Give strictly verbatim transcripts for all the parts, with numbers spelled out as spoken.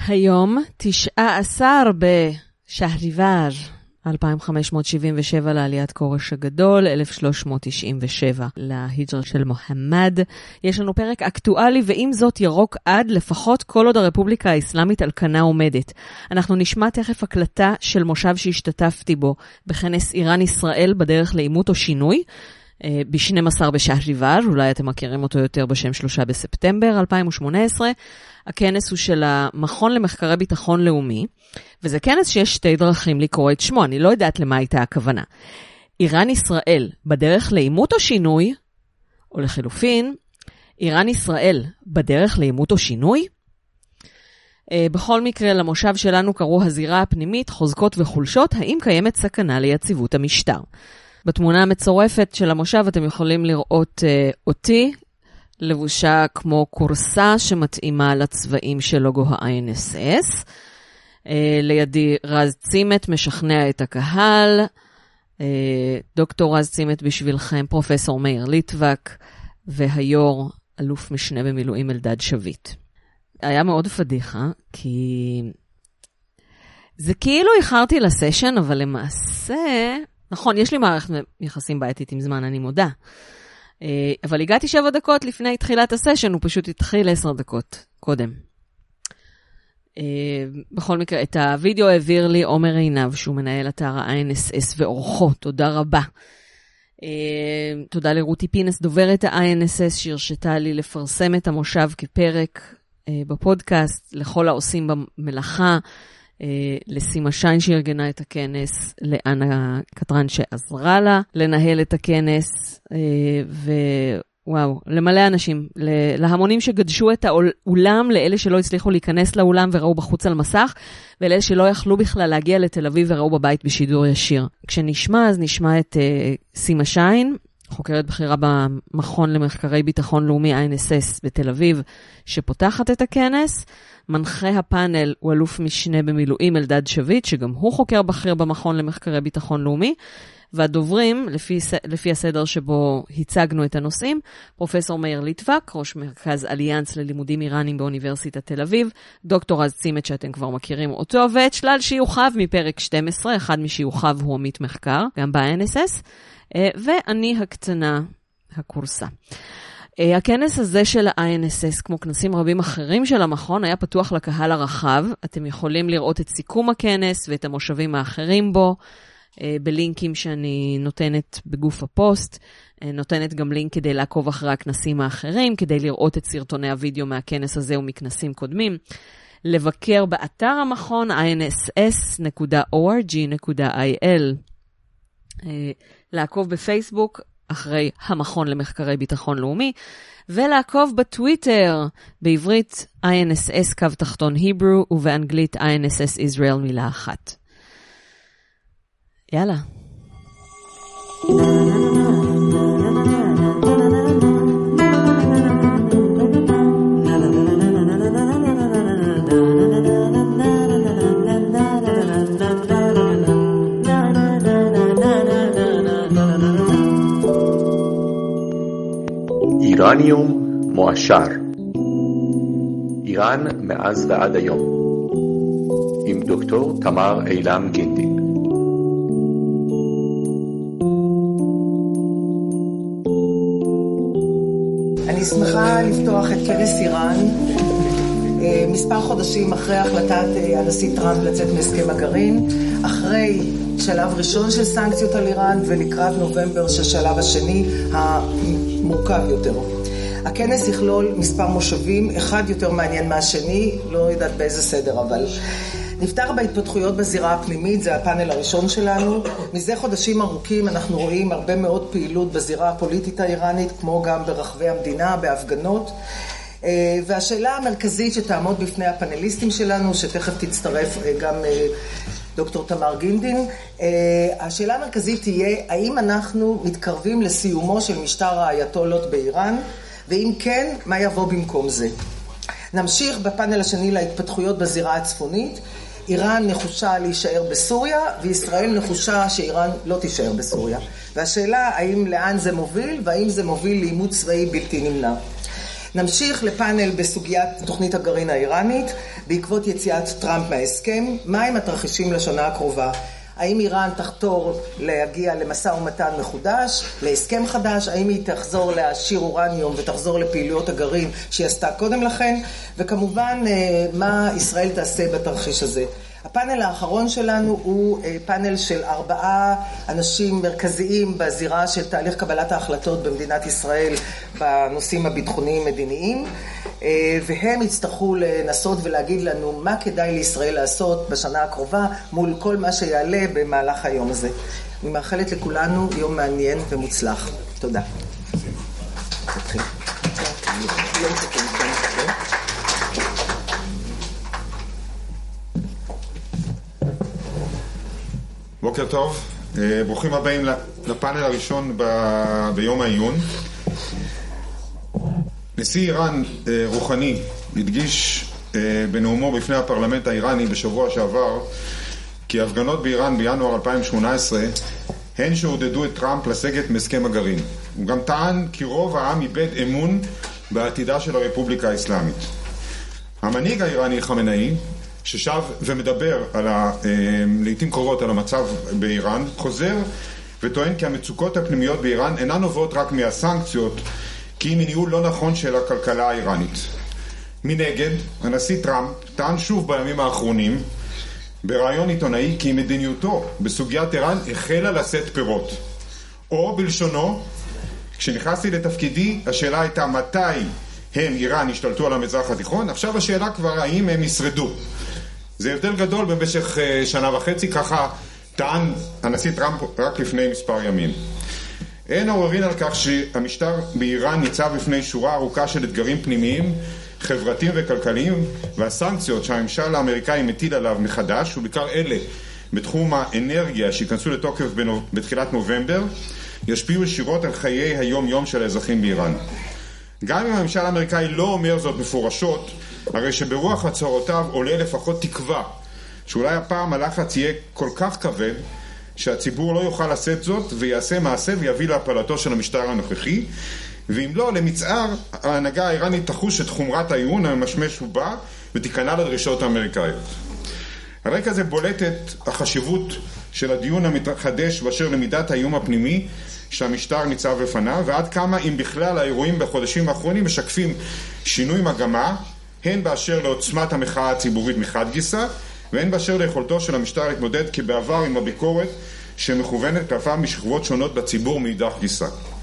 היום תשעה עשר בשהריבר אלפיים חמש מאות שבעים ושבע לעליית כורש הגדול, אלף שלוש מאות תשעים ושבע להיג'רה של מוחמד. יש לנו פרק אקטואלי ועם זאת ירוק עד לפחות כל עוד הרפובליקה האסלאמית על כנה עומדת. אנחנו נשמע תכף הקלטה של מושב שהשתתפתי בו בכנס איראן ישראל בדרך לאימות או שינוי, ב-שנים עשר בשהריבר, אולי אתם מכירים אותו יותר בשם שלושה בספטמבר אלפיים שמונה עשרה. הכנס הוא של המכון למחקרי ביטחון לאומי, וזה כנס שיש שתי דרכים לקרוא את שמו, אני לא יודעת למה הייתה הכוונה. איראן ישראל בדרך לאימות או שינוי, או לחילופין, איראן ישראל בדרך לאימות או שינוי. בכל מקרה, למושב שלנו קראו הזירה הפנימית, חוזקות וחולשות, האם קיימת סכנה ליציבות המשטר. בתמונה המצורפת של המושב אתם יכולים לראות uh, אותי, לבושה כמו קורסה שמתאימה לצבעים של לוגו ה-איי אן אס אס. Uh, לידי רז צימת משכנע את הקהל. Uh, דוקטור רז צימת בשבילכם, פרופסור מאיר ליטבק, והיור אלוף משנה במילואים אלדד שביט. היה מאוד פדיחה, כי זה כאילו איחרתי לסשן, אבל למעשה... נכון, יש לי מערכת יחסים בעייתית עם זמן, אני מודה. אבל הגעתי שבע דקות לפני תחילת הסשן, הוא פשוט התחיל עשר דקות קודם. בכל מקרה, את הוידאו העביר לי עומר עינב, שהוא מנהל אתר ה-איי אן אס אס ואורחו, תודה רבה. תודה לרותי פינס, דוברת ה-איי אן אס אס, שהרשתה לי לפרסם את המושב כפרק בפודקאסט, לכל העושים במלאכה, לסימה שיין שארגנה את הכנס, לאנה קטרן שעזרה לה לנהל את הכנס, ווואו, למלא אנשים, להמונים שגדשו את האולם, לאלה שלא הצליחו להיכנס לאולם וראו בחוץ על מסך, ולאלה שלא יכלו בכלל להגיע לתל אביב וראו בבית בשידור ישיר. כשנשמע, אז נשמע את סימה שיין, חוקרת בחירה במכון למחקרי ביטחון לאומי איי אן אס אס בתל אביב, שפותחת את הכנס. מנחה הפאנל הוא אלוף משנה במילואים אלדד שביט, שגם הוא חוקר בכיר במכון למחקרי ביטחון לאומי, והדוברים, לפי, לפי הסדר שבו הצגנו את הנושאים, פרופסור מאיר ליטבק, ראש מרכז אליאנס ללימודים איראנים באוניברסיטת תל אביב, דוקטור רז צימת שאתם כבר מכירים אותו, ואת שלל שיוכיו מפרק שתים עשרה, אחד משיוכיו הוא עמית מחקר, גם ב-איי אן אס אס, ואני הקטנה, הקורסה. הכנס הזה של ה-איי אן אס אס, כמו כנסים רבים אחרים של המכון, היה פתוח לקהל הרחב. אתם יכולים לראות את סיכום הכנס ואת המושבים האחרים בו, בלינקים שאני נותנת בגוף הפוסט. נותנת גם לינק כדי לעקוב אחרי הכנסים האחרים, כדי לראות את סרטוני הוידאו מהכנס הזה ומכנסים קודמים. לבקר באתר המכון איי אן אס אס נקודה או אר ג'י נקודה איי אל. לעקוב בפייסבוק אחרי המכון למחקרי ביטחון לאומי, ולעקוב בטוויטר, בעברית איי אן אס אס קו תחתון היברו, ובאנגלית איי אן אס אס ישראל מילה אחת. יאללה. איראניום מועשר, איראן מאז ועד היום, עם דוקטור תמר אילם גינדין. אני שמחה לפתוח את כנס איראן, מספר חודשים אחרי החלטת הנשיא טראמפ לצאת מהסכם הגרעין, אחרי שלב ראשון של סנקציות על איראן, ולקראת נובמבר של שלב השני המורכב יותר. הכנס יכלול מספר מושבים, אחד יותר מעניין מהשני, לא יודעת באיזה סדר, אבל נפתח בהתפתחויות בזירה הפנימית, זה הפאנל הראשון שלנו. מזה חודשים ארוכים אנחנו רואים הרבה מאוד פעילות בזירה הפוליטית האיראנית, כמו גם ברחבי המדינה, בהפגנות. והשאלה המרכזית שתעמוד בפני הפאנליסטים שלנו, שתכף תצטרף גם דוקטור תמר גינדין, השאלה המרכזית תהיה, האם אנחנו מתקרבים לסיומו של משטר האייתולות באיראן, ואם כן, מה יבוא במקום זה? נמשיך בפאנל השני להתפתחויות בזירה הצפונית. איראן נחושה להישאר בסוריה, וישראל נחושה שאיראן לא תישאר בסוריה. והשאלה, האם לאן זה מוביל, והאם זה מוביל לאימות צבאי בלתי נמנע. נמשיך לפאנל בסוגיית תוכנית הגרעין האיראנית, בעקבות יציאת טראמפ מההסכם, מהם התרחישים לשנה הקרובה. האם איראן תחתור להגיע למשא ומתן מחודש, להסכם חדש, האם היא תחזור להשאיר אורניום ותחזור לפעילויות הגרעין שהיא עשתה קודם לכן, וכמובן מה ישראל תעשה בתרחיש הזה. הפאנל האחרון שלנו הוא פאנל של ארבעה אנשים מרכזיים בזירה של תהליך קבלת ההחלטות במדינת ישראל בנושאים הביטחוניים מדיניים, והם יצטרכו לנסות ולהגיד לנו מה כדאי לישראל לעשות בשנה הקרובה מול כל מה שיעלה במהלך היום הזה. אני מאחלת לכולנו יום מעניין ומוצלח. תודה. תתחיל. בוקר טוב, ברוכים הבאים לפאנל הראשון ב... ביום העיון. נשיא איראן רוחני הדגיש בנאומו בפני הפרלמנט האיראני בשבוע שעבר כי ההפגנות באיראן בינואר אלפיים שמונה עשרה הן שעודדו את טראמפ לסגת מהסכם הגרעין. הוא גם טען כי רוב העם איבד אמון בעתידה של הרפובליקה האסלאמית. המנהיג האיראני חמינאי ששב ומדבר על ה, לעתים קרובות על המצב באיראן, חוזר וטוען כי המצוקות הפנימיות באיראן אינן נובעות רק מהסנקציות, כי היא מניהול לא נכון של הכלכלה האיראנית. מנגד, הנשיא טראמפ טען שוב בימים האחרונים, ברעיון עיתונאי, כי מדיניותו בסוגיית איראן החלה לשאת פירות. או בלשונו, כשנכנסתי לתפקידי, השאלה הייתה מתי הם, איראן, השתלטו על המזרח התיכון, עכשיו השאלה כבר האם הם ישרדו. זה הבדל גדול במשך שנה וחצי, ככה טען הנשיא טראמפ רק לפני מספר ימים. אין עוררין על כך שהמשטר באיראן ניצב בפני שורה ארוכה של אתגרים פנימיים, חברתיים וכלכליים, והסנקציות שהממשל האמריקאי מטיל עליו מחדש, ובעיקר אלה בתחום האנרגיה שיכנסו לתוקף בתחילת נובמבר, ישפיעו ישירות על חיי היום-יום של האזרחים באיראן. גם אם הממשל האמריקאי לא אומר זאת מפורשות, הרי שברוח הצהרותיו עולה לפחות תקווה שאולי הפעם הלחץ יהיה כל כך כבד שהציבור לא יוכל לשאת זאת ויעשה מעשה ויביא להפלתו של המשטר הנוכחי, ואם לא, למצער ההנהגה האיראנית תחוש את חומרת האיום המשמש ובא ותיכנע לדרישות האמריקאיות. הרקע הזה בולטת החשיבות של הדיון המתחדש באשר למידת האיום הפנימי שהמשטר ניצב לפניו, ועד כמה אם בכלל האירועים בחודשים האחרונים משקפים שינוי מגמה, הן באשר לעוצמת המחאה הציבורית מחד גיסא, והן באשר ליכולתו של המשטר להתמודד כבעבר עם הביקורת שמכוונת כלפיו משכבות שונות בציבור מאידך גיסא.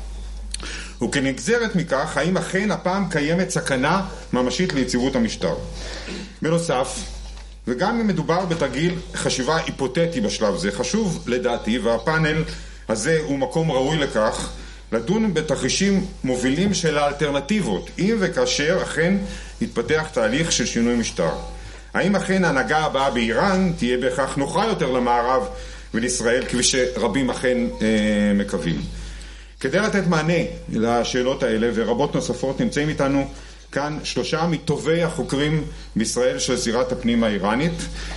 וכנגזרת מכך, האם אכן הפעם קיימת סכנה ממשית ליציבות המשטר. בנוסף, וגם אם מדובר בתרגיל חשיבה היפותטי בשלב זה, חשוב לדעתי, והפאנל הזה הוא מקום ראוי לכך, לדון בתרחישים מובילים של האלטרנטיבות, אם וכאשר אכן יתפתח תהליך של שינוי משטר. האם אכן ההנהגה הבאה באיראן תהיה בהכרח נוחה יותר למערב ולישראל, כפי שרבים אכן אה, מקווים. כדי לתת מענה לשאלות האלה ורבות נוספות, נמצאים איתנו כאן שלושה מטובי החוקרים בישראל של זירת הפנים האיראנית.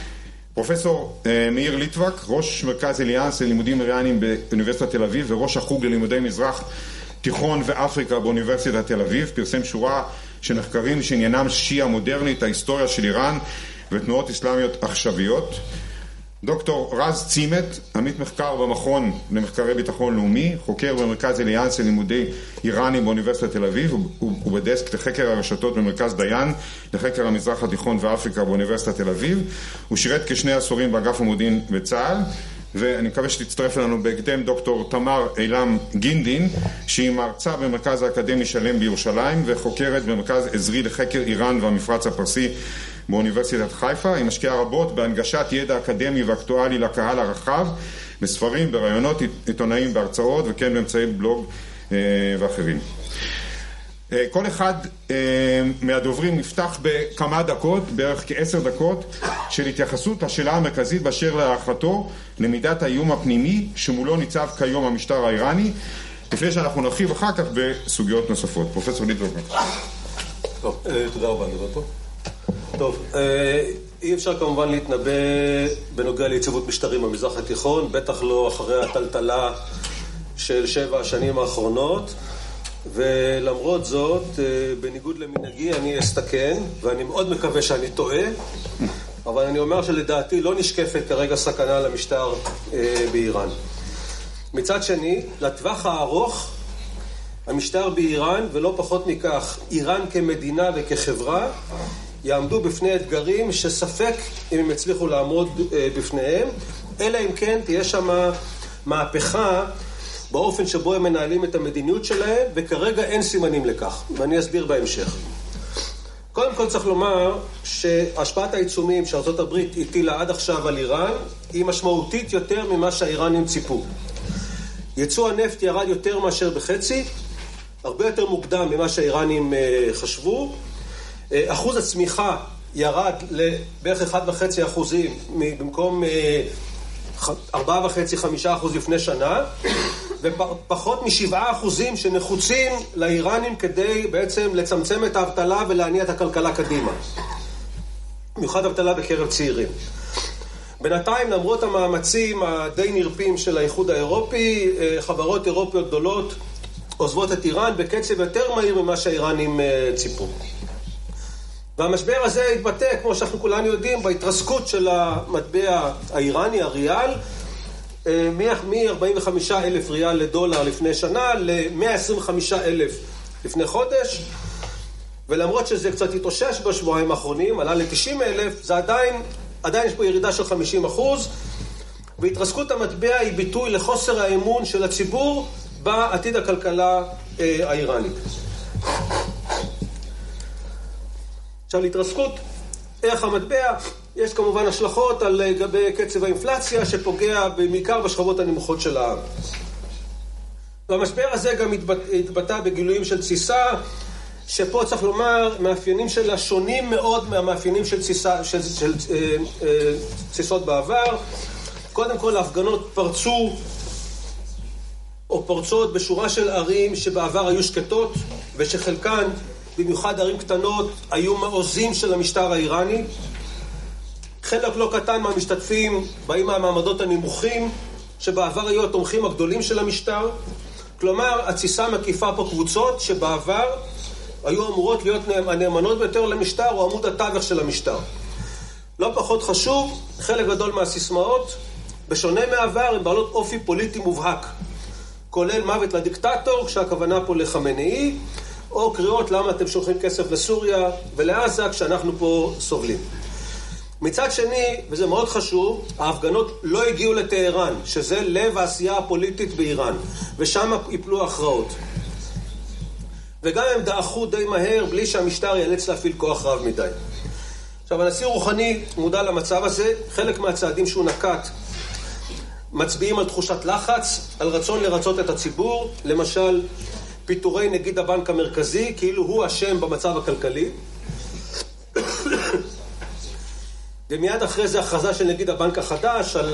פרופסור אה, מאיר ליטבק, ראש מרכז אליאנס ללימודים איראניים באוניברסיטת תל אביב וראש החוג ללימודי מזרח תיכון ואפריקה באוניברסיטת תל אביב, פרסם שורה של מחקרים שעניינם שיעה מודרנית, ההיסטוריה של איראן ותנועות אסלאמיות עכשוויות. דוקטור רז צימת, עמית מחקר במכון למחקרי ביטחון לאומי, חוקר במרכז אליאנס ללימודי איראנים באוניברסיטת תל אביב, ובדסק לחקר הרשתות במרכז דיין לחקר המזרח התיכון ואפריקה באוניברסיטת תל אביב. הוא שירת כשני עשורים באגף המודיעין בצה"ל, ואני מקווה שתצטרף אלינו בהקדם דוקטור תמר אילם גינדין, שהיא מרצה במרכז האקדמי שלם בירושלים וחוקרת במרכז עזרי לחקר איראן והמפרץ הפרסי באוניברסיטת חיפה. היא משקיעה רבות בהנגשת ידע אקדמי ואקטואלי לקהל הרחב, בספרים, ברעיונות עיתונאיים, בהרצאות וכן באמצעי בלוג אה, ואחרים. אה, כל אחד אה, מהדוברים יפתח בכמה דקות, בערך כעשר דקות, של התייחסות לשאלה המרכזית באשר להערכתו למידת האיום הפנימי שמולו ניצב כיום המשטר האיראני, לפני שאנחנו נרחיב אחר כך בסוגיות נוספות. פרופסור ליטבק. טוב, תודה רבה, נדבר פה. טוב, אי אפשר כמובן להתנבא בנוגע ליציבות משטרים במזרח התיכון, בטח לא אחרי הטלטלה של שבע השנים האחרונות. ולמרות זאת, בניגוד למנהגי, אני אסתכן, ואני מאוד מקווה שאני טועה, אבל אני אומר שלדעתי לא נשקפת כרגע סכנה למשטר באיראן. מצד שני, לטווח הארוך, המשטר באיראן, ולא פחות מכך, איראן כמדינה וכחברה, יעמדו בפני אתגרים שספק אם הם יצליחו לעמוד בפניהם, אלא אם כן תהיה שם מהפכה באופן שבו הם מנהלים את המדיניות שלהם, וכרגע אין סימנים לכך, ואני אסביר בהמשך. קודם כל צריך לומר שהשפעת העיצומים שארצות הברית הטילה עד עכשיו על איראן, היא משמעותית יותר ממה שהאיראנים ציפו. ייצוא הנפט ירד יותר מאשר בחצי, הרבה יותר מוקדם ממה שהאיראנים חשבו, אחוז הצמיחה ירד לבערך אחד וחצי אחוזים במקום ארבעה וחצי חמישה אחוז לפני שנה, ופחות משבעה אחוזים שנחוצים לאיראנים כדי בעצם לצמצם את האבטלה ולהניע את הכלכלה קדימה, במיוחד אבטלה בקרב צעירים. בינתיים, למרות המאמצים הדי נרפים של האיחוד האירופי, חברות אירופיות גדולות עוזבות את איראן בקצב יותר מהיר ממה שהאיראנים ציפו. והמשבר הזה התבטא, כמו שאנחנו כולנו יודעים, בהתרסקות של המטבע האיראני, הריאל, מ-ארבעים וחמישה אלף ריאל לדולר לפני שנה ל-מאה עשרים וחמישה אלף לפני חודש, ולמרות שזה קצת התאושש בשבועיים האחרונים, עלה ל-תשעים אלף, זה עדיין, עדיין יש פה ירידה של חמישים אחוז, והתרסקות המטבע היא ביטוי לחוסר האמון של הציבור בעתיד הכלכלה האיראנית. עכשיו, להתרסקות ערך המטבע, יש כמובן השלכות על גבי קצב האינפלציה שפוגע בעיקר בשכבות הנמוכות של העם. והמשבר הזה גם התבטא בגילויים של תסיסה, שפה צריך לומר, מאפיינים שלה שונים מאוד מהמאפיינים של תסיסה, של, של, של אה, אה, תסיסות בעבר. קודם כל, ההפגנות פרצו או פורצות בשורה של ערים שבעבר היו שקטות, ושחלקן, במיוחד ערים קטנות, היו מעוזים של המשטר האיראני. חלק לא קטן מהמשתתפים באים מהמעמדות הנמוכים, שבעבר היו התומכים הגדולים של המשטר. כלומר, התסיסה מקיפה פה קבוצות שבעבר היו אמורות להיות הנאמנות ביותר למשטר, או עמוד התווך של המשטר. לא פחות חשוב, חלק גדול מהסיסמאות, בשונה מעבר, הם בעלות אופי פוליטי מובהק, כולל מוות לדיקטטור, כשהכוונה פה לחמינאי, או קריאות למה אתם שולחים כסף לסוריה ולעזה כשאנחנו פה סובלים. מצד שני, וזה מאוד חשוב, ההפגנות לא הגיעו לטהרן, שזה לב העשייה הפוליטית באיראן, ושם ייפלו הכרעות. וגם הם דעכו די מהר בלי שהמשטר ייאלץ להפעיל כוח רב מדי. עכשיו, הנשיא רוחני מודע למצב הזה, חלק מהצעדים שהוא נקט מצביעים על תחושת לחץ, על רצון לרצות את הציבור, למשל פיטורי נגיד הבנק המרכזי, כאילו הוא אשם במצב הכלכלי. ומיד אחרי זה הכרזה של נגיד הבנק החדש על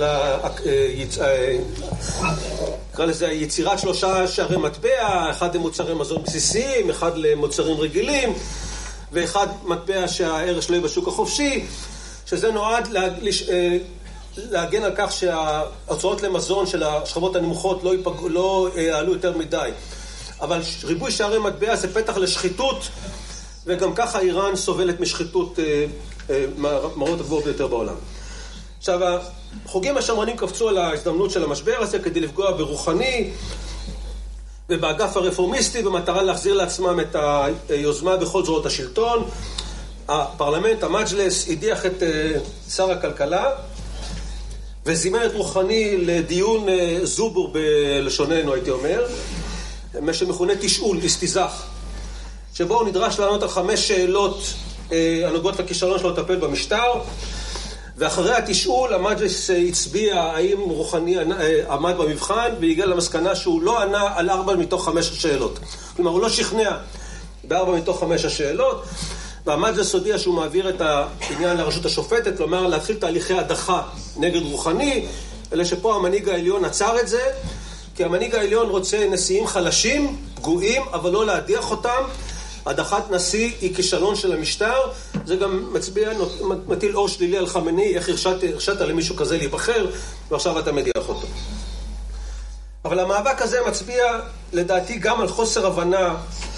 נקרא לזה יצירת שלושה שערי מטבע, אחד למוצרי מזון בסיסיים, אחד למוצרים רגילים, ואחד מטבע שהערך שלו בשוק החופשי, שזה נועד להגליש, להגן על כך שההוצאות למזון של השכבות הנמוכות לא, ייפג, לא יעלו יותר מדי. אבל ריבוי שערי מטבע זה פתח לשחיתות, וגם ככה איראן סובלת משחיתות מהרמות הגבוהות ביותר בעולם. עכשיו, החוגים השמרנים קפצו על ההזדמנות של המשבר הזה כדי לפגוע ברוחני ובאגף הרפורמיסטי במטרה להחזיר לעצמם את היוזמה בכל זרועות השלטון. הפרלמנט, המג'לס, הדיח את שר הכלכלה וזימן את רוחני לדיון זובור בלשוננו, הייתי אומר, מה שמכונה תשאול, הסתיזך, שבו הוא נדרש לענות על חמש שאלות הנוגעות לכישלון שלו לטפל במשטר, ואחרי התשאול המג'לס הצביע האם רוחני עמד במבחן, והגיע למסקנה שהוא לא ענה על ארבע מתוך חמש השאלות. כלומר, הוא לא שכנע בארבע מתוך חמש השאלות, והמג'לס הודיע שהוא מעביר את העניין לרשות השופטת, כלומר להתחיל תהליכי הדחה נגד רוחני, אלא שפה המנהיג העליון עצר את זה, כי המנהיג העליון רוצה נשיאים חלשים, פגועים, אבל לא להדיח אותם. הדחת נשיא היא כישלון של המשטר, זה גם מצביע, מטיל אור שלילי על חמינאי, איך הרשת למישהו כזה להיבחר, ועכשיו אתה מדיח אותו. אבל המאבק הזה מצביע לדעתי גם על חוסר הבנה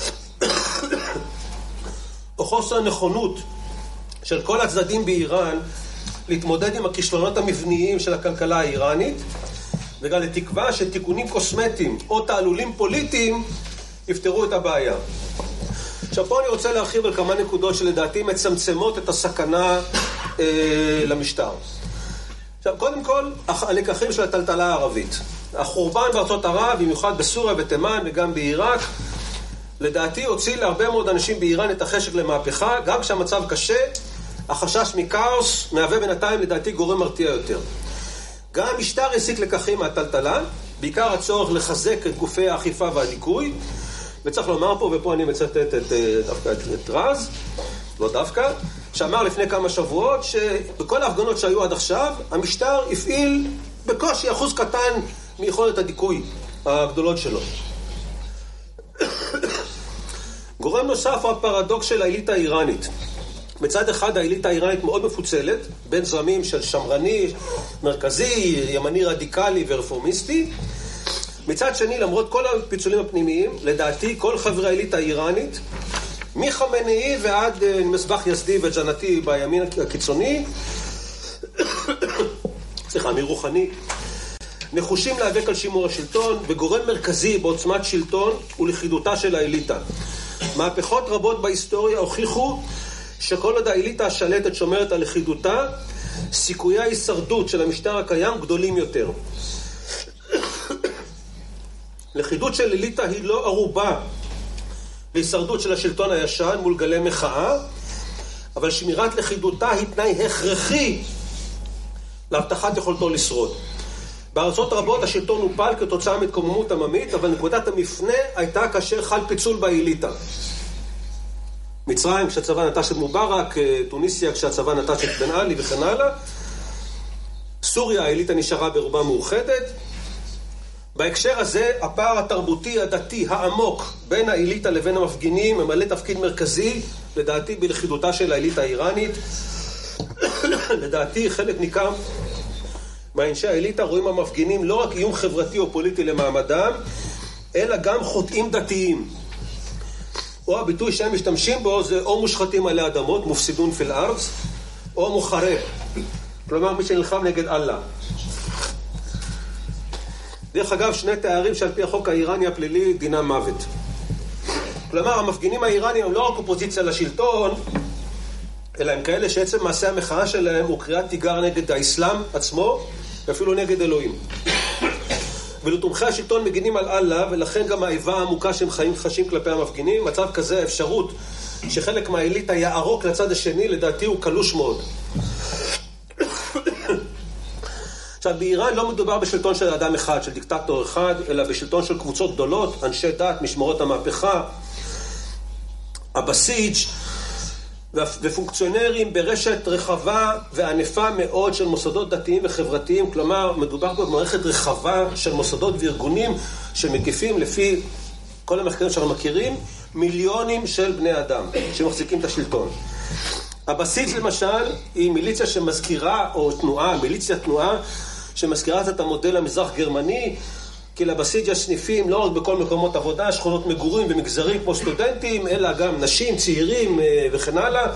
או חוסר נכונות של כל הצדדים באיראן להתמודד עם הכישלונות המבניים של הכלכלה האיראנית, וגם לתקווה שתיקונים קוסמטיים או תעלולים פוליטיים יפתרו את הבעיה. עכשיו פה אני רוצה להרחיב על כמה נקודות שלדעתי מצמצמות את הסכנה אה, למשטר. עכשיו קודם כל, הלקחים של הטלטלה הערבית. החורבן בארצות ערב, במיוחד בסוריה ותימן וגם בעיראק, לדעתי הוציא להרבה מאוד אנשים באיראן את החשק למהפכה, גם כשהמצב קשה, החשש מכאוס מהווה בינתיים לדעתי גורם מרתיע יותר. גם המשטר הסיק לקחים מהטלטלה, בעיקר הצורך לחזק את גופי האכיפה והדיכוי, וצריך לומר פה, ופה אני מצטט את, דווקא את, את רז, לא דווקא, שאמר לפני כמה שבועות שבכל ההפגנות שהיו עד עכשיו, המשטר הפעיל בקושי אחוז קטן מיכולת הדיכוי הגדולות שלו. גורם נוסף הוא הפרדוקס של האליטה האיראנית. מצד אחד האליטה האיראנית מאוד מפוצלת, בין זרמים של שמרני, מרכזי, ימני רדיקלי ורפורמיסטי. מצד שני, למרות כל הפיצולים הפנימיים, לדעתי כל חברי האליטה האיראנית, מחמינאי ועד מסבח יזדי וג'נתי בימין הקיצוני, סליחה, מרוחני, נחושים להיאבק על שימור השלטון, וגורם מרכזי בעוצמת שלטון ולכידותה של האליטה. מהפכות רבות בהיסטוריה הוכיחו שכל עוד האליטה השלטת שומרת על לכידותה, סיכויי ההישרדות של המשטר הקיים גדולים יותר. לכידות של אליטה היא לא ערובה להישרדות של השלטון הישן מול גלי מחאה, אבל שמירת לכידותה היא תנאי הכרחי להבטחת יכולתו לשרוד. בארצות רבות השלטון הופל כתוצאה מהתקוממות עממית, אבל נקודת המפנה הייתה כאשר חל פיצול באליטה. מצרים כשהצבא נטש את מובארק, טוניסיה כשהצבא נטש את בן עלי וכן הלאה. סוריה האליטה נשארה ברובה מאוחדת. בהקשר הזה הפער התרבותי הדתי העמוק בין האליטה לבין המפגינים ממלא תפקיד מרכזי לדעתי בלכידותה של האליטה האיראנית. לדעתי חלק ניכר מאנשי האליטה רואים המפגינים לא רק איום חברתי או פוליטי למעמדם, אלא גם חוטאים דתיים. או הביטוי שהם משתמשים בו זה או מושחתים עלי אדמות, מופסידון פיל ארץ, או מוחרב. כלומר מי שנלחם נגד אללה. דרך אגב שני תארים שעל פי החוק האיראני הפלילי דינם מוות. כלומר המפגינים האיראנים הם לא רק אופוזיציה לשלטון, אלא הם כאלה שעצם מעשה המחאה שלהם הוא קריאת תיגר נגד האסלאם עצמו, ואפילו נגד אלוהים. ולתומכי השלטון מגינים על אללה, ולכן גם האיבה העמוקה שהם חיים חשים כלפי המפגינים. מצב כזה, האפשרות שחלק מהאליטה יערוק לצד השני, לדעתי הוא קלוש מאוד. עכשיו, באיראן לא מדובר בשלטון של אדם אחד, של דיקטטור אחד, אלא בשלטון של קבוצות גדולות, אנשי דת, משמרות המהפכה, הבסיג' ופונקציונרים ברשת רחבה וענפה מאוד של מוסדות דתיים וחברתיים. כלומר, מדובר פה במערכת רחבה של מוסדות וארגונים שמקיפים לפי כל המחקרים שאנחנו מכירים מיליונים של בני אדם שמחזיקים את השלטון. הבסיס למשל היא מיליציה שמזכירה, או תנועה, מיליציה תנועה שמזכירה את המודל המזרח גרמני, כי לבסיס יש סניפים לא רק בכל מקומות עבודה, שכונות מגורים ומגזרים כמו סטודנטים, אלא גם נשים, צעירים וכן הלאה.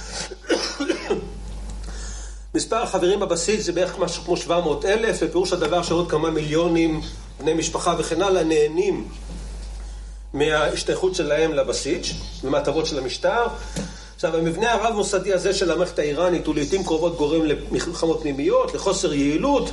מספר החברים בבסיס זה בערך משהו כמו שבע מאות אלף, ופירוש הדבר שעוד כמה מיליונים בני משפחה וכן הלאה נהנים מההשתייכות שלהם לבסיס ומהטבות של המשטר. עכשיו, המבנה הרב מוסדי הזה של המערכת האיראנית הוא לעתים קרובות גורם למלחמות פנימיות, לחוסר יעילות,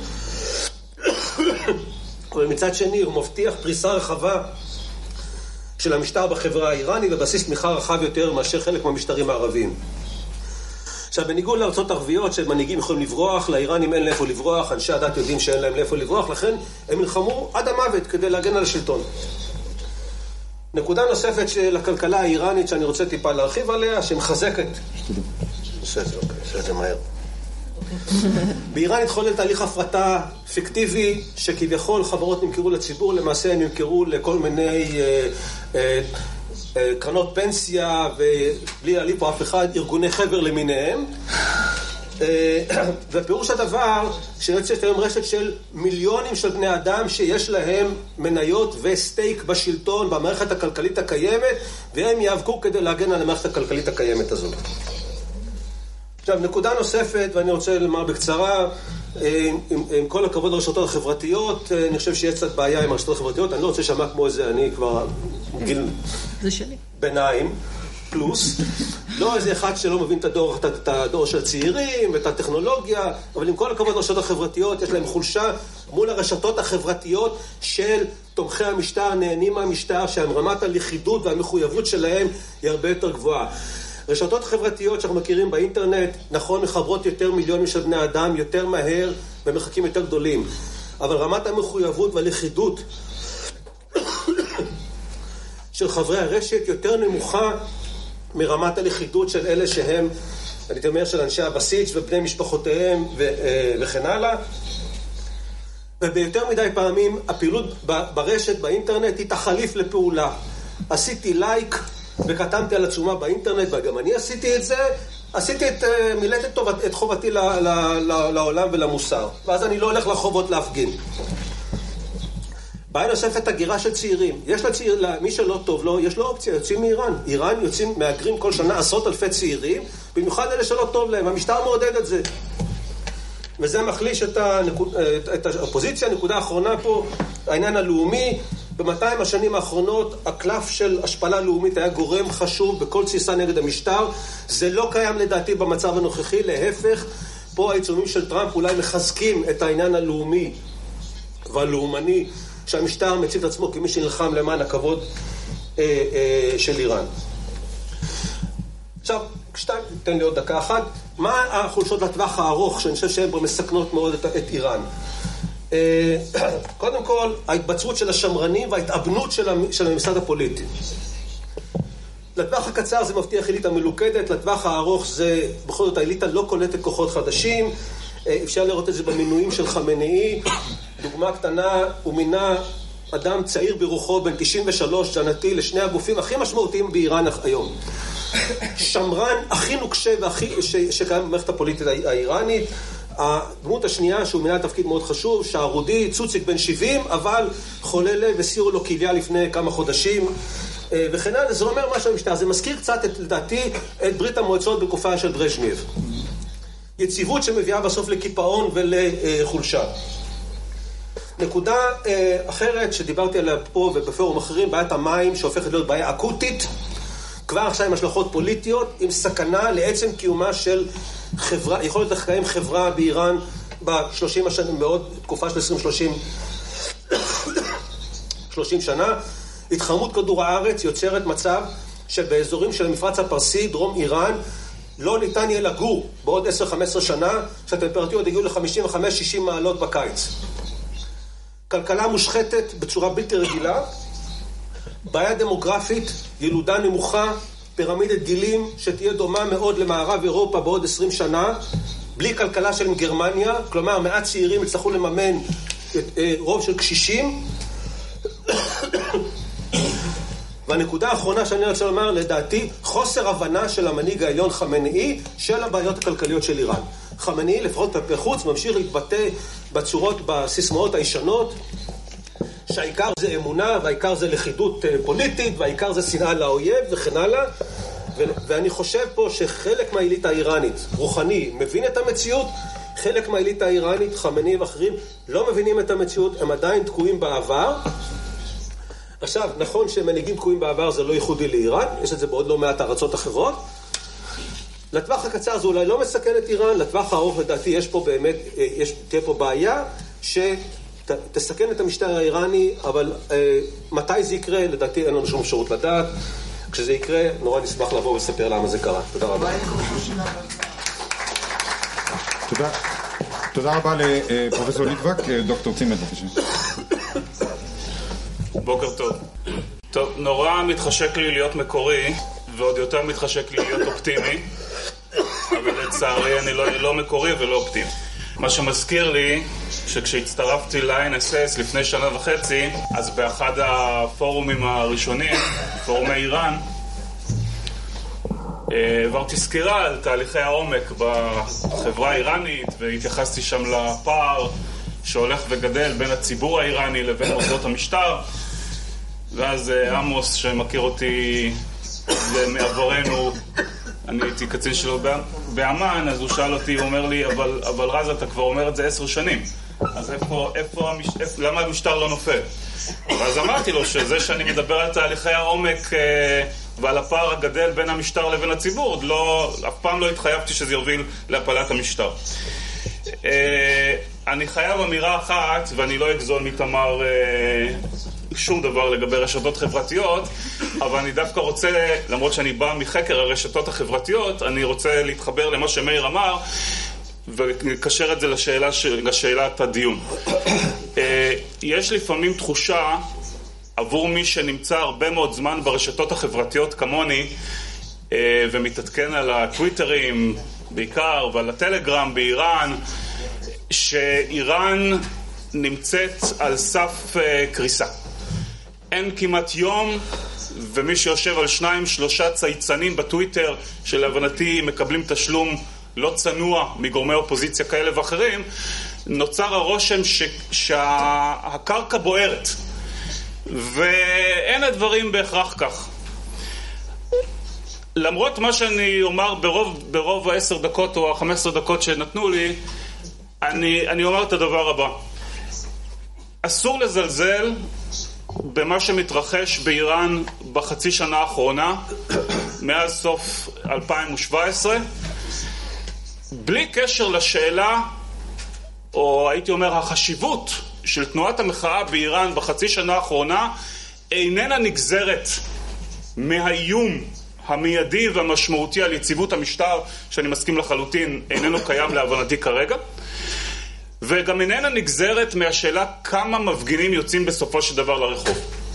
ומצד שני הוא מבטיח פריסה רחבה של המשטר בחברה האיראנית ובסיס תמיכה רחב יותר מאשר חלק מהמשטרים הערביים. עכשיו, בניגוד לארצות ערביות שמנהיגים יכולים לברוח, לאיראנים אין לאיפה לברוח, אנשי הדת יודעים שאין להם לאיפה לברוח, לכן הם נלחמו עד המוות כדי להגן על השלטון. נקודה נוספת של הכלכלה האיראנית שאני רוצה טיפה להרחיב עליה, שמחזקת. עושה את זה, אוקיי, עושה את זה מהר. באיראן התחולל תהליך הפרטה פיקטיבי שכביכול חברות נמכרו לציבור, למעשה נמכרו לכל מיני אה, אה, אה, קרנות פנסיה ובלי להעליב פה אף אחד, ארגוני חבר למיניהם, ופירוש הדבר שיוצאת היום רשת של מיליונים של בני אדם שיש להם מניות וסטייק בשלטון במערכת הכלכלית הקיימת, והם יאבקו כדי להגן על המערכת הכלכלית הקיימת הזאת. עכשיו, נקודה נוספת, ואני רוצה לומר בקצרה, עם, עם, עם כל הכבוד לרשתות החברתיות, אני חושב שיש קצת בעיה עם הרשתות החברתיות, אני לא רוצה לשמע כמו איזה, אני כבר גיל זה שלי. ביניים, פלוס, לא איזה אחד שלא מבין את הדור, את הדור של הצעירים ואת הטכנולוגיה, אבל עם כל הכבוד לרשתות החברתיות, יש להם חולשה מול הרשתות החברתיות של תומכי המשטר, נהנים מהמשטר, שהרמת הלכידות והמחויבות שלהם היא הרבה יותר גבוהה. רשתות חברתיות שאנחנו מכירים באינטרנט, נכון, מחברות יותר מיליונים של בני אדם, יותר מהר, במרחקים יותר גדולים. אבל רמת המחויבות והלכידות של חברי הרשת יותר נמוכה מרמת הלכידות של אלה שהם, אני אומר, של אנשי הבסיס ובני משפחותיהם ו- וכן הלאה. וביותר מדי פעמים הפעילות ברשת, באינטרנט, היא תחליף לפעולה. עשיתי לייק וכתמתי על עצומה באינטרנט, וגם אני עשיתי את זה, עשיתי את, מילאתי את, את חובתי ל, ל, ל, לעולם ולמוסר, ואז אני לא הולך לחובות להפגין. בעיה נוספת, הגירה של צעירים. יש לצעיר, למי שלא טוב לו, יש לו אופציה, יוצאים מאיראן. איראן יוצאים, מאגרים כל שנה עשרות אלפי צעירים, במיוחד אלה שלא טוב להם. המשטר מעודד את זה. וזה מחליש את, הנקוד, את האופוזיציה. הנקודה האחרונה פה, העניין הלאומי. ב-מאתיים השנים האחרונות, הקלף של השפלה לאומית היה גורם חשוב בכל תסיסה נגד המשטר. זה לא קיים לדעתי במצב הנוכחי, להפך. פה העיצומים של טראמפ אולי מחזקים את העניין הלאומי והלאומני, שהמשטר מציב את עצמו כמי שנלחם למען הכבוד אה, אה, של איראן. עכשיו, שתיים, תן לי עוד דקה אחת. מה החולשות לטווח הארוך, שאני חושב שהן מסכנות מאוד את, את איראן? אה, קודם כל, ההתבצרות של השמרנים וההתאבנות של, של הממסד הפוליטי. לטווח הקצר זה מבטיח אליטה מלוכדת, לטווח הארוך זה, בכל זאת, האליטה לא קולטת כוחות חדשים, אפשר לראות את זה במינויים של חמינאי. דוגמה קטנה, הוא מינה אדם צעיר ברוחו, בן תשעים ושלוש, ג'נתי, לשני הגופים הכי משמעותיים באיראן היום. שמרן הכי נוקשה והכי, ש, שקיים במערכת הפוליטית האיראנית. הדמות השנייה, שהוא מינה תפקיד מאוד חשוב, שערודי, צוציק בן שבעים, אבל חולה לב וסירו לו כליה לפני כמה חודשים. וכן הלאה, זה אומר משהו במשטר. זה מזכיר קצת, את, לדעתי, את ברית המועצות בתקופה של ברז'נייב. יציבות שמביאה בסוף לקיפאון ולחולשה. נקודה אה, אחרת שדיברתי עליה פה ובפורום אחרים, בעיית המים שהופכת להיות בעיה אקוטית, כבר עכשיו עם השלכות פוליטיות, עם סכנה לעצם קיומה של חברה, יכול להיות לקיים חברה באיראן ב-שלושים השנים, בעוד תקופה של עשרים שלושים שנה. התחממות כדור הארץ יוצרת מצב שבאזורים של המפרץ הפרסי, דרום איראן, לא ניתן יהיה לגור בעוד עשר חמש עשרה שנה, שהטמפרטורות הגיעו ל-חמישים וחמש שישים מעלות בקיץ. כלכלה מושחתת בצורה בלתי רגילה, בעיה דמוגרפית, ילודה נמוכה, פירמידת גילים שתהיה דומה מאוד למערב אירופה בעוד עשרים שנה, בלי כלכלה של גרמניה, כלומר מעט צעירים יצטרכו לממן רוב של קשישים. והנקודה האחרונה שאני רוצה לומר, לדעתי, חוסר הבנה של המנהיג העליון חמינאי של הבעיות הכלכליות של איראן. חמינאי, לפחות כלפי חוץ, ממשיך להתבטא בצורות, בסיסמאות הישנות, שהעיקר זה אמונה, והעיקר זה לכידות פוליטית, והעיקר זה שנאה לאויב וכן הלאה. ו- ואני חושב פה שחלק מהאליטה האיראנית, רוחני, מבין את המציאות, חלק מהאליטה האיראנית, חמינאי ואחרים, לא מבינים את המציאות, הם עדיין תקועים בעבר. עכשיו, נכון שמנהיגים תקועים בעבר זה לא ייחודי לאיראן, יש את זה בעוד לא מעט ארצות אחרות. לטווח הקצר זה אולי לא מסכן את איראן, לטווח הארוך לדעתי יש פה באמת, יש, תהיה פה בעיה שתסכן את המשטר האיראני, אבל אה, מתי זה יקרה? לדעתי אין לנו שום אפשרות לדעת. כשזה יקרה, נורא נשמח לבוא ולספר למה זה קרה. תודה רבה. תודה. תודה רבה לפרופסור ליטבק. דוקטור צימט, בבקשה. בוקר טוב. טוב, נורא מתחשק לי להיות מקורי, ועוד יותר מתחשק לי להיות אופטימי, אבל לצערי אני לא, לא מקורי ולא אופטימי. מה שמזכיר לי, שכשהצטרפתי ל-איין אס אס לפני שנה וחצי, אז באחד הפורומים הראשונים, פורומי איראן, העברתי סקירה על תהליכי העומק בחברה האיראנית, והתייחסתי שם לפער שהולך וגדל בין הציבור האיראני לבין מוסדות המשטר. ואז עמוס, שמכיר אותי מעברנו, אני הייתי קצין שלו באמן, אז הוא שאל אותי, הוא אומר לי, אבל, אבל רז, אתה כבר אומר את זה עשר שנים. אז איפה, איפה, המש... איפה, למה המשטר לא נופל? ואז אמרתי לו שזה שאני מדבר על תהליכי העומק אה, ועל הפער הגדל בין המשטר לבין הציבור, לא, אף פעם לא התחייבתי שזה יוביל להפלת המשטר. אה, אני חייב אמירה אחת, ואני לא אגזול מתמר אה, שום דבר לגבי רשתות חברתיות, אבל אני דווקא רוצה, למרות שאני בא מחקר הרשתות החברתיות, אני רוצה להתחבר למה שמאיר אמר, ונקשר את זה לשאלה, לשאלת הדיון. יש לפעמים תחושה עבור מי שנמצא הרבה מאוד זמן ברשתות החברתיות כמוני, ומתעדכן על הטוויטרים בעיקר ועל הטלגרם באיראן, שאיראן נמצאת על סף קריסה. אין כמעט יום, ומי שיושב על שניים שלושה צייצנים בטוויטר שלהבנתי מקבלים תשלום לא צנוע מגורמי אופוזיציה כאלה ואחרים, נוצר הרושם ש... שהקרקע בוערת, ואין הדברים בהכרח כך. למרות מה שאני אומר ברוב, ברוב העשר דקות או החמש עשרה דקות שנתנו לי, אני, אני אומר את הדבר הבא. אסור לזלזל במה שמתרחש באיראן בחצי שנה האחרונה, מאז סוף אלפיים שבע עשרה, בלי קשר לשאלה, או הייתי אומר החשיבות של תנועת המחאה באיראן בחצי שנה האחרונה, איננה נגזרת מהאיום המיידי והמשמעותי על יציבות המשטר, שאני מסכים לחלוטין, איננו קיים להבנתי כרגע, וגם איננה נגזרת מהשאלה כמה מפגינים יוצאים בסופו של דבר לרחוב.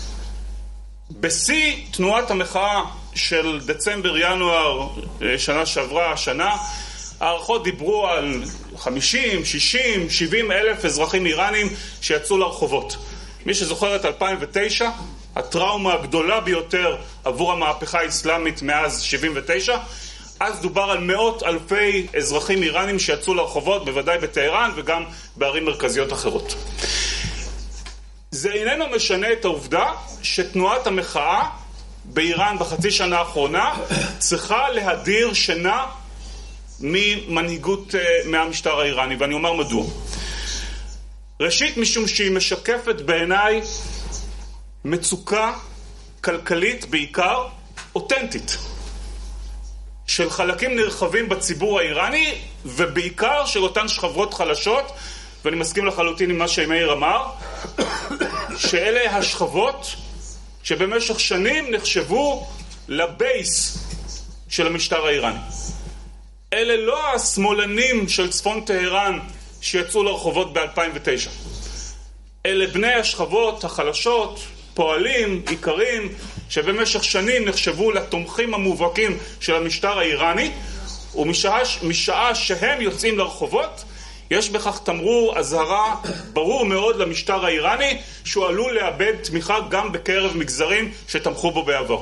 בשיא תנועת המחאה של דצמבר-ינואר שנה שעברה, השנה, הערכות דיברו על חמישים, שישים, שבעים אלף אזרחים איראנים שיצאו לרחובות. מי שזוכר את אלפיים ותשע, הטראומה הגדולה ביותר עבור המהפכה האסלאמית מאז שבעים ותשע, אז דובר על מאות אלפי אזרחים איראנים שיצאו לרחובות, בוודאי בטהרן וגם בערים מרכזיות אחרות. זה איננו משנה את העובדה שתנועת המחאה באיראן בחצי שנה האחרונה צריכה להדיר שינה ממנהיגות מהמשטר האיראני, ואני אומר מדוע. ראשית, משום שהיא משקפת בעיניי מצוקה כלכלית בעיקר אותנטית של חלקים נרחבים בציבור האיראני, ובעיקר של אותן שכבות חלשות, ואני מסכים לחלוטין עם מה שמאיר אמר, שאלה השכבות שבמשך שנים נחשבו לבייס של המשטר האיראני. אלה לא השמאלנים של צפון טהרן שיצאו לרחובות ב-אלפיים ותשע. אלה בני השכבות החלשות, פועלים, עיקרים, שבמשך שנים נחשבו לתומכים המובהקים של המשטר האיראני, ומשעה משעה שהם יוצאים לרחובות, יש בכך תמרור אזהרה ברור מאוד למשטר האיראני, שהוא עלול לאבד תמיכה גם בקרב מגזרים שתמכו בו בעבר.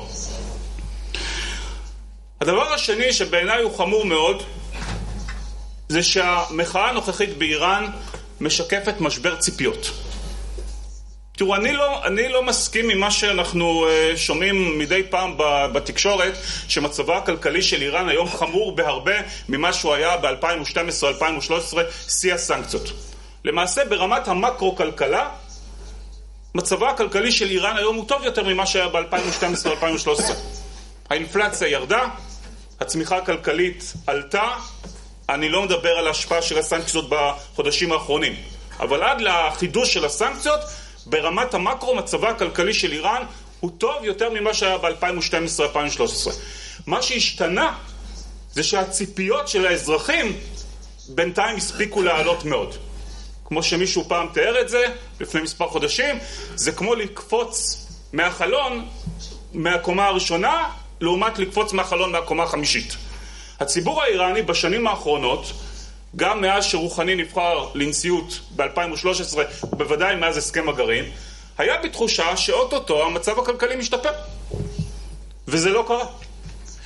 הדבר השני שבעיניי הוא חמור מאוד, זה שהמחאה הנוכחית באיראן משקפת משבר ציפיות. תראו, אני לא, אני לא מסכים עם מה שאנחנו uh, שומעים מדי פעם בתקשורת, שמצבה הכלכלי של איראן היום חמור בהרבה ממה שהוא היה ב-אלפיים ושתים עשרה אלפיים ושלוש עשרה, שיא הסנקציות. למעשה, ברמת המקרו-כלכלה, מצבה הכלכלי של איראן היום הוא טוב יותר ממה שהיה ב-אלפיים ושתים עשרה אלפיים ושלוש עשרה. האינפלציה ירדה, הצמיחה הכלכלית עלתה, אני לא מדבר על ההשפעה של הסנקציות בחודשים האחרונים, אבל עד לחידוש של הסנקציות, ברמת המקרו, מצבה הכלכלי של איראן הוא טוב יותר ממה שהיה ב-אלפיים ושתים עשרה אלפיים ושלוש עשרה. מה שהשתנה זה שהציפיות של האזרחים בינתיים הספיקו לעלות מאוד. כמו שמישהו פעם תיאר את זה לפני מספר חודשים, זה כמו לקפוץ מהחלון מהקומה הראשונה לעומת לקפוץ מהחלון מהקומה החמישית. הציבור האיראני בשנים האחרונות, גם מאז שרוחני נבחר לנשיאות ב-אלפיים ושלוש עשרה, ובוודאי מאז הסכם הגרעין, היה בתחושה שאוטוטו המצב הכלכלי משתפר. וזה לא קרה.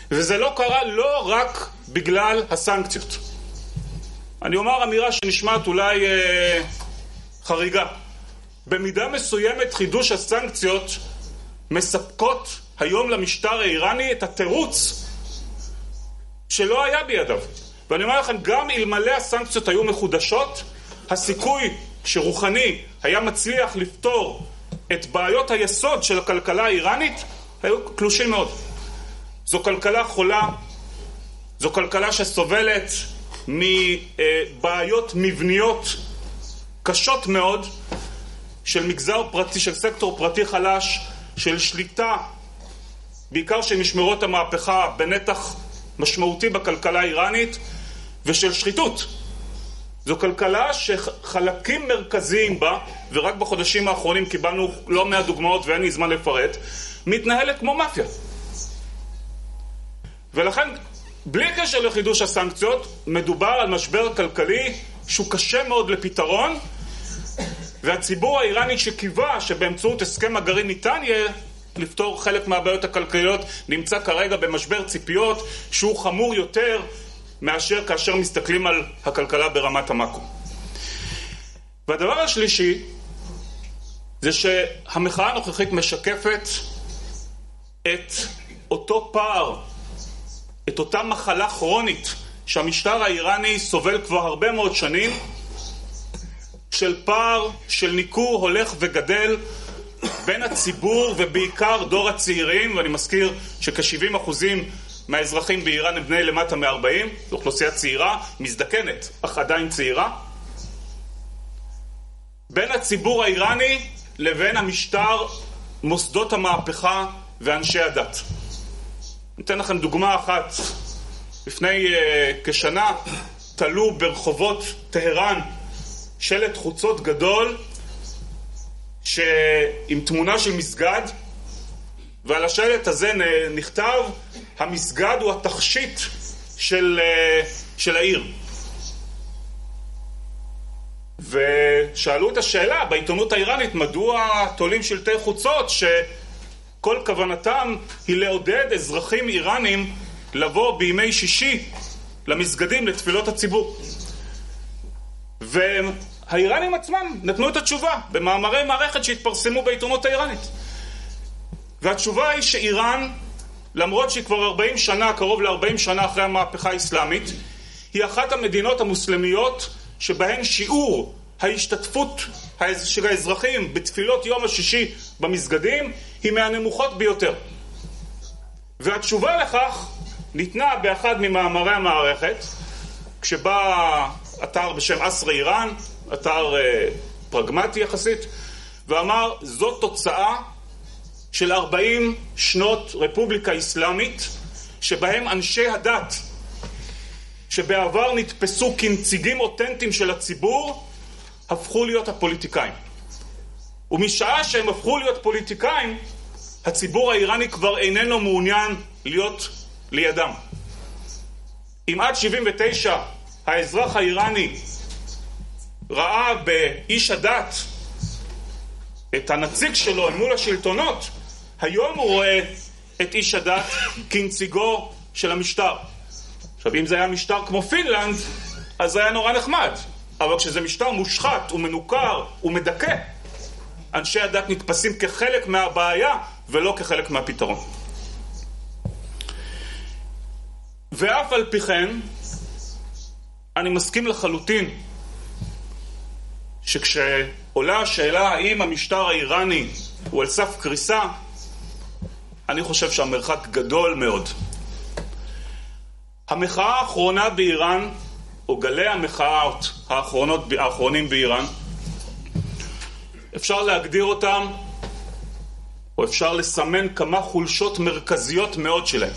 וזה לא קרה לא רק בגלל הסנקציות. אני אומר אמירה שנשמעת אולי אה, חריגה. במידה מסוימת חידוש הסנקציות מספקות היום למשטר האיראני את התירוץ שלא היה בידיו. ואני אומר לכם, גם אלמלא הסנקציות היו מחודשות, הסיכוי שרוחני היה מצליח לפתור את בעיות היסוד של הכלכלה האיראנית היו קלושים מאוד. זו כלכלה חולה, זו כלכלה שסובלת מבעיות מבניות קשות מאוד של מגזר פרטי, של סקטור פרטי חלש, של שליטה, בעיקר של משמרות המהפכה, בנתח משמעותי בכלכלה האיראנית, ושל שחיתות. זו כלכלה שחלקים מרכזיים בה, ורק בחודשים האחרונים קיבלנו לא מהדוגמאות ואין לי זמן לפרט, מתנהלת כמו מאפיה. ולכן, בלי קשר לחידוש הסנקציות, מדובר על משבר כלכלי שהוא קשה מאוד לפתרון, והציבור האיראני שקיווה שבאמצעות הסכם הגרעין ניתן יהיה לפתור חלק מהבעיות הכלכליות, נמצא כרגע במשבר ציפיות שהוא חמור יותר מאשר כאשר מסתכלים על הכלכלה ברמת המקרו. והדבר השלישי זה שהמחאה הנוכחית משקפת את אותו פער, את אותה מחלה כרונית שהמשטר האיראני סובל כבר הרבה מאוד שנים, של פער של ניכור הולך וגדל בין הציבור ובעיקר דור הצעירים, ואני מזכיר שכ-שבעים אחוזים מהאזרחים באיראן הם בני למטה מ-ארבעים, זו אוכלוסייה צעירה, מזדקנת, אך עדיין צעירה, בין הציבור האיראני לבין המשטר, מוסדות המהפכה ואנשי הדת. ניתן לכם דוגמה אחת. לפני uh, כשנה תלו ברחובות טהרן שלט חוצות גדול עם תמונה של מסגד, ועל השלט הזה נכתב, המסגד הוא התכשיט של, של העיר. ושאלו את השאלה בעיתונות האיראנית, מדוע תולים שלטי חוצות שכל כוונתם היא לעודד אזרחים איראנים לבוא בימי שישי למסגדים לתפילות הציבור. והאיראנים עצמם נתנו את התשובה במאמרי מערכת שהתפרסמו בעיתונות האיראנית. והתשובה היא שאיראן, למרות שהיא כבר ארבעים שנה, קרוב ל-ארבעים שנה אחרי המהפכה האסלאמית, היא אחת המדינות המוסלמיות שבהן שיעור ההשתתפות של האזרחים בתפילות יום השישי במסגדים היא מהנמוכות ביותר. והתשובה לכך ניתנה באחד ממאמרי המערכת, כשבא אתר בשם אסרה איראן, אתר אה, פרגמטי יחסית, ואמר, זאת תוצאה של ארבעים שנות רפובליקה אסלאמית, שבהם אנשי הדת, שבעבר נתפסו כנציגים אותנטיים של הציבור, הפכו להיות הפוליטיקאים. ומשעה שהם הפכו להיות פוליטיקאים, הציבור האיראני כבר איננו מעוניין להיות לידם. אם עד שבעים ותשע האזרח האיראני ראה באיש הדת את הנציג שלו מול השלטונות, היום הוא רואה את איש הדת כנציגו של המשטר. עכשיו, אם זה היה משטר כמו פינלנד, אז זה היה נורא נחמד. אבל כשזה משטר מושחת ומנוכר ומדכא, אנשי הדת נתפסים כחלק מהבעיה ולא כחלק מהפתרון. ואף על פי כן, אני מסכים לחלוטין שכשעולה השאלה האם המשטר האיראני הוא על סף קריסה, אני חושב שהמרחק גדול מאוד. המחאה האחרונה באיראן, או גלי המחאות האחרונות, האחרונים באיראן, אפשר להגדיר אותם, או אפשר לסמן כמה חולשות מרכזיות מאוד שלהם.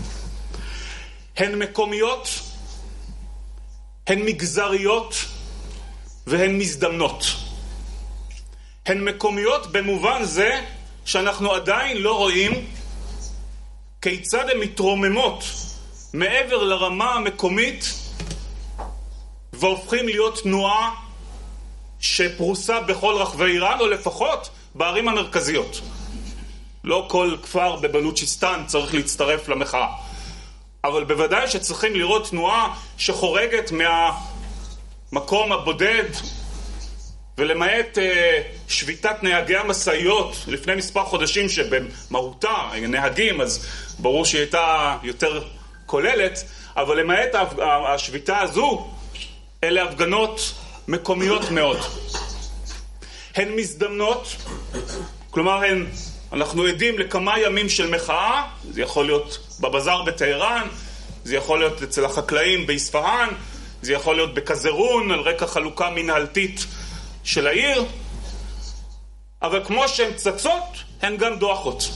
הן מקומיות, הן מגזריות, והן מזדמנות. הן מקומיות במובן זה שאנחנו עדיין לא רואים כיצד הן מתרוממות מעבר לרמה המקומית והופכים להיות תנועה שפרוסה בכל רחבי איראן, או לפחות בערים המרכזיות. לא כל כפר בבלוצ'יסטן צריך להצטרף למחאה. אבל בוודאי שצריכים לראות תנועה שחורגת מהמקום הבודד, ולמעט אה, שביתת נהגי המשאיות לפני מספר חודשים שבמהותה נהגים, אז ברור שהיא הייתה יותר כוללת, אבל למעט השביתה הזו, אלה הפגנות מקומיות מאוד. הן מזדמנות, כלומר הן, אנחנו עדים לכמה ימים של מחאה, זה יכול להיות בבזאר בטהרן, זה יכול להיות אצל החקלאים באספהאן, זה יכול להיות בקזרון על רקע חלוקה מנהלתית של העיר, אבל כמו שהן צצות, הן גם דואחות.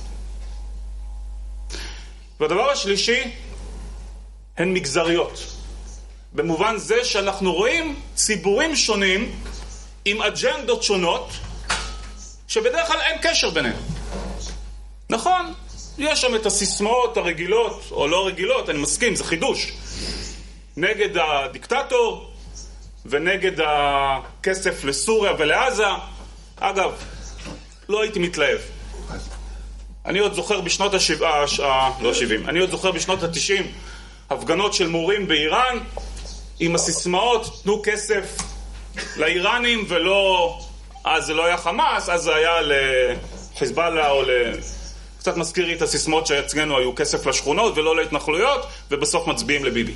והדבר השלישי, הן מגזריות. במובן זה שאנחנו רואים ציבורים שונים עם אג'נדות שונות, שבדרך כלל אין קשר ביניהם. נכון, יש שם את הסיסמאות הרגילות, או לא רגילות, אני מסכים, זה חידוש. נגד הדיקטטור, ונגד הכסף לסוריה ולעזה. אגב, לא הייתי מתלהב. אני עוד זוכר בשנות השבעה, לא שבעים, אני עוד זוכר בשנות התשעים, הפגנות של מורים באיראן, עם הסיסמאות, תנו כסף לאיראנים, ולא, אז זה לא היה חמאס, אז זה היה לחיזבאללה, או ל... קצת מזכיר לי את הסיסמאות שאצלנו היו כסף לשכונות, ולא להתנחלויות, ובסוף מצביעים לביבי.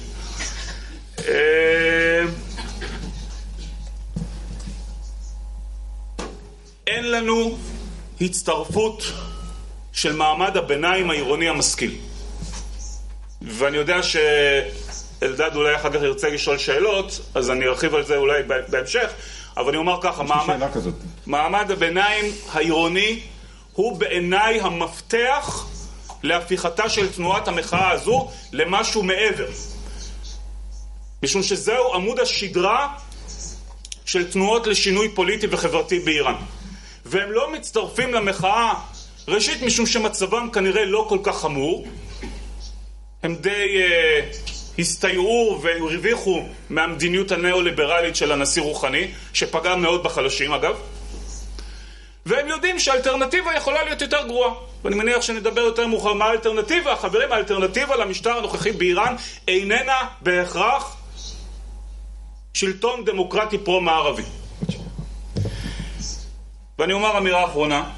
אין לנו הצטרפות של מעמד הביניים העירוני המשכיל. ואני יודע שאלדד אולי אחר כך ירצה לשאול שאלות, אז אני ארחיב על זה אולי בהמשך, אבל אני אומר ככה, מעמד, מעמד הביניים העירוני הוא בעיניי המפתח להפיכתה של תנועת המחאה הזו למשהו מעבר. משום שזהו עמוד השדרה של תנועות לשינוי פוליטי וחברתי באיראן. והם לא מצטרפים למחאה, ראשית משום שמצבם כנראה לא כל כך חמור, הם די uh, הסתייעו והרוויחו מהמדיניות הנאו-ליברלית של הנשיא רוחני, שפגע מאוד בחלשים אגב, והם יודעים שהאלטרנטיבה יכולה להיות יותר גרועה, ואני מניח שנדבר יותר מאוחר מה האלטרנטיבה. חברים, האלטרנטיבה למשטר הנוכחי באיראן איננה בהכרח שלטון דמוקרטי פרו-מערבי. ואני אומר אמירה אחרונה,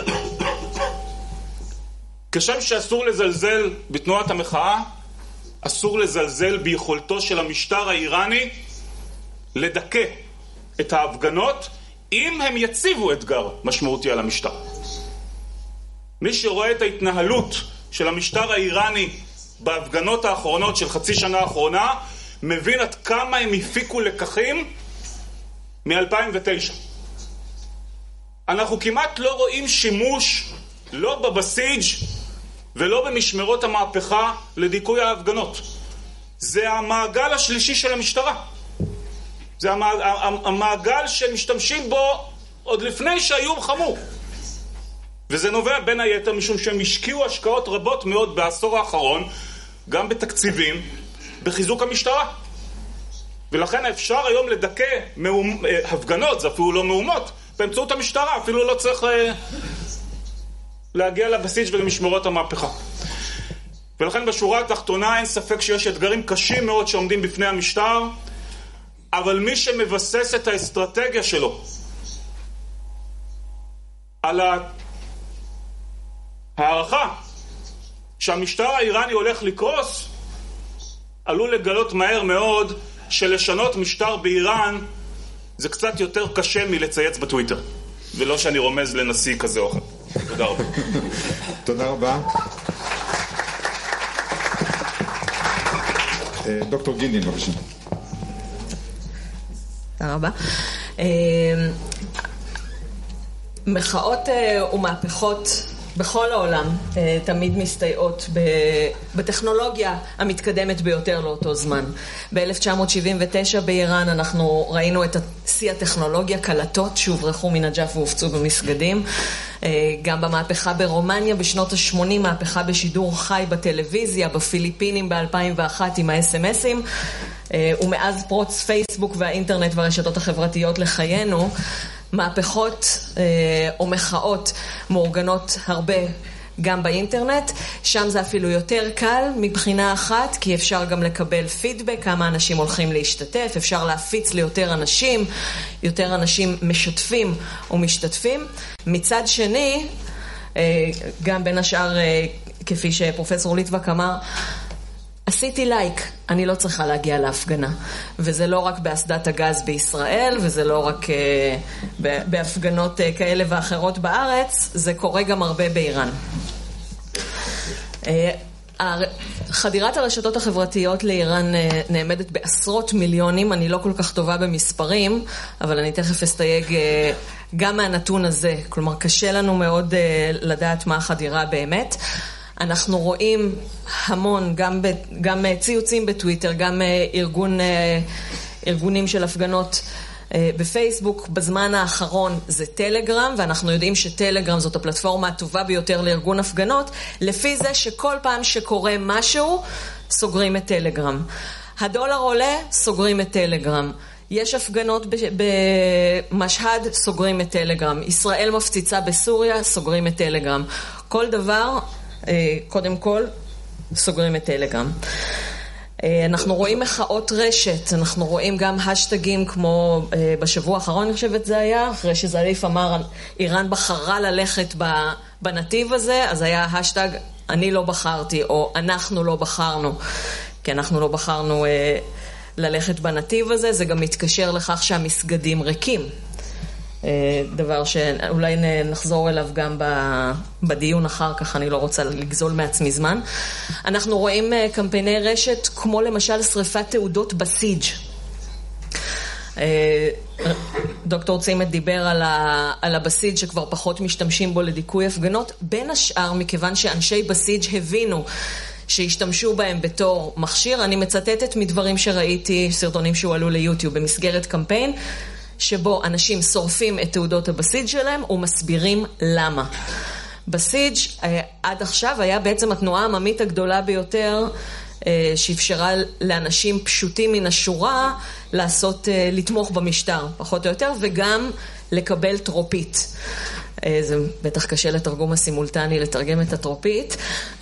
כשם שאסור לזלזל בתנועת המחאה, אסור לזלזל ביכולתו של המשטר האיראני לדכא את ההפגנות, אם הם יציבו אתגר משמעותי על המשטר. מי שרואה את ההתנהלות של המשטר האיראני בהפגנות האחרונות של חצי שנה האחרונה, מבין עד כמה הם הפיקו לקחים מ-אלפיים ותשע. אנחנו כמעט לא רואים שימוש לא בבסיג' ולא במשמרות המהפכה לדיכוי ההפגנות. זה המעגל השלישי של המשטרה. זה המעגל שמשתמשים בו עוד לפני שהאיום חמור. וזה נובע בין היתר משום שהם השקיעו השקעות רבות מאוד בעשור האחרון, גם בתקציבים, בחיזוק המשטרה. ולכן אפשר היום לדכא מאומ... הפגנות, זה אפילו לא מאומות, באמצעות המשטרה, אפילו לא צריך להגיע לבסיס ולמשמרות המהפכה. ולכן בשורה התחתונה אין ספק שיש אתגרים קשים מאוד שעומדים בפני המשטר, אבל מי שמבסס את האסטרטגיה שלו על הערכה שהמשטר האיראני הולך לקרוס, עלול לגלות מהר מאוד שלשנות משטר באיראן זה קצת יותר קשה מלצייץ בטוויטר, ולא שאני רומז לנשיא כזה או אחר. תודה רבה. תודה רבה. דוקטור גינדין, בבקשה. תודה רבה. מחאות ומהפכות בכל העולם תמיד מסתייעות בטכנולוגיה המתקדמת ביותר לאותו זמן. ב-אלף תשע מאות שבעים ותשע באיראן אנחנו ראינו את שיא הטכנולוגיה, קלטות שהוברחו מנג'ף והופצו במסגדים. גם במהפכה ברומניה בשנות ה-שמונים, מהפכה בשידור חי בטלוויזיה, בפיליפינים ב-אלפיים ואחת עם ה-אס אם אסים, ומאז פרוץ פייסבוק והאינטרנט והרשתות החברתיות לחיינו, מהפכות או מחאות מאורגנות הרבה גם באינטרנט. שם זה אפילו יותר קל מבחינה אחת, כי אפשר גם לקבל פידבק, כמה אנשים הולכים להשתתף, אפשר להפיץ ליותר אנשים, יותר אנשים משתפים ומשתתפים. מצד שני, גם בין השאר, כפי שפרופסור ליטבק אמר, עשיתי לייק, אני לא צריכה להגיע להפגנה. וזה לא רק באסדת הגז בישראל, וזה לא רק uh, בהפגנות uh, כאלה ואחרות בארץ, זה קורה גם הרבה באיראן. Uh, חדירת הרשתות החברתיות לאיראן uh, נאמדת בעשרות מיליונים, אני לא כל כך טובה במספרים, אבל אני תכף אסתייג uh, גם מהנתון הזה. כלומר, קשה לנו מאוד uh, לדעת מה החדירה באמת. אנחנו רואים המון, גם, ב, גם ציוצים בטוויטר, גם ארגון, ארגונים של הפגנות בפייסבוק. בזמן האחרון זה טלגרם, ואנחנו יודעים שטלגרם זאת הפלטפורמה הטובה ביותר לארגון הפגנות, לפי זה שכל פעם שקורה משהו, סוגרים את טלגרם. הדולר עולה, סוגרים את טלגרם. יש הפגנות במשהד, סוגרים את טלגרם. ישראל מפציצה בסוריה, סוגרים את טלגרם. כל דבר, קודם כל, סוגרים את טלגרם. אנחנו רואים מחאות רשת, אנחנו רואים גם השטגים כמו בשבוע האחרון, אני חושבת זה היה, אחרי שזריף אמר, איראן בחרה ללכת בנתיב הזה, אז היה השטג, אני לא בחרתי, או אנחנו לא בחרנו, כי אנחנו לא בחרנו ללכת בנתיב הזה. זה גם מתקשר לכך שהמסגדים ריקים. דבר שאולי נחזור אליו גם בדיון אחר כך, אני לא רוצה לגזול מעצמי זמן. אנחנו רואים קמפייני רשת כמו למשל שריפת תעודות בסיג'. דוקטור צימת דיבר על, ה, על הבסיג' שכבר פחות משתמשים בו לדיכוי הפגנות, בין השאר מכיוון שאנשי בסיג' הבינו שהשתמשו בהם בתור מכשיר. אני מצטטת מדברים שראיתי, סרטונים שהועלו ליוטיוב במסגרת קמפיין, שבו אנשים שורפים את תעודות הבסיג' שלהם ומסבירים למה. בסיג' עד עכשיו היה בעצם התנועה העממית הגדולה ביותר, שאפשרה לאנשים פשוטים מן השורה לעשות, לתמוך במשטר, פחות או יותר, וגם לקבל טרופית. זה בטח קשה לתרגום הסימולטני, לתרגם את הטרופית.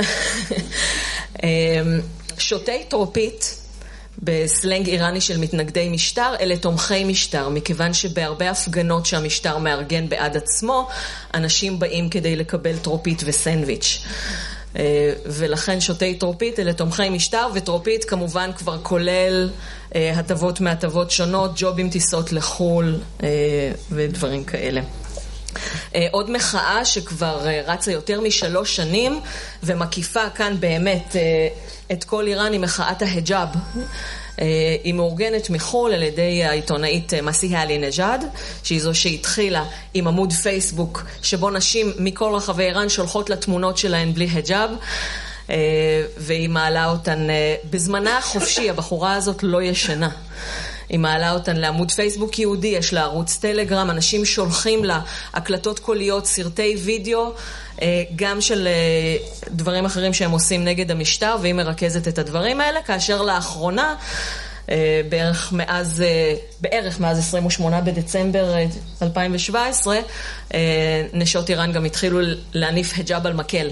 שותי טרופית, בסלנג איראני של מתנגדי משטר, אלה תומכי משטר, מכיוון שבהרבה הפגנות שהמשטר מארגן בעד עצמו, אנשים באים כדי לקבל טרופית וסנדוויץ'. ולכן שותי טרופית אלה תומכי משטר, וטרופית כמובן כבר כולל הטבות מהטבות שונות, ג'ובים, טיסות לחול ודברים כאלה. עוד מחאה שכבר רצה יותר משלוש שנים ומקיפה כאן באמת את כל איראן היא מחאת ההיג'אב. היא מאורגנת מחול על ידי העיתונאית מסיהה עלי נג'אד, שהיא זו שהתחילה עם עמוד פייסבוק שבו נשים מכל רחבי איראן שולחות לתמונות שלהן בלי היג'אב, והיא מעלה אותן בזמנה החופשי. הבחורה הזאת לא ישנה, היא מעלה אותן לעמוד פייסבוק יהודי, יש לה ערוץ טלגרם, אנשים שולחים לה הקלטות קוליות, סרטי וידאו, גם של דברים אחרים שהם עושים נגד המשטר, והיא מרכזת את הדברים האלה, כאשר לאחרונה, בערך מאז, בערך מאז עשרים ושמונה בדצמבר אלפיים שבע עשרה, נשות איראן גם התחילו להניף היג'אב על מקל,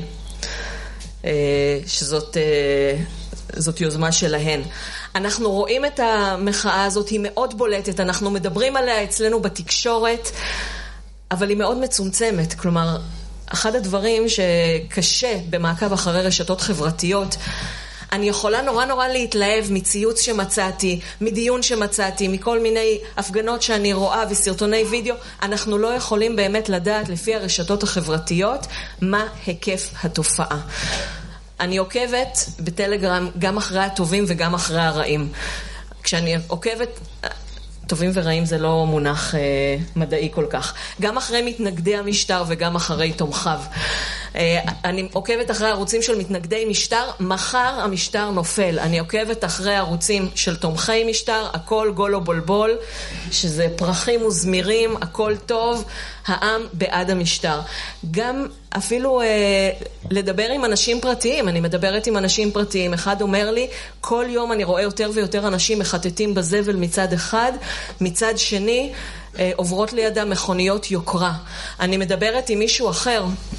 שזאת זאת יוזמה שלהן. אנחנו רואים את המחאה הזאת, היא מאוד בולטת, אנחנו מדברים עליה אצלנו בתקשורת, אבל היא מאוד מצומצמת. כלומר, אחד הדברים שקשה במעקב אחרי רשתות חברתיות, אני יכולה נורא נורא להתלהב מציוץ שמצאתי, מדיון שמצאתי, מכל מיני הפגנות שאני רואה וסרטוני וידאו. אנחנו לא יכולים באמת לדעת לפי הרשתות החברתיות מה היקף התופעה. אני עוקבת בטלגרם גם אחרי הטובים וגם אחרי הרעים. כשאני עוקבת, טובים ורעים זה לא מונח אה, מדעי כל כך. גם אחרי מתנגדי המשטר וגם אחרי תומכיו. אה, אני עוקבת אחרי ערוצים של מתנגדי משטר, מחר המשטר נופל. אני עוקבת אחרי ערוצים של תומכי משטר, הכל גולו בולבול, שזה פרחים וזמירים, הכל טוב, העם בעד המשטר. גם אפילו אה, לדבר עם אנשים פרטיים, אני מדברת עם אנשים פרטיים, אחד אומר לי, כל יום אני רואה יותר ויותר אנשים מחטטים בזבל מצד אחד, מצד שני אה, עוברות לידה מכוניות יוקרה. אני מדברת עם מישהו אחר,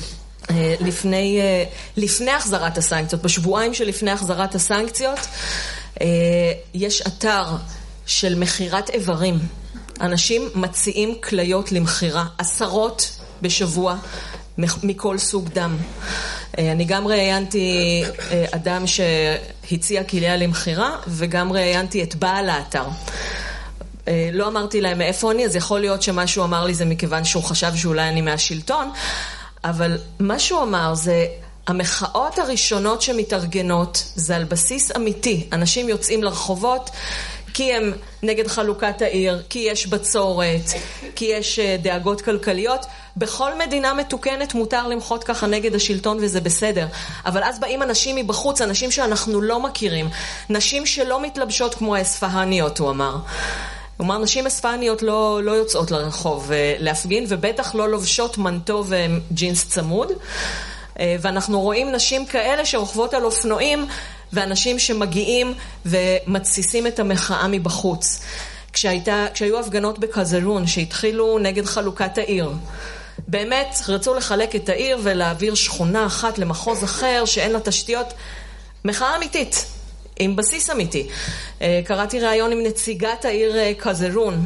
לפני, לפני החזרת הסנקציות, בשבועיים שלפני החזרת הסנקציות, יש אתר של מחירת איברים. אנשים מציעים כליות למחירה, עשרות בשבוע מכל סוג דם. אני גם ראיינתי אדם שהציע כליה למחירה, וגם ראיינתי את בעל האתר. לא אמרתי להם מאיפה אני, אז יכול להיות שמה שהוא אמר לי זה מכיוון שהוא חשב שאולי אני מהשלטון, אבל מה שהוא אמר זה, המחאות הראשונות שמתארגנות זה על בסיס אמיתי. אנשים יוצאים לרחובות כי הם נגד חלוקת העיר, כי יש בצורת, כי יש דאגות כלכליות. בכל מדינה מתוקנת מותר למחות ככה נגד השלטון וזה בסדר. אבל אז באים אנשים מבחוץ, אנשים שאנחנו לא מכירים, נשים שלא מתלבשות כמו האספהניות, הוא אמר. הוא אמר, נשים אספניות לא, לא יוצאות לרחוב להפגין, ובטח לא לובשות מנטו וג'ינס צמוד. ואנחנו רואים נשים כאלה שרוכבות על אופנועים, ואנשים שמגיעים ומתסיסים את המחאה מבחוץ. כשהייתה, כשהיו הפגנות בקזרון שהתחילו נגד חלוקת העיר, באמת רצו לחלק את העיר ולהעביר שכונה אחת למחוז אחר שאין לה תשתיות. מחאה אמיתית. עם בסיס אמיתי. קראתי ראיון עם נציגת העיר קזרון,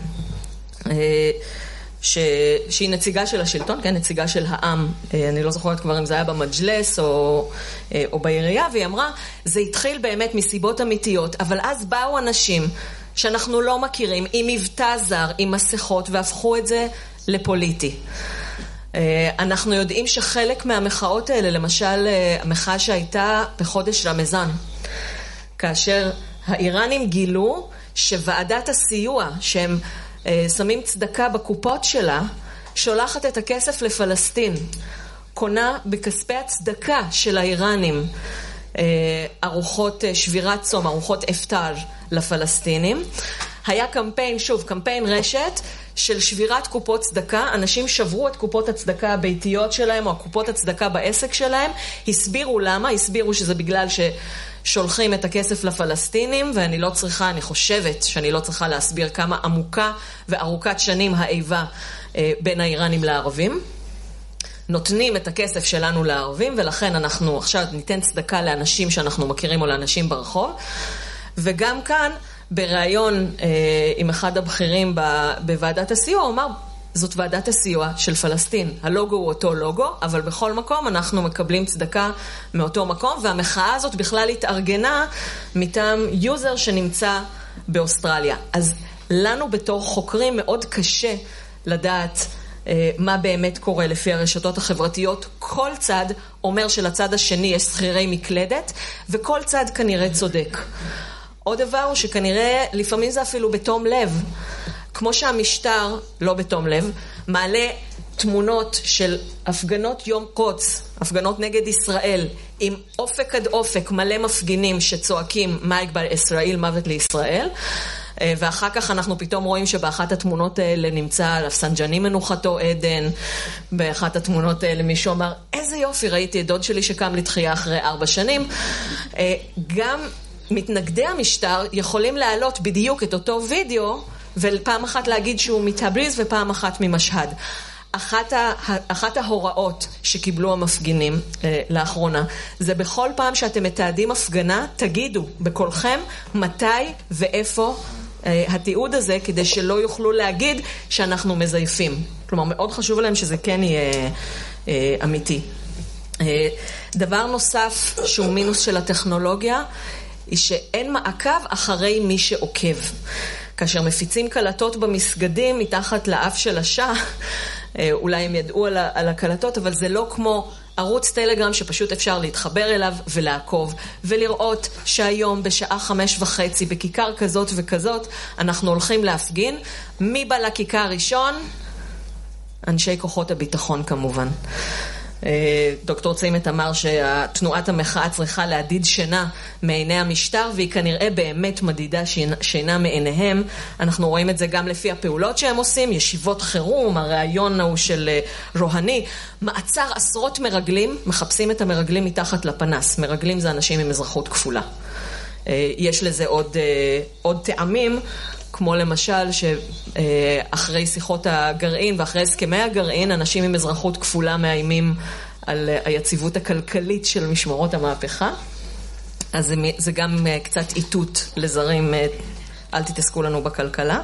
ש... שהיא נציגה של השלטון, כן, נציגה של העם. אני לא זוכרת כבר אם זה היה במג'לס או, או בעירייה, והיא אמרה, זה התחיל באמת מסיבות אמיתיות, אבל אז באו אנשים שאנחנו לא מכירים, עם מבטא זר, עם מסכות, והפכו את זה לפוליטי. אנחנו יודעים שחלק מהמחאות האלה, למשל המחאה שהייתה בחודש רמזן, כאשר האיראנים גילו שוועדת הסיוע, שהם אה, שמים צדקה בקופות שלה, שולחת את הכסף לפלסטין, קונה בכספי הצדקה של האיראנים אה, ארוחות אה, שבירת צום, ארוחות אפטר לפלסטינים. היה קמפיין, שוב, קמפיין רשת של שבירת קופות צדקה. אנשים שברו את קופות הצדקה הביתיות שלהם או קופות הצדקה בעסק שלהם, הסבירו למה, הסבירו שזה בגלל ש... שולחים את הכסף לפלסטינים, ואני לא צריכה, אני חושבת שאני לא צריכה להסביר כמה עמוקה וארוכת שנים האיבה בין האיראנים לערבים. נותנים את הכסף שלנו לערבים, ולכן אנחנו עכשיו ניתן צדקה לאנשים שאנחנו מכירים או לאנשים ברחוב. וגם כאן, בראיון עם אחד הבכירים בוועדת הסיוע, הוא אמר, זאת ועדת הסיוע של פלסטין. הלוגו הוא אותו לוגו, אבל בכל מקום אנחנו מקבלים צדקה מאותו מקום, והמחאה הזאת בכלל התארגנה מטעם יוזר שנמצא באוסטרליה. אז לנו בתור חוקרים מאוד קשה לדעת אה, מה באמת קורה לפי הרשתות החברתיות. כל צד אומר שלצד השני יש שכירי מקלדת, וכל צד כנראה צודק. עוד דבר הוא שכנראה לפעמים זה אפילו בתום לב. כמו שהמשטר, לא בתום לב, מעלה תמונות של הפגנות יום קוץ, הפגנות נגד ישראל, עם אופק עד אופק, מלא מפגינים שצועקים מייק בר ישראל, מוות לישראל, ואחר כך אנחנו פתאום רואים שבאחת התמונות האלה נמצא רפסנג'אני מנוחתו עדן, באחת התמונות האלה מישהו אמר, איזה יופי, ראיתי את דוד שלי שקם לתחייה אחרי ארבע שנים. גם מתנגדי המשטר יכולים להעלות בדיוק את אותו וידאו, ופעם אחת להגיד שהוא מתבריז ופעם אחת ממשהד. אחת, ה, אחת ההוראות שקיבלו המפגינים אה, לאחרונה, זה בכל פעם שאתם מתעדים הפגנה, תגידו בקולכם מתי ואיפה אה, התיעוד הזה, כדי שלא יוכלו להגיד שאנחנו מזייפים. כלומר, מאוד חשוב להם שזה כן יהיה אה, אמיתי. אה, דבר נוסף שהוא מינוס של הטכנולוגיה, היא שאין מעקב אחרי מי שעוקב. כאשר מפיצים קלטות במסגדים מתחת לאף של השעה, אולי הם ידעו על הקלטות, אבל זה לא כמו ערוץ טלגרם שפשוט אפשר להתחבר אליו ולעקוב, ולראות שהיום בשעה חמש וחצי בכיכר כזאת וכזאת אנחנו הולכים להפגין. מי בא לכיכר ראשון? אנשי כוחות הביטחון כמובן. דוקטור צימת אמר שהתנועת המחאה צריכה להדיד שינה מעיני המשטר, והיא כנראה באמת מדידה שינה מעיניהם. אנחנו רואים את זה גם לפי הפעולות שהם עושים, ישיבות חירום, הרעיון הוא של רוהני, מעצר עשרות מרגלים, מחפשים את המרגלים מתחת לפנס. מרגלים זה אנשים עם אזרחות כפולה. יש לזה עוד, עוד טעמים, כמו למשל שאחרי שיחות הגרעין ואחרי הסכמי הגרעין, אנשים עם אזרחות כפולה מאיימים על היציבות הכלכלית של משמרות המהפכה. אז זה, זה גם קצת איתות לזרים, אל תתעסקו לנו בכלכלה.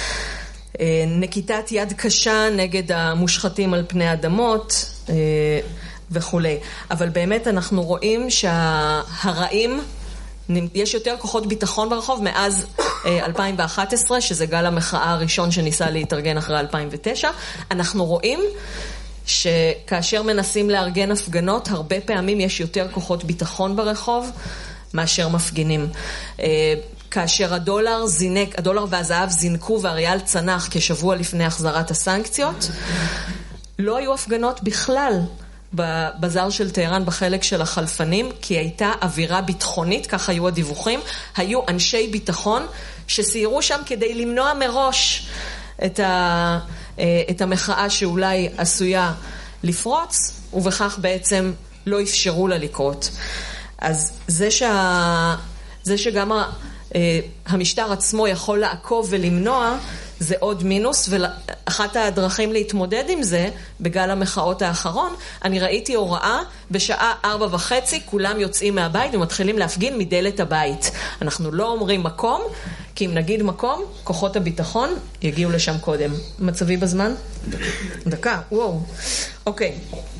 נקיטת יד קשה נגד המושחתים על פני אדמות וכולי. אבל באמת אנחנו רואים שהרעים, יש יותר כוחות ביטחון ברחוב מאז אלפיים ואחת עשרה, שזה גל המחאה הראשון שניסה להתארגן אחרי אלפיים ותשע. אנחנו רואים שכאשר מנסים לארגן הפגנות, הרבה פעמים יש יותר כוחות ביטחון ברחוב מאשר מפגינים. כאשר הדולר זינק, הדולר והזהב זינקו והריאל צנח כשבוע לפני החזרת הסנקציות, לא היו הפגנות בכלל בבזאר של טהרן בחלק של החלפנים, כי הייתה אווירה ביטחונית, כך היו הדיווחים, היו אנשי ביטחון שסיירו שם כדי למנוע מראש את, ה, את המחאה שאולי עשויה לפרוץ, ובכך בעצם לא אפשרו לה לקרות. אז זה, שה, זה שגם ה, המשטר עצמו יכול לעקוב ולמנוע, זה עוד מינוס, ואחת הדרכים להתמודד עם זה, בגל המחאות האחרון, אני ראיתי הוראה, בשעה ארבע וחצי, כולם יוצאים מהבית ומתחילים להפגין מדלת הבית. אנחנו לא אומרים מקום, כי אם נגיד מקום, כוחות הביטחון יגיעו לשם קודם. מצבי בזמן? דקה, וואו. אוקיי.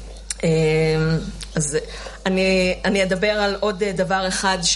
אז אני, אני אדבר על עוד דבר אחד ש...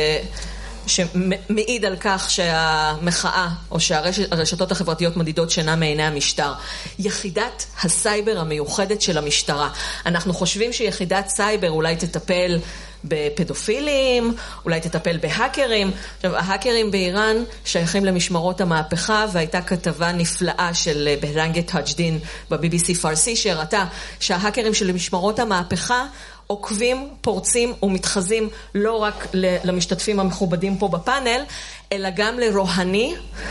שמעיד על כך שהמחאה או שהרשתות החברתיות מדידות שינה מעיני המשטר. יחידת הסייבר המיוחדת של המשטרה. אנחנו חושבים שיחידת סייבר אולי תטפל בפדופילים, אולי תטפל בהאקרים. עכשיו, ההאקרים באיראן שייכים למשמרות המהפכה, והייתה כתבה נפלאה של בהרנגה טאג'דין ב-בי בי סי פרסי, שהראתה שההאקרים של משמרות המהפכה עוקבים, פורצים ומתחזים לא רק למשתתפים המכובדים פה בפאנל, אלא גם לרוהני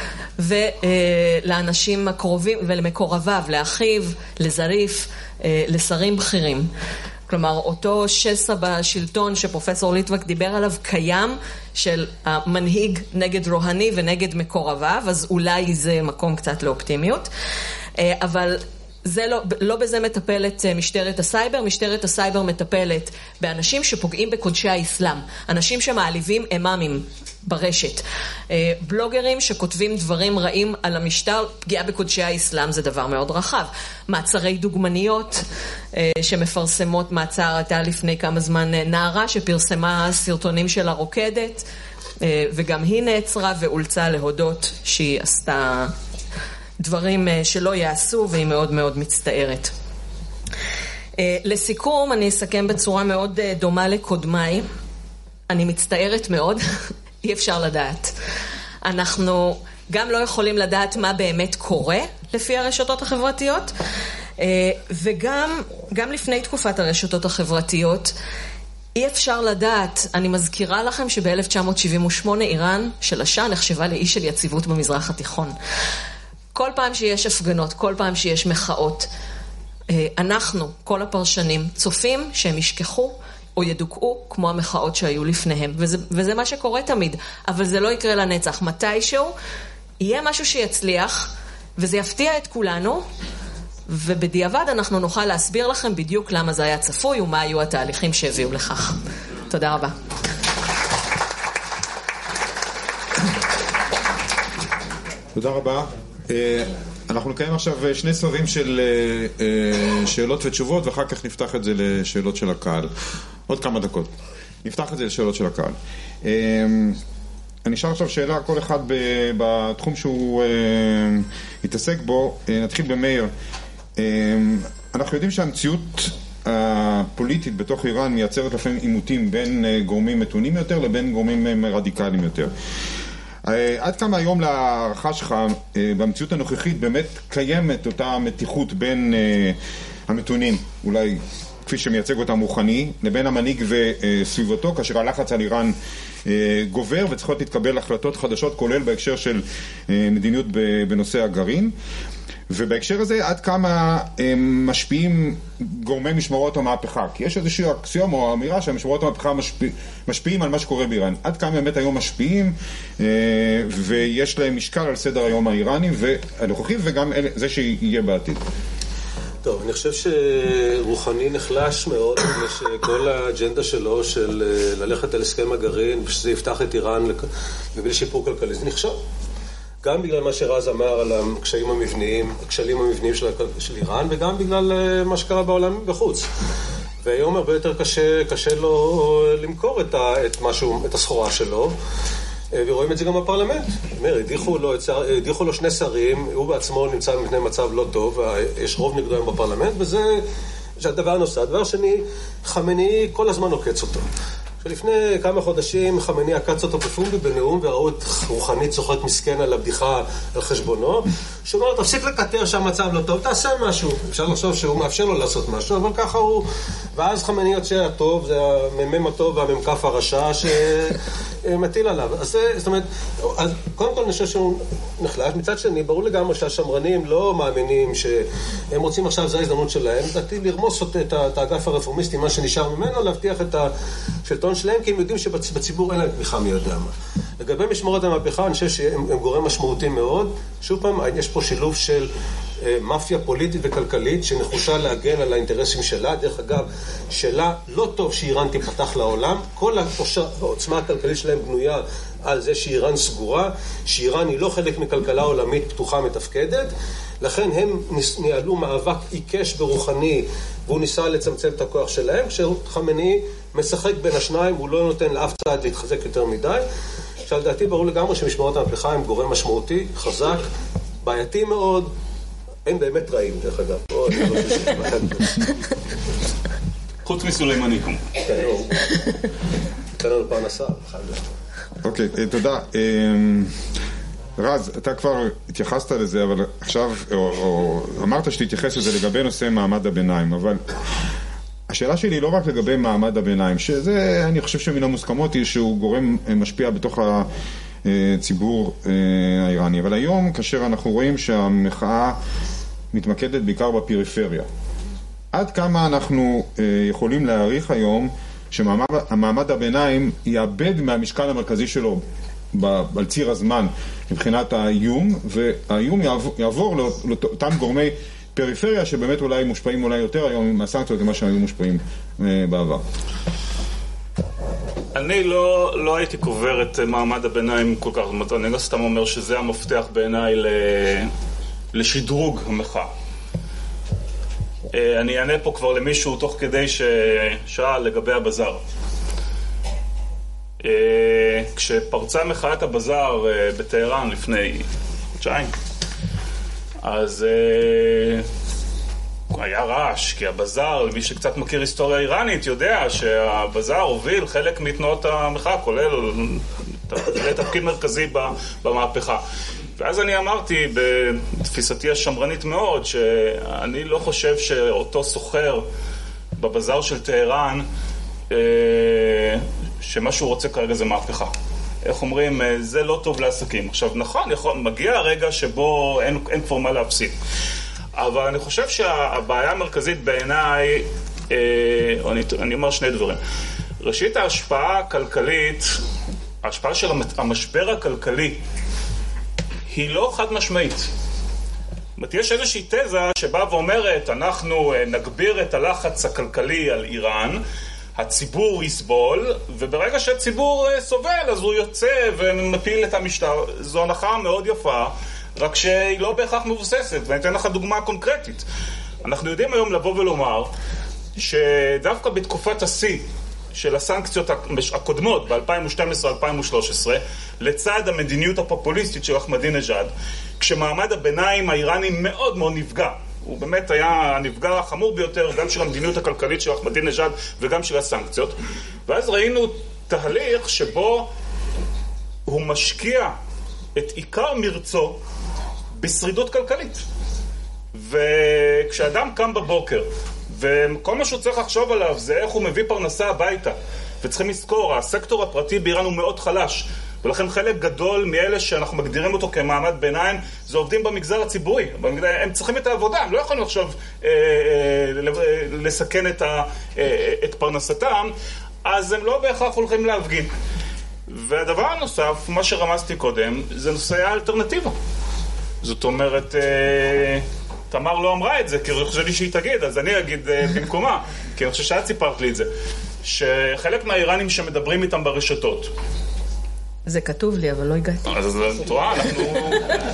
ולאנשים הקרובים ולמקורביו, לאחיו, לזריף, לשרים בכירים. כלומר, אותו שסע בשלטון שפרופסור ליטבק דיבר עליו קיים, של המנהיג נגד רוהני ונגד מקורביו, אז אולי זה מקום קצת לאופטימיות. אבל זה לא, לא בזה מטפלת משטרת הסייבר. משטרת הסייבר מטפלת באנשים שפוגעים בקודשי האסלאם, אנשים שמעליבים אמאמים ברשת, בלוגרים שכותבים דברים רעים על המשטר. פגיעה בקודשי האסלאם זה דבר מאוד רחב. מעצרי דוגמניות שמפרסמות, מעצר הייתה לפני כמה זמן נערה שפרסמה סרטונים של הרוקדת, וגם היא נעצרה ואולצה להודות שהיא עשתה דברים שלא יעשו, והיא מאוד מאוד מצטערת. לסיכום, אני אסכם בצורה מאוד דומה לקודמיי. אני מצטערת מאוד, אי אפשר לדעת. אנחנו גם לא יכולים לדעת מה באמת קורה לפי הרשתות החברתיות, וגם גם לפני תקופת הרשתות החברתיות, אי אפשר לדעת. אני מזכירה לכם שב-אלף תשע מאות שבעים ושמונה איראן של השאה נחשבה לאי של יציבות במזרח התיכון. כל פעם שיש הפגנות, כל פעם שיש מחאות, אנחנו, כל הפרשנים, צופים שהם ישכחו או ידוכאו כמו המחאות שהיו לפניהם. וזה, וזה מה שקורה תמיד, אבל זה לא יקרה לנצח. מתישהו יהיה משהו שיצליח, וזה יפתיע את כולנו, ובדיעבד אנחנו נוכל להסביר לכם בדיוק למה זה היה צפוי ומה היו התהליכים שהביאו לכך. תודה רבה. תודה רבה. אנחנו נקיים עכשיו שני סבבים של שאלות ותשובות, ואחר כך נפתח את זה לשאלות של הקהל. עוד כמה דקות. נפתח את זה לשאלות של הקהל. אני אשאל עכשיו שאלה, כל אחד בתחום שהוא יתעסק בו. נתחיל במאיר. אנחנו יודעים שהמציאות הפוליטית בתוך איראן מייצרת לפעמים עימותים בין גורמים מתונים יותר לבין גורמים רדיקליים יותר. עד כמה היום להערכה שלך במציאות הנוכחית באמת קיימת אותה מתיחות בין המתונים, אולי כפי שמייצג אותם רוחני, לבין המנהיג וסביבתו, כאשר הלחץ על איראן גובר וצריכות להתקבל החלטות חדשות, כולל בהקשר של מדיניות בנושא הגרעין? ובהקשר הזה, עד כמה הם משפיעים גורמי משמרות המהפכה? כי יש איזושהי אקסיום או אמירה שהמשמרות המהפכה משפיע, משפיעים על מה שקורה באיראן. עד כמה באמת היום משפיעים, ויש להם משקל על סדר היום האיראני והנוכחי, וגם זה שיהיה בעתיד. טוב, אני חושב שרוחני נחלש מאוד, שכל האג'נדה שלו של ללכת על הסכם הגרעין, ושזה יפתח את איראן לבלי שיפור כלכלי, זה נחשב. גם בגלל מה שרז אמר על הקשיים המבניים, הכשלים המבניים של, של איראן, וגם בגלל מה שקרה בעולם בחוץ. והיום הרבה יותר קשה, קשה לו למכור את, ה, את, משהו, את הסחורה שלו, ורואים את זה גם בפרלמנט. אומר, הדיחו לו, הדיחו לו שני שרים, הוא בעצמו נמצא בפני מצב לא טוב, יש רוב נגדו היום בפרלמנט, וזה הדבר נוסף. דבר שני, חמני כל הזמן עוקץ אותו. שלפני כמה חודשים חמני עקץ אותו בפומבי בנאום, וראו את רוחני צוחק מסכן על הבדיחה על חשבונו, שהוא אומר, תפסיק לקטר שהמצב לא טוב, תעשה משהו. אפשר לחשוב שהוא מאפשר לו לעשות משהו, אבל ככה הוא... ואז חמני יוצא הטוב, זה הממם הטוב והממקף הרשע שמטיל עליו. אז זאת אומרת, אז קודם כל אני חושב שהוא נחלש. מצד שני, ברור לגמרי שהשמרנים לא מאמינים שהם רוצים עכשיו, זו ההזדמנות שלהם, לדעתי לרמוס את האגף הרפורמיסטי, מה שנשאר ממנו, להבטיח את השלטון שלהם, כי הם יודעים שבציבור אין להם תמיכה מי יודע מה. לגבי משמרות המהפכה, אני חושב שהם גורם משמעותי מאוד. שוב פעם, יש פה שילוב של אה, מאפיה פוליטית וכלכלית, שנחושה להגן על האינטרסים שלה. דרך אגב, שלה לא טוב שאיראן תפתח לעולם. כל העוצמה הכלכלית שלהם בנויה על זה שאיראן סגורה, שאיראן היא לא חלק מכלכלה עולמית פתוחה מתפקדת. לכן הם ניהלו מאבק עיקש ברוחני, והוא ניסה לצמצם את הכוח שלהם, כשחמני משחק בין השניים, הוא לא נותן לאף צד להתחזק יותר מדי. עכשיו, לדעתי ברור לגמרי שמשמרות המהפכה הם גורם משמעותי, חזק, בעייתי מאוד, הם באמת רעים, דרך אגב. חוץ מסולימני כמובן. כן, הוא נתן לנו פרנסה. אוקיי, תודה. רז, אתה כבר התייחסת לזה, אבל עכשיו, או, או אמרת שתתייחס לזה לגבי נושא מעמד הביניים, אבל השאלה שלי היא לא רק לגבי מעמד הביניים, שזה אני חושב שמן המוסכמות היא שהוא גורם משפיע בתוך הציבור האיראני, אבל היום כאשר אנחנו רואים שהמחאה מתמקדת בעיקר בפריפריה, עד כמה אנחנו יכולים להעריך היום שהמעמד הביניים יאבד מהמשקל המרכזי שלו על ציר הזמן מבחינת האיום, והאיום יעבור, יעבור לאותם גורמי פריפריה שבאמת אולי מושפעים אולי יותר היום מהסנקציות למה שהיו מושפעים בעבר. אני לא, לא הייתי קובר את מעמד הביניים כל כך, זאת אומרת, אני לא סתם אומר שזה המפתח בעיניי לשדרוג המחאה. אני אענה פה כבר למישהו תוך כדי ששאל לגבי הבזאר. כשפרצה מחאת הבזאר בטהרן לפני חודשיים, אז היה רעש, כי הבזאר, מי שקצת מכיר היסטוריה איראנית, יודע שהבזאר הוביל חלק מתנועות המחאה, כולל לתפקיד מרכזי במהפכה. ואז אני אמרתי, בתפיסתי השמרנית מאוד, שאני לא חושב שאותו סוחר בבזאר של טהרן, שמה שהוא רוצה כרגע זה מהפכה. איך אומרים, זה לא טוב לעסקים. עכשיו, נכון, יכול, מגיע הרגע שבו אין, אין כבר מה להפסיד. אבל אני חושב שהבעיה המרכזית בעיניי, אה, אני, אני אומר שני דברים. ראשית, ההשפעה הכלכלית, ההשפעה של המשבר הכלכלי, היא לא חד משמעית. זאת אומרת, יש איזושהי תזה שבאה ואומרת, אנחנו נגביר את הלחץ הכלכלי על איראן, הציבור יסבול, וברגע שהציבור סובל, אז הוא יוצא ומפיל את המשטר. זו הנחה מאוד יפה, רק שהיא לא בהכרח מבוססת, ואני אתן לך דוגמה קונקרטית. אנחנו יודעים היום לבוא ולומר, שדווקא בתקופת השיא של הסנקציות הקודמות, ב-אלפיים ושתים עשרה אלפיים ושלוש עשרה, לצד המדיניות הפופוליסטית של אחמדינג'אד, כשמעמד הביניים האיראני מאוד מאוד נפגע, הוא באמת היה הנפגע החמור ביותר, גם של המדיניות הכלכלית של אחמדינג'אד וגם של הסנקציות. ואז ראינו תהליך שבו הוא משקיע את עיקר מרצו בשרידות כלכלית. וכשאדם קם בבוקר, וכל מה שהוא צריך לחשוב עליו זה איך הוא מביא פרנסה הביתה, וצריכים לזכור, הסקטור הפרטי באיראן הוא מאוד חלש, ולכן חלק גדול מאלה שאנחנו מגדירים אותו כמעמד ביניים, זה עובדים במגזר הציבורי. הם צריכים את העבודה, הם לא יכולים עכשיו אה, אה, לסכן את, ה, אה, את פרנסתם, אז הם לא בהכרח הולכים להפגין. והדבר הנוסף, מה שרמזתי קודם, זה נושא האלטרנטיבה. זאת אומרת, אה, תמר לא אמרה את זה, כי אני חושב לי שהיא תגיד, אז אני אגיד במקומה, כי אני חושב שאת סיפרת לי את זה, שחלק מהאיראנים שמדברים איתם ברשתות, זה כתוב לי, אבל לא הגעתי. אז את רואה, אנחנו...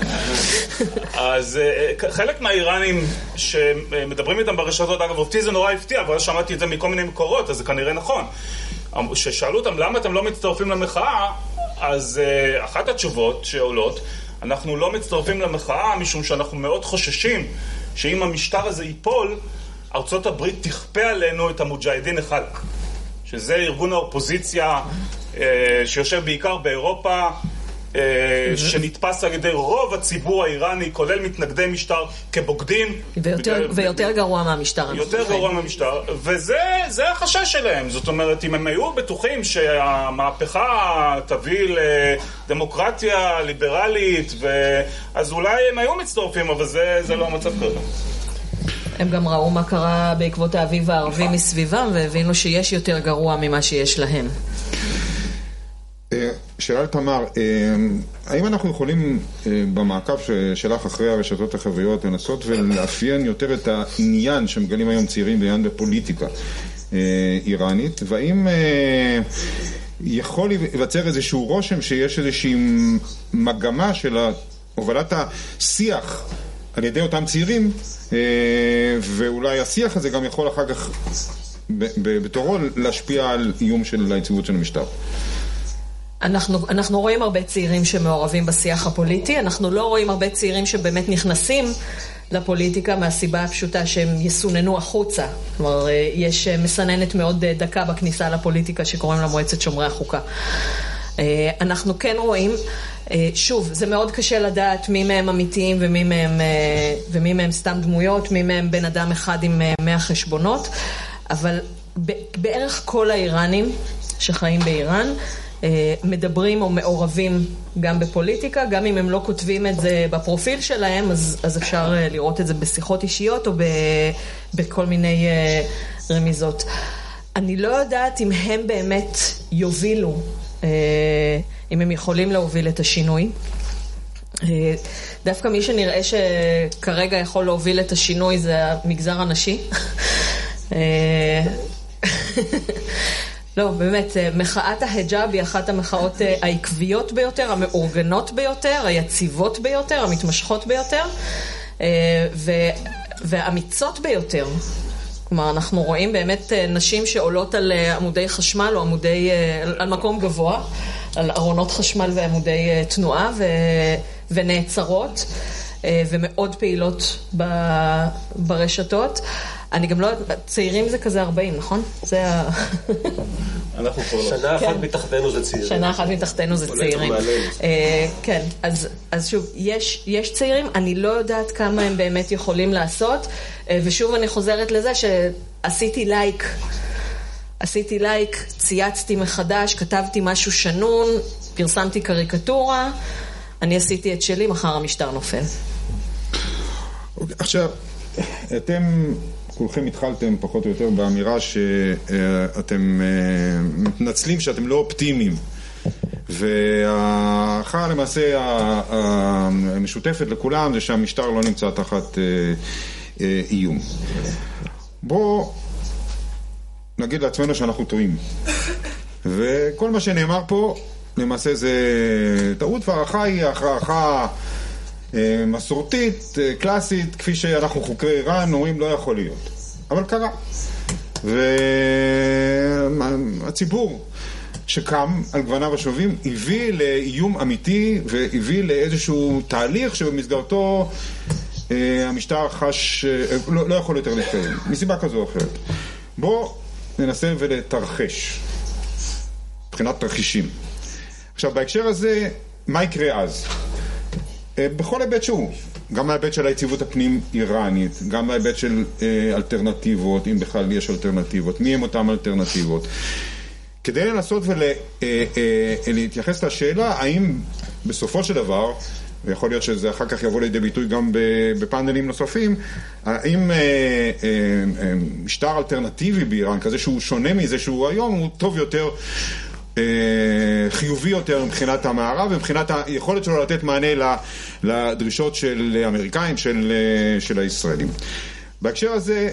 אז חלק מהאיראנים שמדברים איתם ברשתות, אגב, אותי זה נורא הפתיע, אבל שמעתי את זה מכל מיני מקורות, אז זה כנראה נכון. ששאלו אותם למה אתם לא מצטרפים למחאה, אז אחת התשובות שעולות, אנחנו לא מצטרפים למחאה משום שאנחנו מאוד חוששים שאם המשטר הזה ייפול, ארצות הברית תכפה עלינו את המוג'אהדין החלק, שזה ארגון האופוזיציה שיושב בעיקר באירופה, שנתפס על ידי רוב הציבור האיראני, כולל מתנגדי משטר, כבוגדים. ויותר, ויותר גרוע מהמשטר. יותר גרוע מהמשטר, וזה החשש שלהם. זאת אומרת, אם הם היו בטוחים שהמהפכה תביא לדמוקרטיה ליברלית, אז אולי הם היו מצטרפים, אבל זה, זה לא המצב כרגע. הם גם ראו מה קרה בעקבות האביב הערבי מסביבם, והבינו שיש יותר גרוע ממה שיש להם. שאלה לתמר, האם אנחנו יכולים במעקב שלך אחרי הרשתות החברתיות לנסות ולאפיין יותר את העניין שמגלים היום צעירים בעניין בפוליטיקה איראנית, והאם יכול להיווצר איזשהו רושם שיש איזושהי מגמה של הובלת השיח על ידי אותם צעירים, ואולי השיח הזה גם יכול אחר כך בתורו להשפיע על איום של היציבות של המשטר? אנחנו, אנחנו רואים הרבה צעירים שמעורבים בשיח הפוליטי, אנחנו לא רואים הרבה צעירים שבאמת נכנסים לפוליטיקה מהסיבה הפשוטה שהם יסוננו החוצה. כלומר, יש מסננת מאוד דקה בכניסה לפוליטיקה שקוראים לה מועצת שומרי החוקה. אנחנו כן רואים, שוב, זה מאוד קשה לדעת מי מהם אמיתיים ומי מהם, ומי מהם סתם דמויות, מי מהם בן אדם אחד עם מאה חשבונות, אבל בערך כל האיראנים שחיים באיראן, מדברים או מעורבים גם בפוליטיקה, גם אם הם לא כותבים את זה בפרופיל שלהם, אז, אז אפשר לראות את זה בשיחות אישיות או ב, בכל מיני רמיזות. אני לא יודעת אם הם באמת יובילו, אם הם יכולים להוביל את השינוי. דווקא מי שנראה שכרגע יכול להוביל את השינוי זה המגזר הנשי. לא, באמת, מחאת ההיג'אב היא אחת המחאות העקביות ביותר, המאורגנות ביותר, היציבות ביותר, המתמשכות ביותר, והאמיצות ביותר. כלומר, אנחנו רואים באמת נשים שעולות על עמודי חשמל או עמודי, על מקום גבוה, על ארונות חשמל ועמודי תנועה ו, ונעצרות, ומאוד פעילות ברשתות. אני גם לא, צעירים זה כזה ארבעים, נכון? זה ה... אנחנו פה לא. שנה אחת מתחתנו זה צעירים. שנה אחת מתחתנו זה צעירים. כן, אז שוב, יש צעירים, אני לא יודעת כמה הם באמת יכולים לעשות, ושוב אני חוזרת לזה שעשיתי לייק, עשיתי לייק, צייצתי מחדש, כתבתי משהו שנון, פרסמתי קריקטורה, אני עשיתי את שלי, מחר המשטר נופל. עכשיו, אתם... כולכם התחלתם פחות או יותר באמירה שאתם מתנצלים שאתם לא אופטימיים, וההערכה למעשה המשותפת לכולם זה שהמשטר לא נמצא תחת איום. בואו נגיד לעצמנו שאנחנו טועים, וכל מה שנאמר פה למעשה זה טעות, והערכה היא הערכה מסורתית, קלאסית, כפי שאנחנו חוקרי איראן אומרים לא יכול להיות, אבל קרה. והציבור שקם על גווניו השווים הביא לאיום אמיתי והביא לאיזשהו תהליך שבמסגרתו המשטר חש לא, לא יכול יותר להתקיים מסיבה כזו או אחרת. בואו ננסה ולתרחש מבחינת תרחישים. עכשיו בהקשר הזה, מה יקרה אז? בכל היבט שהוא, גם מההיבט של היציבות הפנים איראנית, גם מההיבט של אה, אלטרנטיבות, אם בכלל יש אלטרנטיבות, מי הם אותם אלטרנטיבות, כדי לנסות ולהתייחס לשאלה האם בסופו של דבר, ויכול להיות שזה אחר כך יבוא לידי ביטוי גם בפאנלים נוספים, האם אה, אה, משטר אלטרנטיבי באיראן, כזה שהוא שונה מזה שהוא היום, הוא טוב יותר חיובי יותר מבחינת המערב ומבחינת היכולת שלו לתת מענה לדרישות של האמריקאים, של, של הישראלים. בהקשר הזה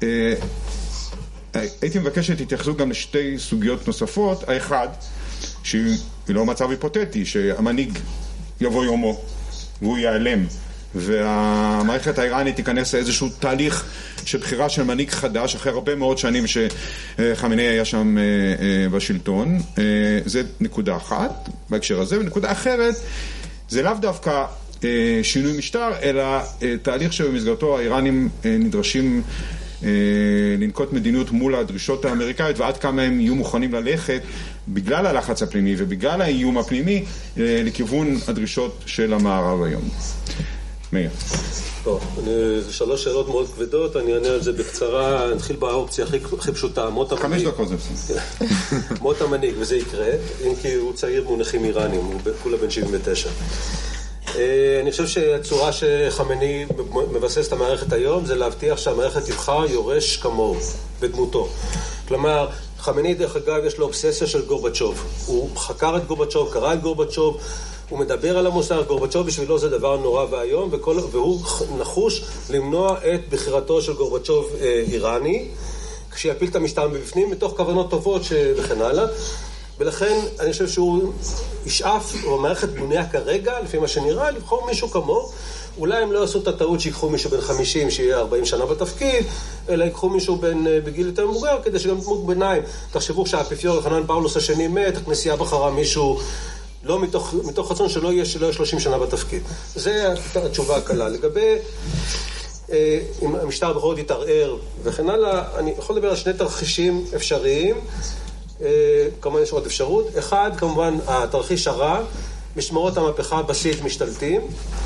הייתי מבקש שתתייחסו גם לשתי סוגיות נוספות. האחד, שהיא לא מצב היפותטי, שהמנהיג יבוא יומו והוא ייעלם והמערכת האיראנית תיכנס לאיזשהו תהליך של בחירה של מנהיג חדש אחרי הרבה מאוד שנים שחמינאי היה שם בשלטון. זה נקודה אחת בהקשר הזה. ונקודה אחרת, זה לאו דווקא שינוי משטר, אלא תהליך שבמסגרתו האיראנים נדרשים לנקוט מדיניות מול הדרישות האמריקאיות, ועד כמה הם יהיו מוכנים ללכת בגלל הלחץ הפנימי ובגלל האיום הפנימי לכיוון הדרישות של המערב היום. מאיר. טוב, זה שלוש שאלות מאוד כבדות, אני אענה על זה בקצרה, נתחיל באופציה הכי, הכי פשוטה, מות המנהיג. חמש דקות זה בסדר. מות המנהיג, וזה יקרה, אם כי הוא צעיר מונחים איראנים, הוא כולה בן שבעים ותשע. אני חושב שהצורה שחמינאי מבסס את המערכת היום זה להבטיח שהמערכת תבחר יורש כמוהו בדמותו. כלומר, חמינאי דרך אגב יש לו אובססיה של גורבצ'וב. הוא חקר את גורבצ'וב, קרא את גורבצ'וב, הוא מדבר על המוסר. גורבצ'וב בשבילו זה דבר נורא והיום, וכל, והוא נחוש למנוע את בחירתו של גורבצ'וב אה, איראני, כשיפיל את המשטר מבפנים, מתוך כוונות טובות וכן הלאה. ולכן אני חושב שהוא ישאף, או המערכת בנויה כרגע, לפי מה שנראה, לבחור מישהו כמו. אולי הם לא עשו את הטעות שיקחו מישהו בן חמישים שיהיה ארבעים שנה בתפקיד, אלא ייקחו מישהו בן, בגיל יותר מבוגר, כדי שגם דמות ביניים. תחשבו כשהאפיפיור יוחנן פאולוס השני מת, הכנסייה בחרה מישהו לא מתוך, מתוך רצון שלא יהיה, שלא יהיה שלושים שנה בתפקיד. זה התשובה הקלה. לגבי אה, אם המשטר בכל זאת יתערער וכן הלאה, אני יכול לדבר על שני תרחישים אפשריים. כמובן יש עוד אפשרות. אחד, כמובן, התרחיש הרע, משמרות המהפכה הבסיס משתלטים,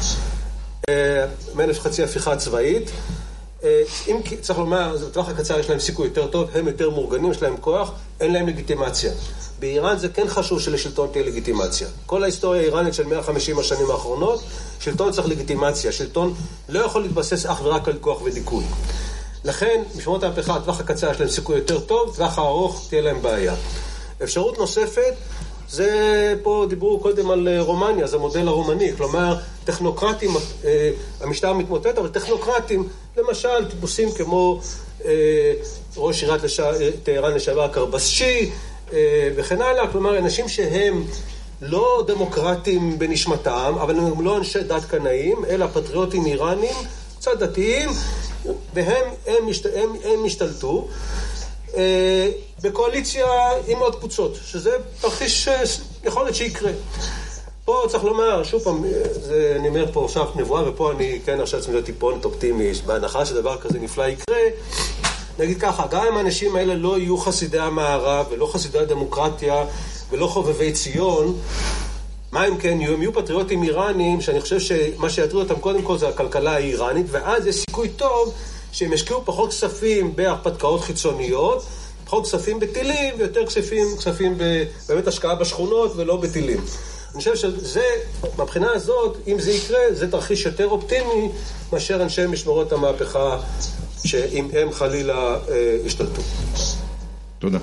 מנף חצי הפיכה צבאית. אם צריך לומר, בטווח הקצר יש להם סיכוי יותר טוב, הם יותר מאורגנים, יש להם כוח, אין להם לגיטימציה. באיראן זה כן חשוב שלשלטון תהיה לגיטימציה. כל ההיסטוריה האיראנית של מאה וחמישים השנים האחרונות, שלטון צריך לגיטימציה. שלטון לא יכול להתבסס אך ורק על כוח ודיכוי. לכן, משמעות המהפכה, הטווח הקצר יש להם סיכוי יותר טוב, טווח הארוך תהיה להם בעיה. אפשרות נוספת, זה פה דיברו קודם על רומניה, זה המודל הרומני, כלומר, טכנוקרטים, אה, המשטר מתמוטט, אבל טכנוקרטים, למשל, טיפוסים כמו אה, ראש עיריית טהרן לשעבר קרבסצ'י, אה, וכן הלאה, כלומר, אנשים שהם לא דמוקרטים בנשמתם, אבל הם לא אנשי דת קנאים, אלא פטריוטים איראנים, קצת דתיים, והם הם, הם, הם משתלטו אה, בקואליציה עם עוד קבוצות, שזה תרחיש יכול להיות שיקרה. פה צריך לומר, שוב פעם, זה, אני אומר פה עכשיו נבואה, ופה אני כן עכשיו צריך להיות טיפונת אופטימי, בהנחה שדבר כזה נפלא יקרה, נגיד ככה, גם אם האנשים האלה לא יהיו חסידי המערב, ולא חסידי הדמוקרטיה, ולא חובבי ציון, מה אם כן יהיו? הם יהיו פטריוטים איראנים, שאני חושב שמה שיטריד אותם קודם כל זה הכלכלה האיראנית, ואז יש סיכוי טוב שהם ישקיעו פחות כספים בהרפתקאות חיצוניות, פחות כספים בטילים, ויותר כספים, כספים באמת השקעה בשכונות ולא בטילים. אני חושב שזה, מבחינה הזאת, אם זה יקרה, זה תרחיש יותר אופטימי מאשר אנשי משמרות המהפכה, שאם הם חלילה אה, ישתלטו. תודה.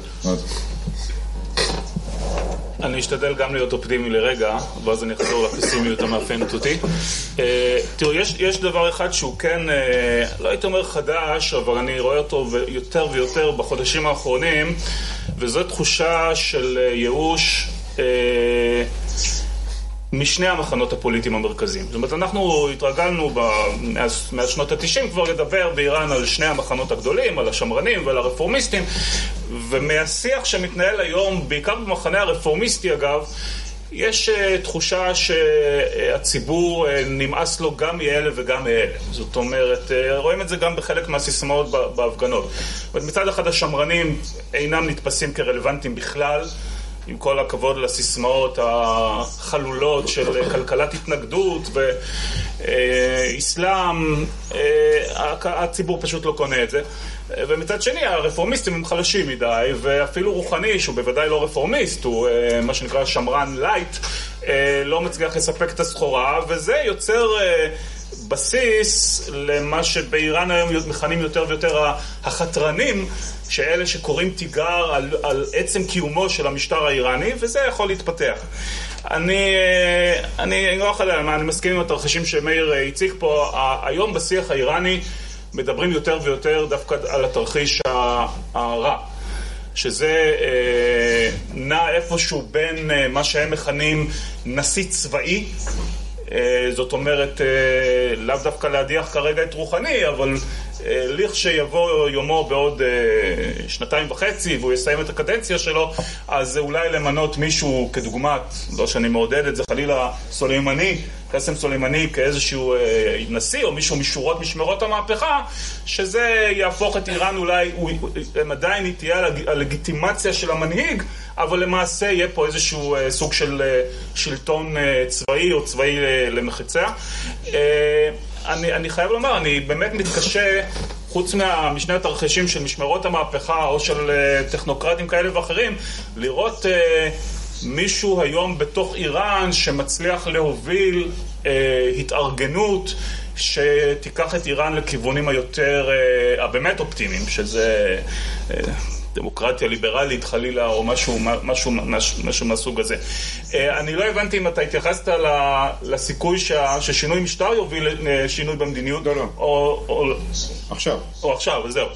אני אשתדל גם להיות אופטימי לרגע, ואז אני אחזור לפסימיות המאפיינת אותי. תראו, יש, יש דבר אחד שהוא כן, לא הייתי אומר חדש, אבל אני רואה אותו יותר ויותר בחודשים האחרונים, וזו תחושה של ייאוש משני המחנות הפוליטיים המרכזיים. זאת אומרת, אנחנו התרגלנו מאז שנות ה-תשעים כבר לדבר באיראן על שני המחנות הגדולים, על השמרנים ועל הרפורמיסטים, ומהשיח שמתנהל היום, בעיקר במחנה הרפורמיסטי אגב, יש uh, תחושה שהציבור uh, נמאס לו גם מאלה וגם מאלה. זאת אומרת, uh, רואים את זה גם בחלק מהסיסמאות בהפגנות. מצד אחד השמרנים אינם נתפסים כרלוונטיים בכלל, עם כל הכבוד לסיסמאות החלולות של כלכלת התנגדות ואסלאם, הציבור פשוט לא קונה את זה. ומצד שני, הרפורמיסטים הם חלשים מדי, ואפילו רוחני, שהוא בוודאי לא רפורמיסט, הוא מה שנקרא שמרן לייט, לא מצליח לספק את הסחורה, וזה יוצר בסיס למה שבאיראן היום מכנים יותר ויותר החתרנים, שאלה שקוראים תיגר על, על עצם קיומו של המשטר האיראני, וזה יכול להתפתח. אני, אני, לא יכול לדעת, אני מסכים עם התרחישים שמאיר הציג פה. היום בשיח האיראני מדברים יותר ויותר דווקא על התרחיש הרע, שזה אה, נע איפשהו בין אה, מה שהם מכנים נשיא צבאי, אה, זאת אומרת, אה, לאו דווקא להדיח כרגע את רוחני, אבל אה, לכשיבוא יומו בעוד אה, שנתיים וחצי והוא יסיים את הקדנציה שלו, אז אולי למנות מישהו כדוגמת, לא שאני מעודד את זה חלילה, סולימני, קסם סולימני כאיזשהו אה, נשיא או מישהו משורות משמרות המהפכה, שזה יהפוך את איראן אולי, הם עדיין תהיה הלגיטימציה של המנהיג, אבל למעשה יהיה פה איזשהו אה, סוג של אה, שלטון אה, צבאי או צבאי אה, למחצה. אה, אני, אני חייב לומר, אני באמת מתקשה, חוץ מהמשני התרחישים של משמרות המהפכה או של uh, טכנוקרטים כאלה ואחרים, לראות uh, מישהו היום בתוך איראן שמצליח להוביל uh, התארגנות שתיקח את איראן לכיוונים היותר, uh, הבאמת אופטימיים, שזה uh, דמוקרטיה ליברלית חלילה או משהו, משהו, משהו, משהו מהסוג הזה. Uh, אני לא הבנתי אם אתה התייחסת לסיכוי שה, ששינוי משטר יוביל לשינוי במדיניות. לא, לא. או, או, עכשיו. או עכשיו, וזהו.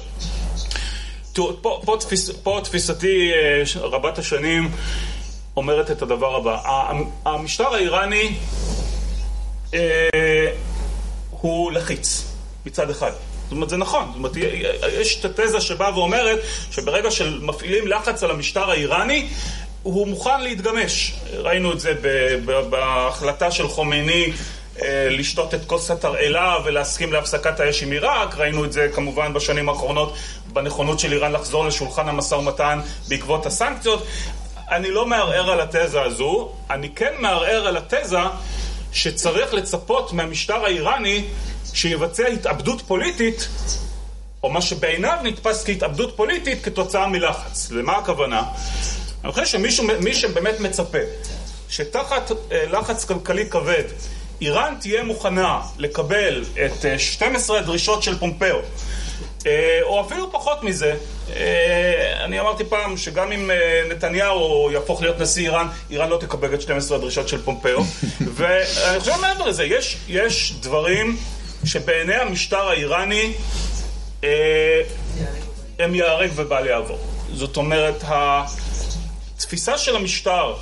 פה, פה, תפיס, פה תפיסתי רבת השנים אומרת את הדבר הבא. המשטר האיראני אה, הוא לחיץ, מצד אחד. זאת אומרת, זה נכון. זאת אומרת, יש את התזה שבאה ואומרת שברגע שמפעילים לחץ על המשטר האיראני, הוא מוכן להתגמש. ראינו את זה בהחלטה של חומייני לשתות את כוס התרעלה ולהסכים להפסקת האש עם עיראק. ראינו את זה כמובן בשנים האחרונות בנכונות של איראן לחזור לשולחן המשא ומתן בעקבות הסנקציות. אני לא מערער על התזה הזו, אני כן מערער על התזה שצריך לצפות מהמשטר האיראני שיבצע התאבדות פוליטית, או מה שבעיניו נתפס כהתאבדות פוליטית כתוצאה מלחץ. למה הכוונה? אני חושב שמישהו, מי שבאמת מצפה שתחת לחץ כלכלי כבד איראן תהיה מוכנה לקבל את שתים עשרה הדרישות של פומפאו, או אפילו פחות מזה. אני אמרתי פעם שגם אם נתניהו יהפוך להיות נשיא איראן, איראן לא תקבל את שתים עשרה הדרישות של פומפאו. ואני חושב מעבר לזה, יש, יש דברים שבעיני המשטר האיראני הם יערק ובל יעבור. זאת אומרת, התפיסה של המשטר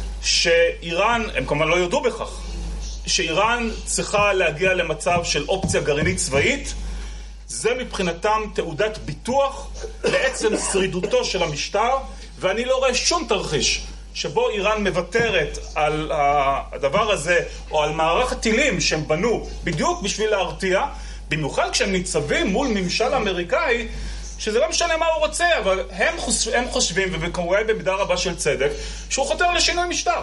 שאיראן, הם כמובן לא יודעו בכך, שאיראן צריכה להגיע למצב של אופציה גרעינית צבאית, זה מבחינתם תעודת ביטוח לעצם שרידותו של המשטר, ואני לא רואה שום תרחיש שבו איראן מוותרת על הדבר הזה, או על מערך הטילים שהם בנו בדיוק בשביל להרתיע, במיוחד כשהם ניצבים מול ממשל אמריקאי, שזה לא משנה מה הוא רוצה, אבל הם, חוש... הם חושבים, וכמובן במידה רבה של צדק, שהוא חותר לשינוי משטר.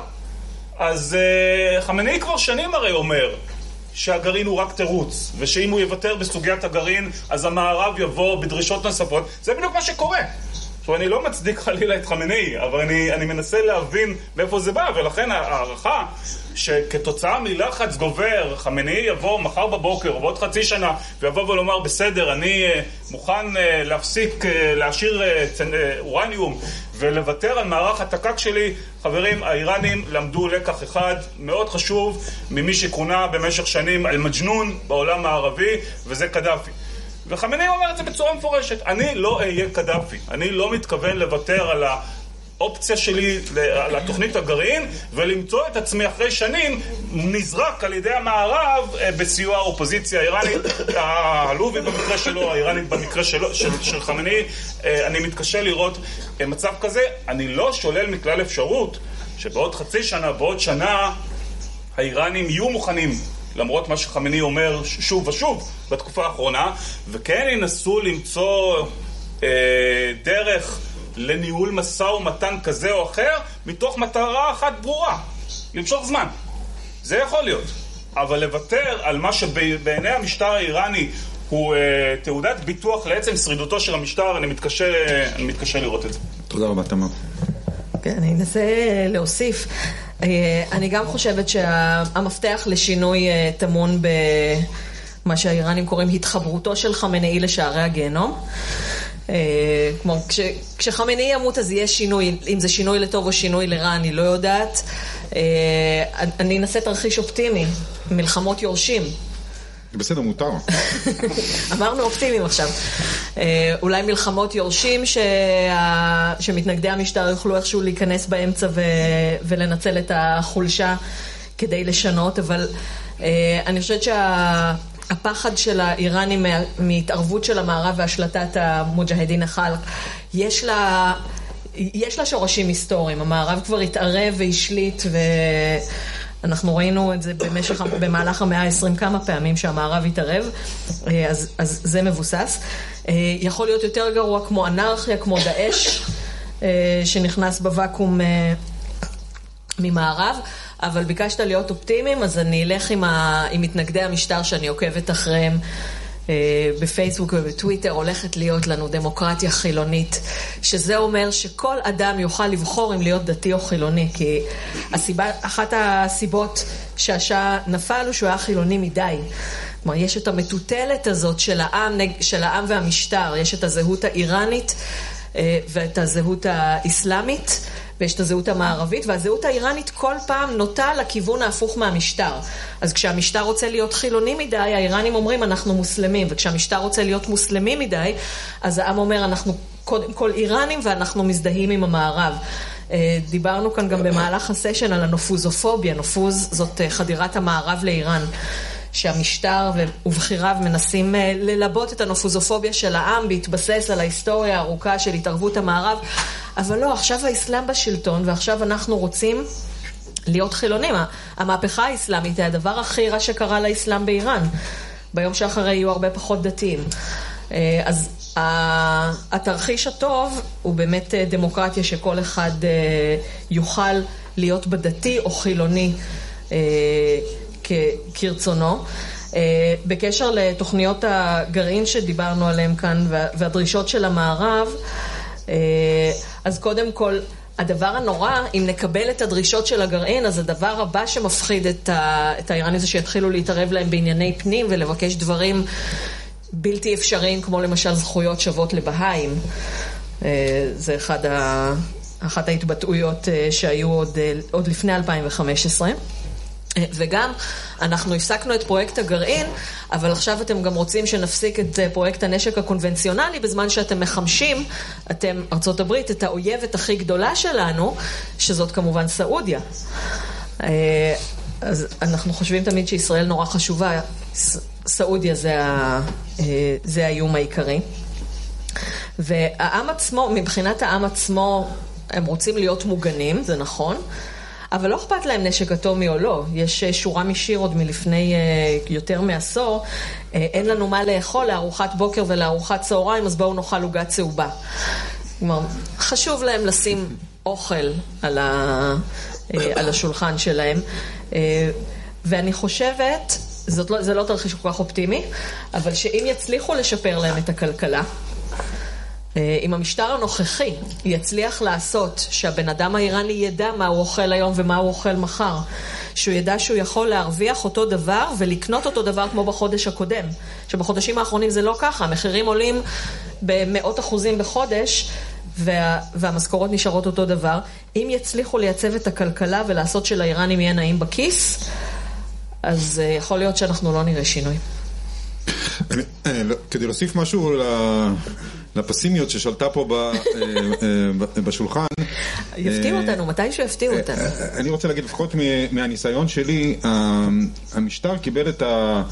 אז uh, חמינאי כבר שנים הרי אומר שהגרעין הוא רק תירוץ, ושאם הוא יוותר בסוגיית הגרעין, אז המערב יבוא בדרישות נוספות. זה בדיוק מה שקורה. עכשיו, אני לא מצדיק חלילה את חמינאי, אבל אני, אני מנסה להבין מאיפה זה בא, ולכן הערכה שכתוצאה מלחץ גובר, חמינאי יבוא מחר בבוקר, או בעוד חצי שנה, ויבוא ולומר, בסדר, אני מוכן להפסיק, להשאיר אורניום, ולוותר על מערך התקק שלי. חברים, האיראנים למדו לקח אחד מאוד חשוב, ממי שכונה במשך שנים אל-מג'נון בעולם הערבי, וזה קדאפי. וחמינאי אומר את זה בצורה מפורשת, אני לא אהיה קדאפי, אני לא מתכוון לוותר על האופציה שלי, על התוכנית הגרעין, ולמצוא את עצמי אחרי שנים נזרק על ידי המערב בסיוע האופוזיציה האיראנית, הלובי במקרה שלו, האיראנית במקרה שלו, של, של חמינאי. אני מתקשה לראות מצב כזה. אני לא שולל מכלל אפשרות שבעוד חצי שנה, בעוד שנה, האיראנים יהיו מוכנים, למרות מה שחמינאי אומר שוב ושוב בתקופה האחרונה, וכן ינסו למצוא אה, דרך לניהול מסע ומתן כזה או אחר, מתוך מטרה אחת ברורה, למשוך זמן. זה יכול להיות. אבל לוותר על מה שבעיני המשטר האיראני הוא אה, תעודת ביטוח לעצם שרידותו של המשטר, אני מתקשה, אני מתקשה לראות את זה. תודה רבה, תמר. כן, אני אנסה להוסיף. אני גם חושבת שהמפתח לשינוי טמון מה שהאיראנים קוראים התחברותו של חמינאי לשערי הגיהנום. כמו, כש, כשחמינאי ימות אז יהיה שינוי, אם זה שינוי לטוב או שינוי לרע אני לא יודעת. אני אנסה תרחיש אופטימי, מלחמות יורשים. בסדר, מותר. אמרנו אופטימיים עכשיו. אולי מלחמות יורשים שמתנגדי המשטר יוכלו איכשהו להיכנס באמצע ולנצל את החולשה כדי לשנות, אבל אני חושבת שהפחד של האיראנים מהתערבות של המערב והשלטת המוג'הדין החלק, יש לה, יש לה שורשים היסטוריים. המערב כבר התערב והשליט ו... אנחנו ראינו את זה במשך, במהלך המאה ה-עשרים כמה פעמים שהמערב התערב, אז, אז זה מבוסס. יכול להיות יותר גרוע כמו אנרכיה, כמו דאעש, שנכנס בוואקום ממערב, אבל ביקשת להיות אופטימיים, אז אני אלך עם, ה, עם מתנגדי המשטר שאני עוקבת אחריהם בפייסבוק ובטוויטר. הולכת להיות לנו דמוקרטיה חילונית, שזה אומר שכל אדם יוכל לבחור אם להיות דתי או חילוני, כי הסיבה, אחת הסיבות שהשעה נפל הוא שהוא היה חילוני מדי. כלומר, יש את המטוטלת הזאת של העם, של העם והמשטר, יש את הזהות האיראנית ואת הזהות האסלאמית, ויש את הזהות המערבית, והזהות האיראנית כל פעם נוטה לכיוון ההפוך מהמשטר. אז כשהמשטר רוצה להיות חילוני מדי, האיראנים אומרים אנחנו מוסלמים, וכשהמשטר רוצה להיות מוסלמי מדי, אז העם אומר אנחנו קודם כל איראנים ואנחנו מזדהים עם המערב. דיברנו כאן גם במהלך הסשן על הנופוזופוביה. נופוז זאת חדירת המערב לאיראן, שהמשטר ובחיריו מנסים ללבות את הנופוזופוביה של העם בהתבסס על ההיסטוריה הארוכה של התערבות המערב, אבל לא, עכשיו האסלאם בשלטון ועכשיו אנחנו רוצים להיות חילונים. המהפכה האסלאמית היא הדבר הכי רע שקרה לאסלאם באיראן. ביום שאחרי יהיו הרבה פחות דתיים. אז התרחיש הטוב הוא באמת דמוקרטיה שכל אחד יוכל להיות בדתי או חילוני כרצונו. בקשר לתוכניות הגרעין שדיברנו עליהם כאן והדרישות של המערב, אז קודם כל, הדבר הנורא, אם נקבל את הדרישות של הגרעין, אז הדבר הבא שמפחיד את, ה, את האיראנים זה שיתחילו להתערב להם בענייני פנים ולבקש דברים בלתי אפשריים, כמו למשל זכויות שוות לבהאים. זה אחד ה, אחת ההתבטאויות שהיו עוד, עוד לפני אלפיים וחמש עשרה. וגם אנחנו הפסקנו את פרויקט הגרעין, אבל עכשיו אתם גם רוצים שנפסיק את פרויקט הנשק הקונבנציונלי, בזמן שאתם מחמשים, אתם, ארצות הברית, את האויבת הכי גדולה שלנו, שזאת כמובן סעודיה. אז אנחנו חושבים תמיד שישראל נורא חשובה, סעודיה זה, ה, זה האיום העיקרי. והעם עצמו, מבחינת העם עצמו, הם רוצים להיות מוגנים, זה נכון, אבל לא אכפת להם נשק אטומי או לא. יש שורה משיר עוד מלפני יותר מעשור, אין לנו מה לאכול לארוחת בוקר ולארוחת צהריים, אז בואו נאכל עוגה צהובה. כלומר, חשוב להם לשים אוכל על, ה, על השולחן שלהם. ואני חושבת, זאת לא, זה לא תרחיש כל כך אופטימי, אבל שאם יצליחו לשפר להם את הכלכלה, אם המשטר הנוכחי יצליח לעשות שהבן אדם האיראני ידע מה הוא אוכל היום ומה הוא אוכל מחר, שהוא ידע שהוא יכול להרוויח אותו דבר ולקנות אותו דבר כמו בחודש הקודם, שבחודשים האחרונים זה לא ככה, המחירים עולים במאות אחוזים בחודש וה, והמשכורות נשארות אותו דבר. אם יצליחו לייצב את הכלכלה ולעשות שלאיראנים יהיה נעים בכיס, אז יכול להיות שאנחנו לא נראה שינוי. כדי להוסיף משהו לפסימיות ששלטה פה בשולחן, יפתיעו אותנו, מתישהו יפתיעו אותנו. אני רוצה להגיד, לפחות מהניסיון שלי, המשטר קיבל את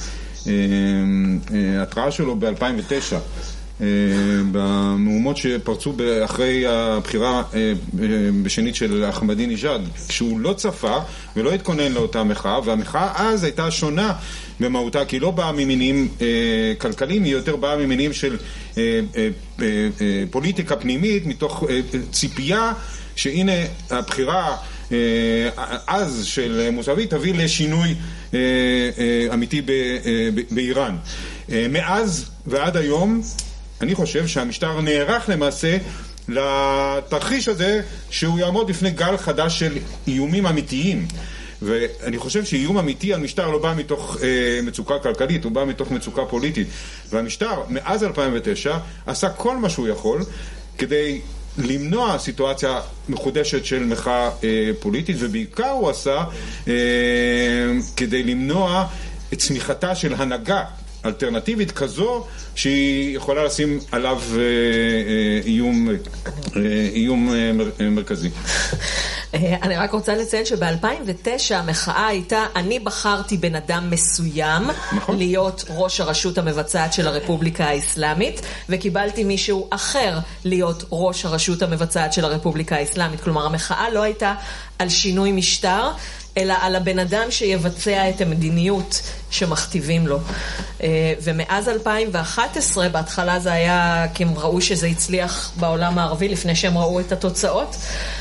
ההתראה שלו ב-אלפיים ותשע, במהומות שפרצו אחרי הבחירה בשנית של אחמדינג'אד, כשהוא לא צפה ולא התכונן לאותה מחאה, והמחאה אז הייתה שונה במהותה, כי לא באה ממניעים אה, כלכליים, היא יותר באה ממניעים של אה, אה, אה, פוליטיקה פנימית, מתוך אה, ציפייה שהנה הבחירה אה, אז של מוסאווי תביא לשינוי אה, אה, אמיתי ב, אה, ב, באיראן. אה, מאז ועד היום אני חושב שהמשטר נערך למעשה לתרחיש הזה שהוא יעמוד בפני גל חדש של איומים אמיתיים. ואני חושב שאיום אמיתי על משטר לא בא מתוך אה, מצוקה כלכלית, הוא בא מתוך מצוקה פוליטית. והמשטר, מאז אלפיים ותשע, עשה כל מה שהוא יכול כדי למנוע סיטואציה מחודשת של מחאה אה, פוליטית, ובעיקר הוא עשה אה, כדי למנוע את צמיחתה של הנהגה אלטרנטיבית כזו שהיא יכולה לשים עליו אה, אה, איום, אה, איום אה, מרכזי. אני רק רוצה לציין שב-אלפיים ותשע המחאה הייתה, אני בחרתי בן אדם מסוים נכון. להיות ראש הרשות המבצעת של הרפובליקה האסלאמית, וקיבלתי מישהו אחר להיות ראש הרשות המבצעת של הרפובליקה האסלאמית. כלומר, המחאה לא הייתה על שינוי משטר, אלא על הבן אדם שיבצע את המדיניות שמכתיבים לו. ומאז אלפיים ואחת עשרה, בהתחלה זה היה, כי הם ראו שזה הצליח בעולם הערבי, לפני שהם ראו את התוצאות,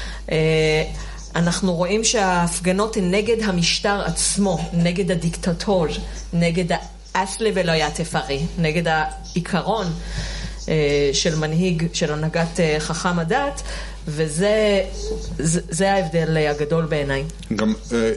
אנחנו רואים שההפגנות הן נגד המשטר עצמו, נגד הדיקטטור, נגד האסלי ולא יתפרי, נגד העיקרון של מנהיג, של הנהגת חכם הדת, וזה זה, זה ההבדל הגדול בעיניי. גם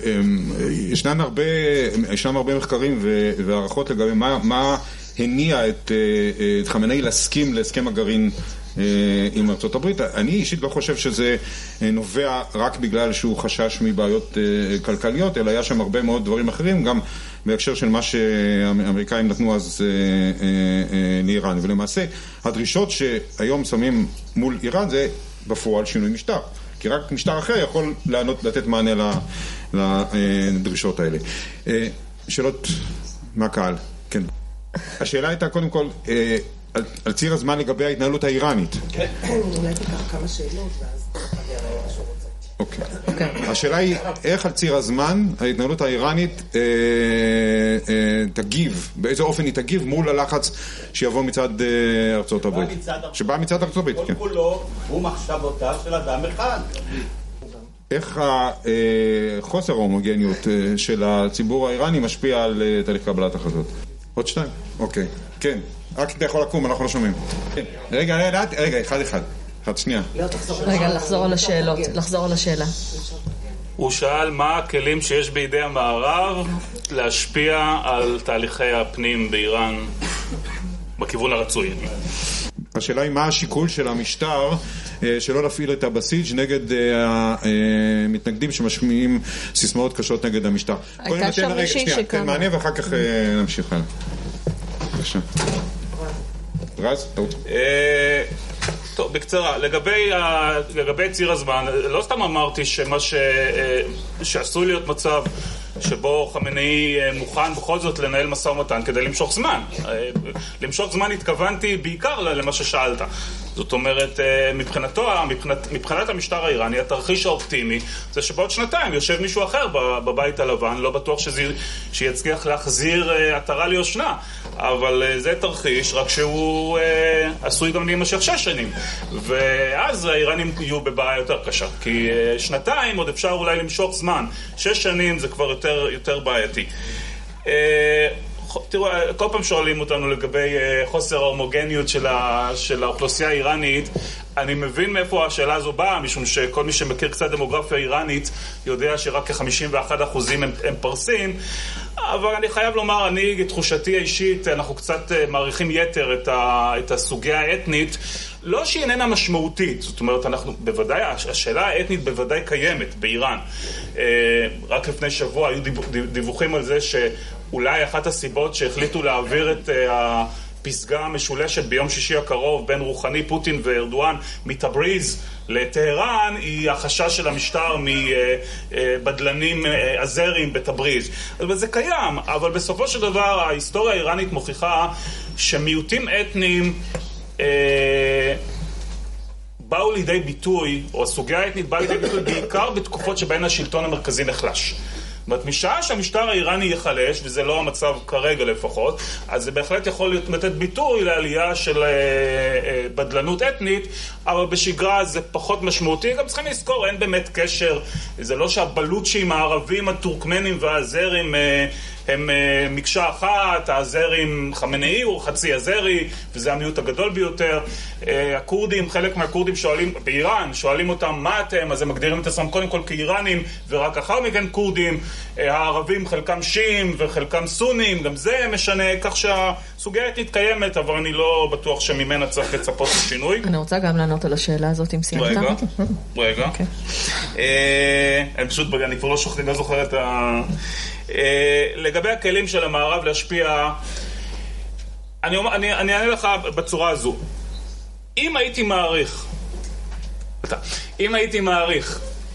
ישנן הרבה, ישנם הרבה מחקרים והערכות לגבי מה, מה הניע את, את חמינאי להסכים להסכם הגרעין עם ארצות הברית. אני אישית לא חושב שזה נובע רק בגלל שהוא חשש מבעיות כלכליות, אלא היה שם הרבה מאוד דברים אחרים, גם בהקשר של מה שהאמריקאים נתנו אז לאיראן. ולמעשה, הדרישות שהיום שמים מול איראן זה בפועל שינוי משטר. כי רק משטר אחר יכול לענות, לתת מענה לדרישות האלה. שאלות מהקהל. כן. השאלה הייתה קודם כל, על, על ציר הזמן לגבי ההתנהלות האיראנית. כן. אולי תיקח כמה שאלות ואז תחבר מה שהוא רוצה. אוקיי. השאלה היא, איך על ציר הזמן ההתנהלות האיראנית אה, אה, תגיב, באיזה אופן היא תגיב מול הלחץ שיבוא מצד אה, ארצות הברית. שבא מצד ארצות הברית, כן. כל כולו הוא מחשבותיו של אדם אחד. איך החוסר ההומוגניות של הציבור האיראני משפיע על תהליך קבלת החלטות? עוד שתיים? אוקיי. כן. רק אתה יכול לקום, אנחנו לא שומעים. רגע, רגע, רגע, אחד אחד. אחד, שנייה. רגע, לחזור על השאלות, לחזור על השאלה. הוא שאל מה הכלים שיש בידי המערב להשפיע על תהליכי הפנים באיראן בכיוון הרצוי. השאלה היא מה השיקול של המשטר שלא להפעיל את הבסיג' נגד המתנגדים שמשמיעים סיסמאות קשות נגד המשטר. הייתה שם מישהי שקמה. תן מענה ואחר כך נמשיך הלאה. בבקשה. רז, טעות. טוב, בקצרה, לגבי, לגבי ציר הזמן, לא סתם אמרתי שמה ש, שעשוי להיות מצב שבו חמינאי מוכן בכל זאת לנהל משא ומתן כדי למשוך זמן. למשוך זמן התכוונתי בעיקר למה ששאלת. זאת אומרת, מבחינתו, מבחינת, מבחינת המשטר האיראני, התרחיש האופטימי זה שבעוד שנתיים יושב מישהו אחר בבית הלבן, לא בטוח שזה, שיצליח להחזיר עטרה ליושנה, אבל זה תרחיש, רק שהוא אה, עשוי גם להימשך שש שנים, ואז האיראנים יהיו בבעיה יותר קשה, כי אה, שנתיים עוד אפשר אולי למשוך זמן, שש שנים זה כבר יותר, יותר בעייתי. אה, תראו, כל פעם שואלים אותנו לגבי חוסר ההומוגניות של, ה, של האוכלוסייה האיראנית. אני מבין מאיפה השאלה הזו באה, משום שכל מי שמכיר קצת דמוגרפיה איראנית יודע שרק כ-חמישים ואחד אחוזים הם, הם פרסים, אבל אני חייב לומר, אני, תחושתי האישית, אנחנו קצת מעריכים יתר את, ה, את הסוגיה האתנית, לא שהיא איננה משמעותית, זאת אומרת, אנחנו בוודאי, השאלה האתנית בוודאי קיימת באיראן. רק לפני שבוע היו דיווחים על זה ש... אולי אחת הסיבות שהחליטו להעביר את הפסגה המשולשת ביום שישי הקרוב בין רוחני, פוטין וארדואן מתבריז לטהרן היא החשש של המשטר מבדלנים אזרים בתבריז. זה קיים, אבל בסופו של דבר ההיסטוריה האיראנית מוכיחה שמיעוטים אתניים באו לידי ביטוי, או הסוגיה האתנית באה לידי ביטוי בעיקר בתקופות שבהן השלטון המרכזי נחלש. משעה שהמשטר האיראני יחלש, וזה לא המצב כרגע לפחות, אז זה בהחלט יכול לתת ביטוי לעלייה של בדלנות אתנית, אבל בשגרה זה פחות משמעותי. גם צריכים לזכור, אין באמת קשר, זה לא שהבלוצ'ים הערבים, הטורקמנים והאזרים הם מקשה אחת, האזרים חמינאי הוא חצי אזרי, וזה המיעוט הגדול ביותר. הקורדים, חלק מהקורדים שואלים, באיראן, שואלים אותם מה אתם, אז הם מגדירים את עצמם קודם כל כאיראנים, ורק אחר מכן קורדים. הערבים חלקם שיעים וחלקם סונים, גם זה משנה, כך שהסוגיה תתקיימת, אבל אני לא בטוח שממנה צריך לצפות לשינוי. אני רוצה גם לענות על השאלה הזאת, אם סיימת. רגע, רגע. אני פשוט, אני כבר לא שוכחתי, לא זוכר את ה... לגבי הכלים של המערב להשפיע, אני אענה לך בצורה הזו. אם הייתי מעריך, אם הייתי מעריך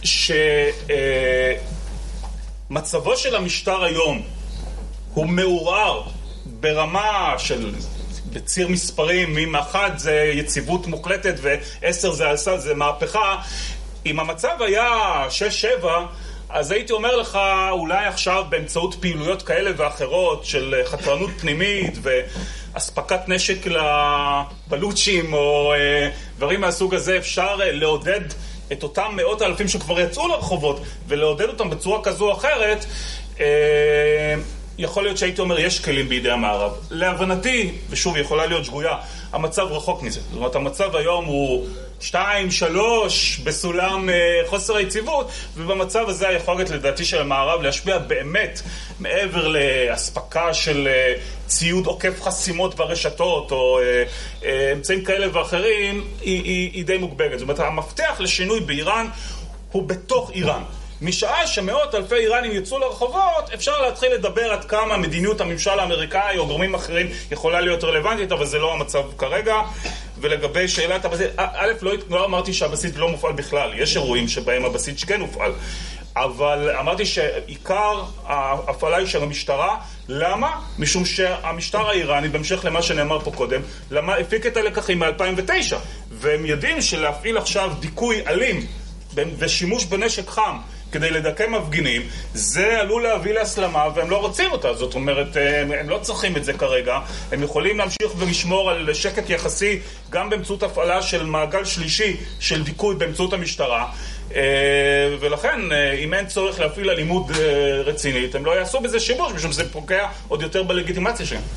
שמצבו של המשטר היום הוא מעורער ברמה של... בציר מספרים, אם אחד זה יציבות מוחלטת ועשר זה עשה, זה מהפכה. אם המצב היה שש שבע, אז הייתי אומר לך, אולי עכשיו באמצעות פעילויות כאלה ואחרות של חתרנות פנימית והספקת נשק לבלוצ'ים או אה, דברים מהסוג הזה, אפשר לעודד את אותם מאות אלפים שכבר יצאו לרחובות ולעודד אותם בצורה כזו או אחרת. אה, יכול להיות שהייתי אומר, יש כלים בידי המערב. להבנתי, ושוב, יכולה להיות שגויה, המצב רחוק מזה. זאת אומרת, המצב היום הוא שתיים, שלוש, בסולם אה, חוסר היציבות, ובמצב הזה היכולת לדעתי של המערב להשפיע באמת מעבר להספקה של אה, ציוד עוקף חסימות ברשתות, או אה, אה, אמצעים כאלה ואחרים, היא, היא, היא די מוגבלת. זאת אומרת, המפתח לשינוי באיראן הוא בתוך איראן. משעה שמאות אלפי איראנים יצאו לרחובות, אפשר להתחיל לדבר עד כמה מדיניות הממשל האמריקאי או גורמים אחרים יכולה להיות רלוונטית, אבל זה לא המצב כרגע. ולגבי שאלת הבסיס, א', לא, לא אמרתי שהבסיס לא מופעל בכלל, יש אירועים שבהם הבסיס כן מופעל, אבל אמרתי שעיקר ההפעלה היא של המשטרה. למה? משום שהמשטר האיראני, בהמשך למה שנאמר פה קודם, למה הפיק את הלקחים מ-אלפיים ותשע, והם יודעים שלהפעיל עכשיו דיכוי אלים ושימוש בנשק חם כדי לדכא מפגינים, זה עלול להביא להסלמה, והם לא רוצים אותה. זאת אומרת, הם, הם לא צריכים את זה כרגע. הם יכולים להמשיך ולשמור על שקט יחסי גם באמצעות הפעלה של מעגל שלישי של דיכוי באמצעות המשטרה. ולכן, אם אין צורך להפעיל אלימות רצינית, הם לא יעשו בזה שימוש, משום שזה פוגע עוד יותר בלגיטימציה שלהם.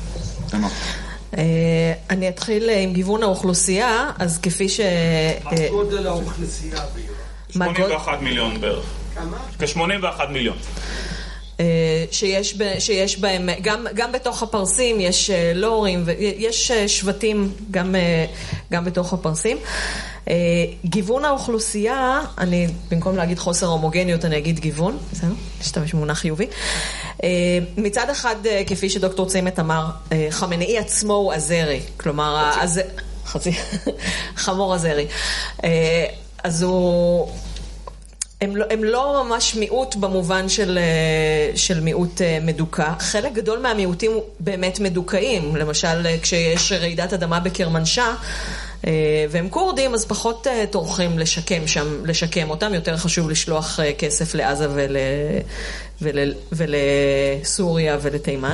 אני אתחיל עם גיוון האוכלוסייה, אז כפי ש... מה גודל האוכלוסייה באיראן? שמונים ואחד מיליון בערך. כמה? כ-שמונים ואחד מיליון. שיש, שיש בהם, גם, גם בתוך הפרסים יש לורים, ויש שבטים גם, גם בתוך הפרסים. גיוון האוכלוסייה, אני במקום להגיד חוסר הומוגניות אני אגיד גיוון, בסדר? נשתמש במונח חיובי. מצד אחד, כפי שדוקטור צימת אמר, חמינאי עצמו הוא אזרי, כלומר, חצי, חמור אזרי. אז הוא... הם לא, הם לא ממש מיעוט במובן של, של מיעוט מדוכא. חלק גדול מהמיעוטים באמת מדוכאים. למשל, כשיש רעידת אדמה בקרמנשה, והם קורדים, אז פחות תורכים לשקם שם, לשקם אותם. יותר חשוב לשלוח כסף לעזה ול, ול, ולסוריה ולתימן.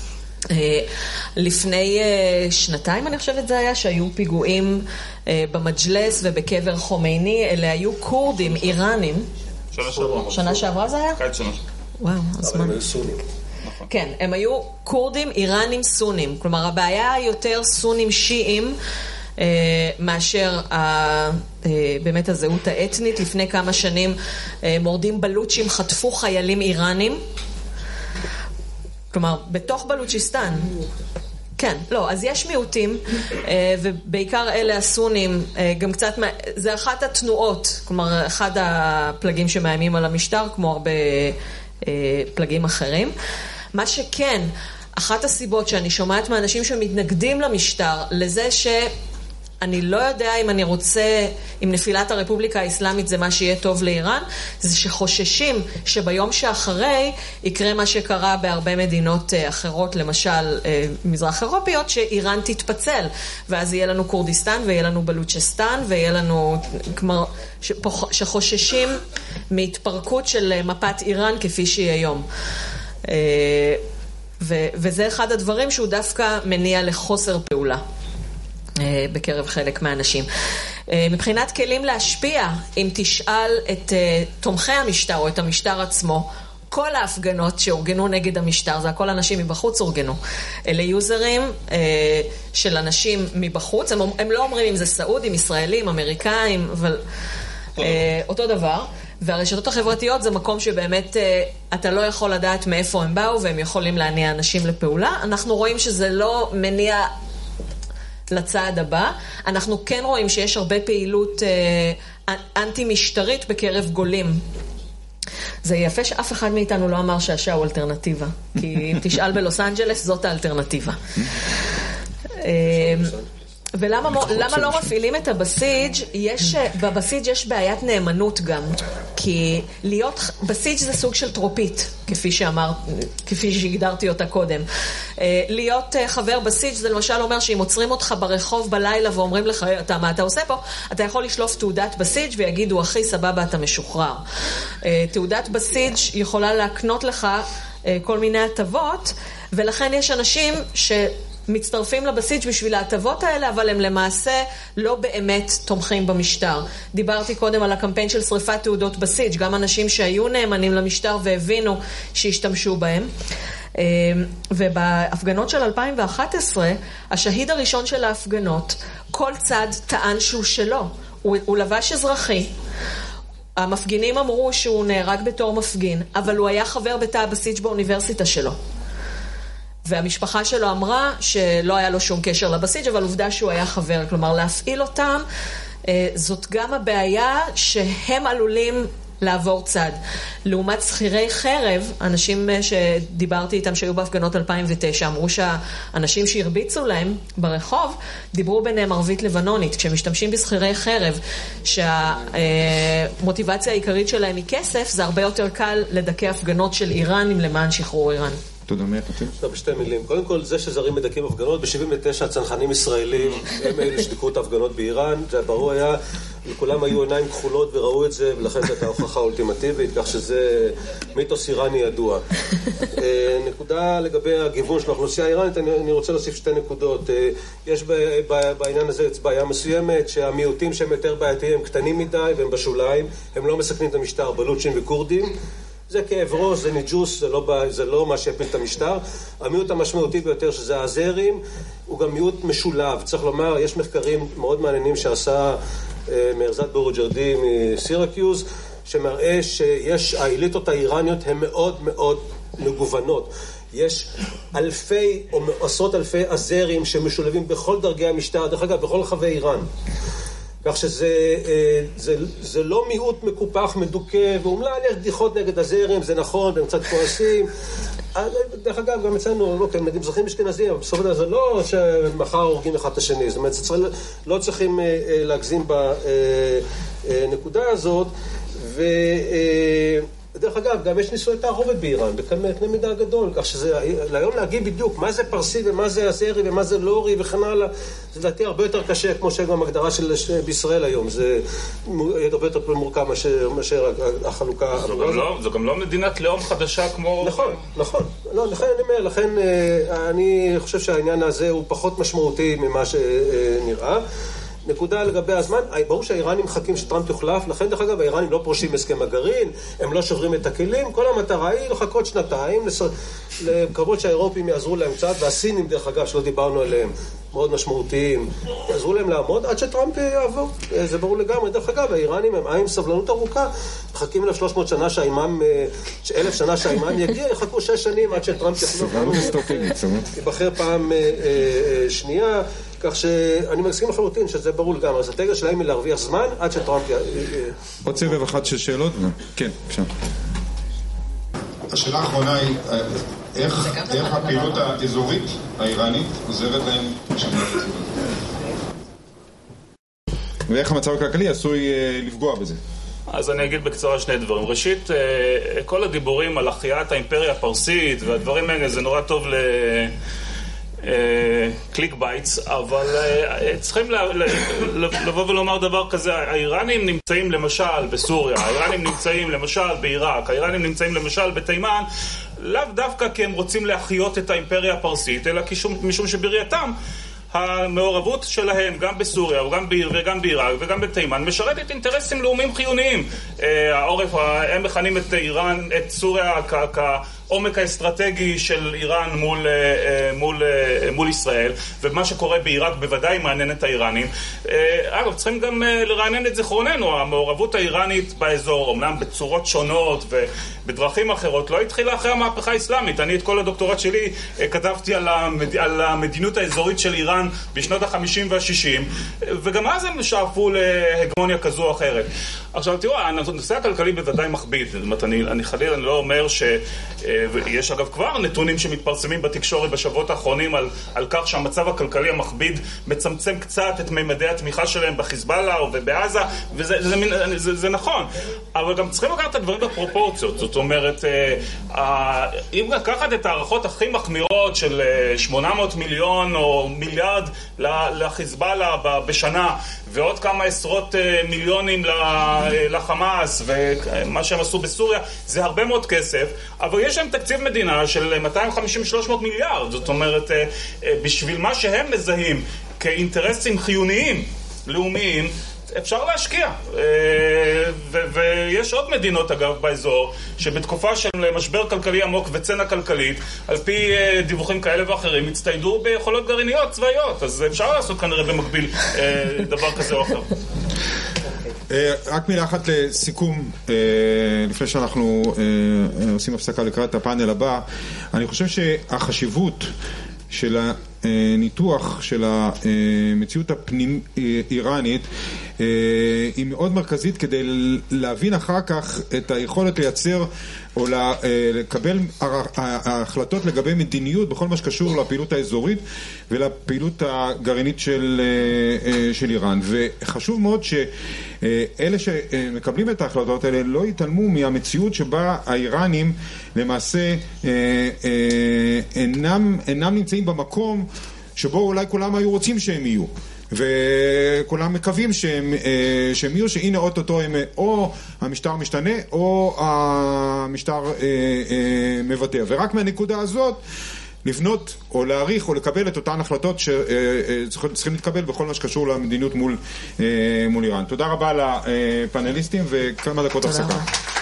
לפני שנתיים אני חושבת זה היה שהיו פיגועים במג'לס ובקבר חומייני. אלה היו קורדים איראנים. שנה שעברה. שנה שעברה זה היה? קיץ שנה. וואו, אז מה? אבל הם היו סונים. כן, הם היו קורדים איראנים סונים. כלומר הבעיה יותר סונים שיעים מאשר באמת הזהות האתנית. לפני כמה שנים מורדים בלוצ'ים חטפו חיילים איראנים, כלומר, בתוך בלוצ'יסטן. כן, לא, אז יש מיעוטים, ובעיקר אלה הסונים, גם קצת, זה אחת התנועות, כלומר, אחד הפלגים שמאיימים על המשטר, כמו הרבה פלגים אחרים. מה שכן, אחת הסיבות שאני שומעת מאנשים שמתנגדים למשטר, לזה ש... אני לא יודע אם אני רוצה, אם נפילת הרפובליקה האסלאמית זה מה שיהיה טוב לאיראן, זה שחוששים שביום שאחרי יקרה מה שקרה בהרבה מדינות אחרות, למשל מזרח אירופיות, שאיראן תתפצל, ואז יהיה לנו קורדיסטן ויהיה לנו בלוצ'סטן ויהיה לנו, כמו, שחוששים מהתפרקות של מפת איראן כפי שהיא היום. ו- וזה אחד הדברים שהוא דווקא מניע לחוסר פעולה בקרב חלק מהאנשים. מבחינת כלים להשפיע, אם תשאל את תומכי המשטר או את המשטר עצמו, כל ההפגנות שאורגנו נגד המשטר, זה הכל אנשים מבחוץ אורגנו. אלה יוזרים אה, של אנשים מבחוץ, הם, הם לא אומרים אם זה סעודים, ישראלים, אמריקאים, אבל אה, אותו דבר. והרשתות החברתיות זה מקום שבאמת אה, אתה לא יכול לדעת מאיפה הם באו, והם יכולים להניע אנשים לפעולה. אנחנו רואים שזה לא מניע לצעד הבא. אנחנו כן רואים שיש הרבה פעילות אה, אנטי-משטרית בקרב גולים. זה יפה שאף אחד מאיתנו לא אמר שהשעה הוא אלטרנטיבה, כי אם תשאל בלוס אנג'לס, זאת האלטרנטיבה. ולמה למה לא מפעילים את הבסיג'? יש, בבסיג' יש בעיית נאמנות גם, כי להיות בסיג' זה סוג של טרופית, כפי שאמר, כפי שהגדרתי אותה קודם. להיות חבר בסיג' זה למשל אומר שאם עוצרים אותך ברחוב בלילה ואומרים לך, אתה, מה אתה עושה פה? אתה יכול לשלוף תעודת בסיג' ויגידו, אחי, סבבה, אתה משוחרר. תעודת בסיג' יכולה להקנות לך כל מיני הטבות, ולכן יש אנשים ש... מצטרפים לבסיג' בשביל ההטבות האלה, אבל הם למעשה לא באמת תומכים במשטר. דיברתי קודם על הקמפיין של שריפת תעודות בסיג', גם אנשים שהיו נאמנים למשטר והבינו שהשתמשו בהם. ובהפגנות של אלפיים ואחת עשרה, השהיד הראשון של ההפגנות, כל צד טען שהוא שלו. הוא, הוא לבש אזרחי. המפגינים אמרו שהוא נהרג בתור מפגין, אבל הוא היה חבר בתא הבסיג' באוניברסיטה שלו. והמשפחה שלו אמרה שלא היה לו שום קשר לבסיג', אבל עובדה שהוא היה חבר. כלומר, להפעיל אותם, זאת גם הבעיה שהם עלולים לעבור צד. לעומת שכירי חרב, אנשים שדיברתי איתם שהיו בהפגנות אלפיים ותשע, אמרו שהאנשים שהרביצו להם ברחוב, דיברו ביניהם ערבית לבנונית. כשמשתמשים בשכירי חרב, שהמוטיבציה העיקרית שלהם היא כסף, זה הרבה יותר קל לדכא הפגנות של איראנים למען שחרור איראן. תודה, מי חצי? עכשיו בשתי מילים. קודם כל, זה שזרים מדכאים הפגנות, ב-שבעים ותשע צנחנים ישראלים, הם אלה שדיקו את ההפגנות באיראן, זה ברור היה, לכולם היו עיניים כחולות וראו את זה, ולכן זאת ההוכחה האולטימטיבית, כך שזה מיתוס איראני ידוע. נקודה לגבי הגיוון של האוכלוסייה האיראנית, אני רוצה להוסיף שתי נקודות. יש בעניין הזה בעיה מסוימת, שהמיעוטים שהם יותר בעייתיים הם קטנים מדי, והם בשוליים, הם לא מסכנים את המשטר, בלוצ'ים וקורדים. זה כאב ראש, זה ניג'וס, זה לא, זה לא מה שהפיל את המשטר. המיעוט המשמעותי ביותר שזה האזרים, הוא גם מיעוט משולב. צריך לומר, יש מחקרים מאוד מעניינים שעשה אה, מרזת בורוג'רדי מסירקיוז, שמראה שיש, האליטות האיראניות הן מאוד מאוד מגוונות. יש אלפי או עשרות אלפי אזרים שמשולבים בכל דרגי המשטר, דרך אגב, בכל רחבי איראן. כך שזה זה, זה לא מיעוט מקופח, מדוכא, ואומלל יש בדיחות נגד הזרם, זה נכון, והם קצת כועסים. דרך אגב, גם אצלנו, לא, הם מזרחים אשכנזים, אבל בסוף זה לא שמחר הורגים אחד את השני. זאת אומרת, צריך, לא צריכים להגזים בנקודה הזאת, ו... דרך אגב, גם יש נישואי תערובת באיראן, בקנה מידה גדול, כך שזה, היום להגיד בדיוק מה זה פרסי ומה זה אזרי ומה זה לורי וכן הלאה, זה לדעתי הרבה יותר קשה, כמו שגם הגדרה של בישראל היום, זה הרבה יותר מורכב מאשר החלוקה. זו גם לא מדינת לאום חדשה כמו... נכון, נכון. לא, לכן אני אומר, לכן אני חושב שהעניין הזה הוא פחות משמעותי ממה שנראה. נקודה לגבי הזמן, ברור שהאיראנים מחכים שטראמפ יוחלף, לכן דרך אגב האיראנים לא פורשים הסכם הגרעין, הם לא שוברים את הכלים, כל המטרה היא לחכות שנתיים, לקוות שהאירופים יעזרו להם קצת, והסינים דרך אגב שלא דיברנו עליהם, מאוד משמעותיים, יעזרו להם לעמוד עד שטראמפ יעבור, זה ברור לגמרי. דרך אגב האיראנים הם עם סבלנות ארוכה, מחכים אלף שלוש מאות שנה שהאימם, אלף שנה שהאימם יגיע, יחכו שש שנים עד שטראמפ יבחר פעם שנייה, כך שאני מסכים לחלוטין שזה ברור לגמרי. האסטרטגיה שלהם היא להרוויח זמן עד שטראמפ... עוד סבב אחד של שאלות? כן, בבקשה. השאלה האחרונה היא, איך הפעילות האזורית האיראנית עוזרת להם לשמר את זה? ואיך המצב הכלכלי עשוי לפגוע בזה? אז אני אגיד בקצרה שני דברים. ראשית, כל הדיבורים על החייאת האימפריה הפרסית והדברים האלה זה נורא טוב ל... קליק בייטס, אבל צריכים לבוא ולומר דבר כזה. האיראנים נמצאים למשל בסוריה, האיראנים נמצאים למשל בעיראק, האיראנים נמצאים למשל בתימן, לאו דווקא כי הם רוצים להחיות את האימפריה הפרסית, אלא משום שבראייתם המעורבות שלהם גם בסוריה וגם בעיר וגם בעיראק וגם בתימן משרתת אינטרסים לאומיים חיוניים. העורף, הם מכנים את איראן, את סוריה כעומק האסטרטגי של איראן מול, מול, מול ישראל, ומה שקורה בעיראק בוודאי מעניין את האיראנים. אגב, צריכים גם לרענן את זיכרוננו, המעורבות האיראנית באזור, אומנם בצורות שונות ובדרכים אחרות, לא התחילה אחרי המהפכה האסלאמית. אני את כל הדוקטורט שלי כתבתי על, המד... על המדיניות האזורית של איראן בשנות ה-חמישים וה-שישים, וגם אז הם שאפו להגמוניה כזו או אחרת. עכשיו תראו, הנושא הכלכלי בוודאי מכביד. זאת אומרת, אני, אני חליל, אני לא אומר ש... יש אגב כבר נתונים שמתפרסמים בתקשורת בשבועות האחרונים על, על כך שהמצב הכלכלי המכביד מצמצם קצת את ממדי התמיכה שלהם בחיזבאללה ובעזה, וזה זה, זה, זה, זה נכון. אבל גם צריכים לקחת את הדברים בפרופורציות. זאת אומרת, אם לקחת את הערכות הכי מחמירות של שמונה מאות מיליון או מיליארד לחיזבאללה בשנה, ועוד כמה עשרות מיליונים לחמאס ומה שהם עשו בסוריה, זה הרבה מאוד כסף, אבל יש להם תקציב מדינה של מאתיים וחמישים שלוש מאות מיליארד. זאת אומרת, בשביל מה שהם מזהים כאינטרסים חיוניים לאומיים, אפשר להשקיע. ויש עוד מדינות אגב באזור שבתקופה של משבר כלכלי עמוק וצנע כלכלית, על פי דיווחים כאלה ואחרים, הצטיידו ביכולות גרעיניות צבאיות. אז אפשר לעשות כנראה במקביל דבר כזה או אחר. רק מילה אחת לסיכום, לפני שאנחנו עושים הפסקה לקראת הפאנל הבא. אני חושב שהחשיבות של הניתוח של המציאות הפנים איראנית היא מאוד מרכזית כדי להבין אחר כך את היכולת לייצר או לקבל ההחלטות לגבי מדיניות בכל מה שקשור לפעילות האזורית ולפעילות הגרעינית של, של איראן. וחשוב מאוד שאלה שמקבלים את ההחלטות האלה לא יתעלמו מהמציאות שבה האיראנים למעשה אינם, אינם נמצאים במקום שבו אולי כולם היו רוצים שהם יהיו. וכולם מקווים שהם, שהם יהיו, שהנה אוטוטו הם או המשטר משתנה או המשטר מבטא. ורק מהנקודה הזאת לבנות או להעריך או לקבל את אותן החלטות שצריכים להתקבל בכל מה שקשור למדיניות מול, מול איראן. תודה רבה לפאנליסטים וכמה דקות הפסקה.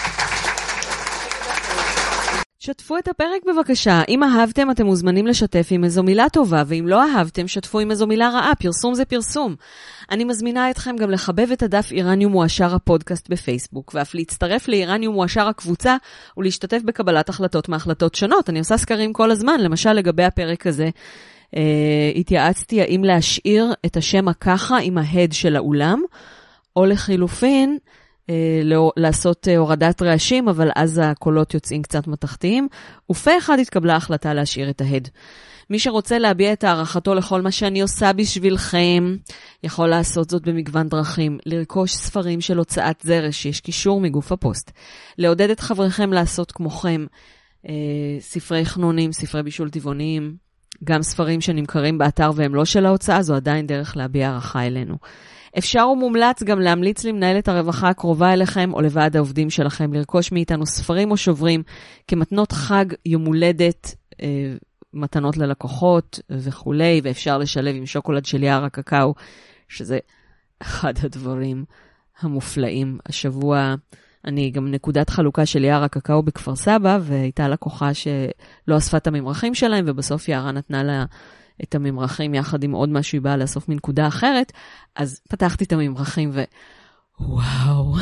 שתפו את הפרק בבקשה. אם אהבתם, אתם מוזמנים לשתף עם איזו מילה טובה, ואם לא אהבתם, שתפו עם איזו מילה רעה. פרסום זה פרסום. אני מזמינה אתכם גם לחבב את הדף איראניום מועשר הפודקאסט בפייסבוק, ואף להצטרף לאיראניום מועשר הקבוצה, ולהשתתף בקבלת החלטות מהחלטות שונות. אני עושה סקרים כל הזמן, למשל לגבי הפרק הזה. אה, התייעצתי האם להשאיר את השם הככה עם ההד של האולם, או לחילופין, לעשות הורדת רעשים, אבל אז הקולות יוצאים קצת מתחתיים, ופה אחד התקבלה החלטה להשאיר את ההד. מי שרוצה להביע את הערכתו לכל מה שאני עושה בשבילכם, יכול לעשות זאת במגוון דרכים, לרכוש ספרים של הוצאת זרש, יש קישור מגוף הפוסט, לעודד את חבריכם לעשות כמוכם, ספרי חנונים, ספרי בישול טבעוניים, גם ספרים שנמכרים באתר והם לא של ההוצאה, זו עדיין דרך להביע הערכה אלינו. אפשר ומומלץ גם להמליץ למנהלת הרווחה הקרובה אליכם או לוועד העובדים שלכם לרכוש מאיתנו ספרים או שוברים כמתנות חג, יום הולדת, מתנות ללקוחות וכו', ואפשר לשלב עם שוקולד של יער הקקאו, שזה אחד הדברים המופלאים. השבוע אני גם נקודת חלוקה של יער הקקאו בכפר סבא, והייתה לקוחה שלא אספה את הממרחים שלהם, ובסוף יערה נתנה לה את הממרחים יחד עם עוד משהו, היא באה לאסוף מנקודה אחרת, אז פתחתי את הממרחים ווואו,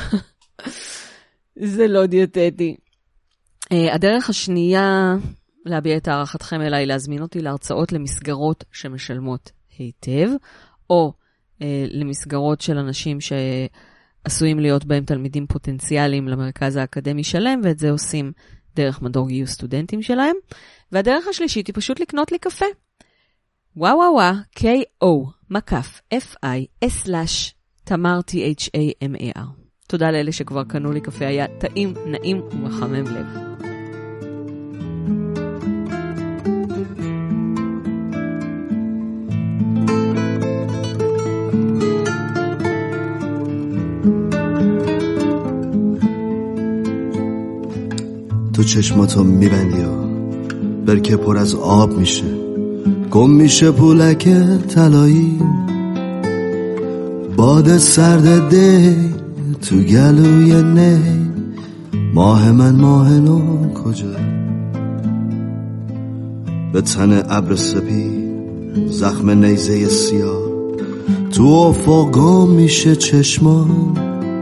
זה לא דיאטטי. הדרך השנייה להביע את הערכתכם אליי, להזמין אותי להרצאות למסגרות שמשלמות היטב, או למסגרות של אנשים שעשויים להיות בהם תלמידים פוטנציאליים למרכז האקדמי שלם, ואת זה עושים דרך מדור גיוס סטודנטים שלהם. והדרך השלישית היא פשוט לקנות לי קפה. וואו וואו וואו, K-O, מקף, F-I, S-Lash, תמר, T-H-A-M-A-R. תודה לאלה שכבר קנו לי קפה, היה טעים, נעים ומחמם לב. تو چشماتو میبندی ها برکه پر از آب میشه گم میشه پولک طلایی باد سرد دی تو گلوی نی ماه من ماه نو کجا به تن ابر سپید زخم نیزه سیاه تو افق گم میشه چشمان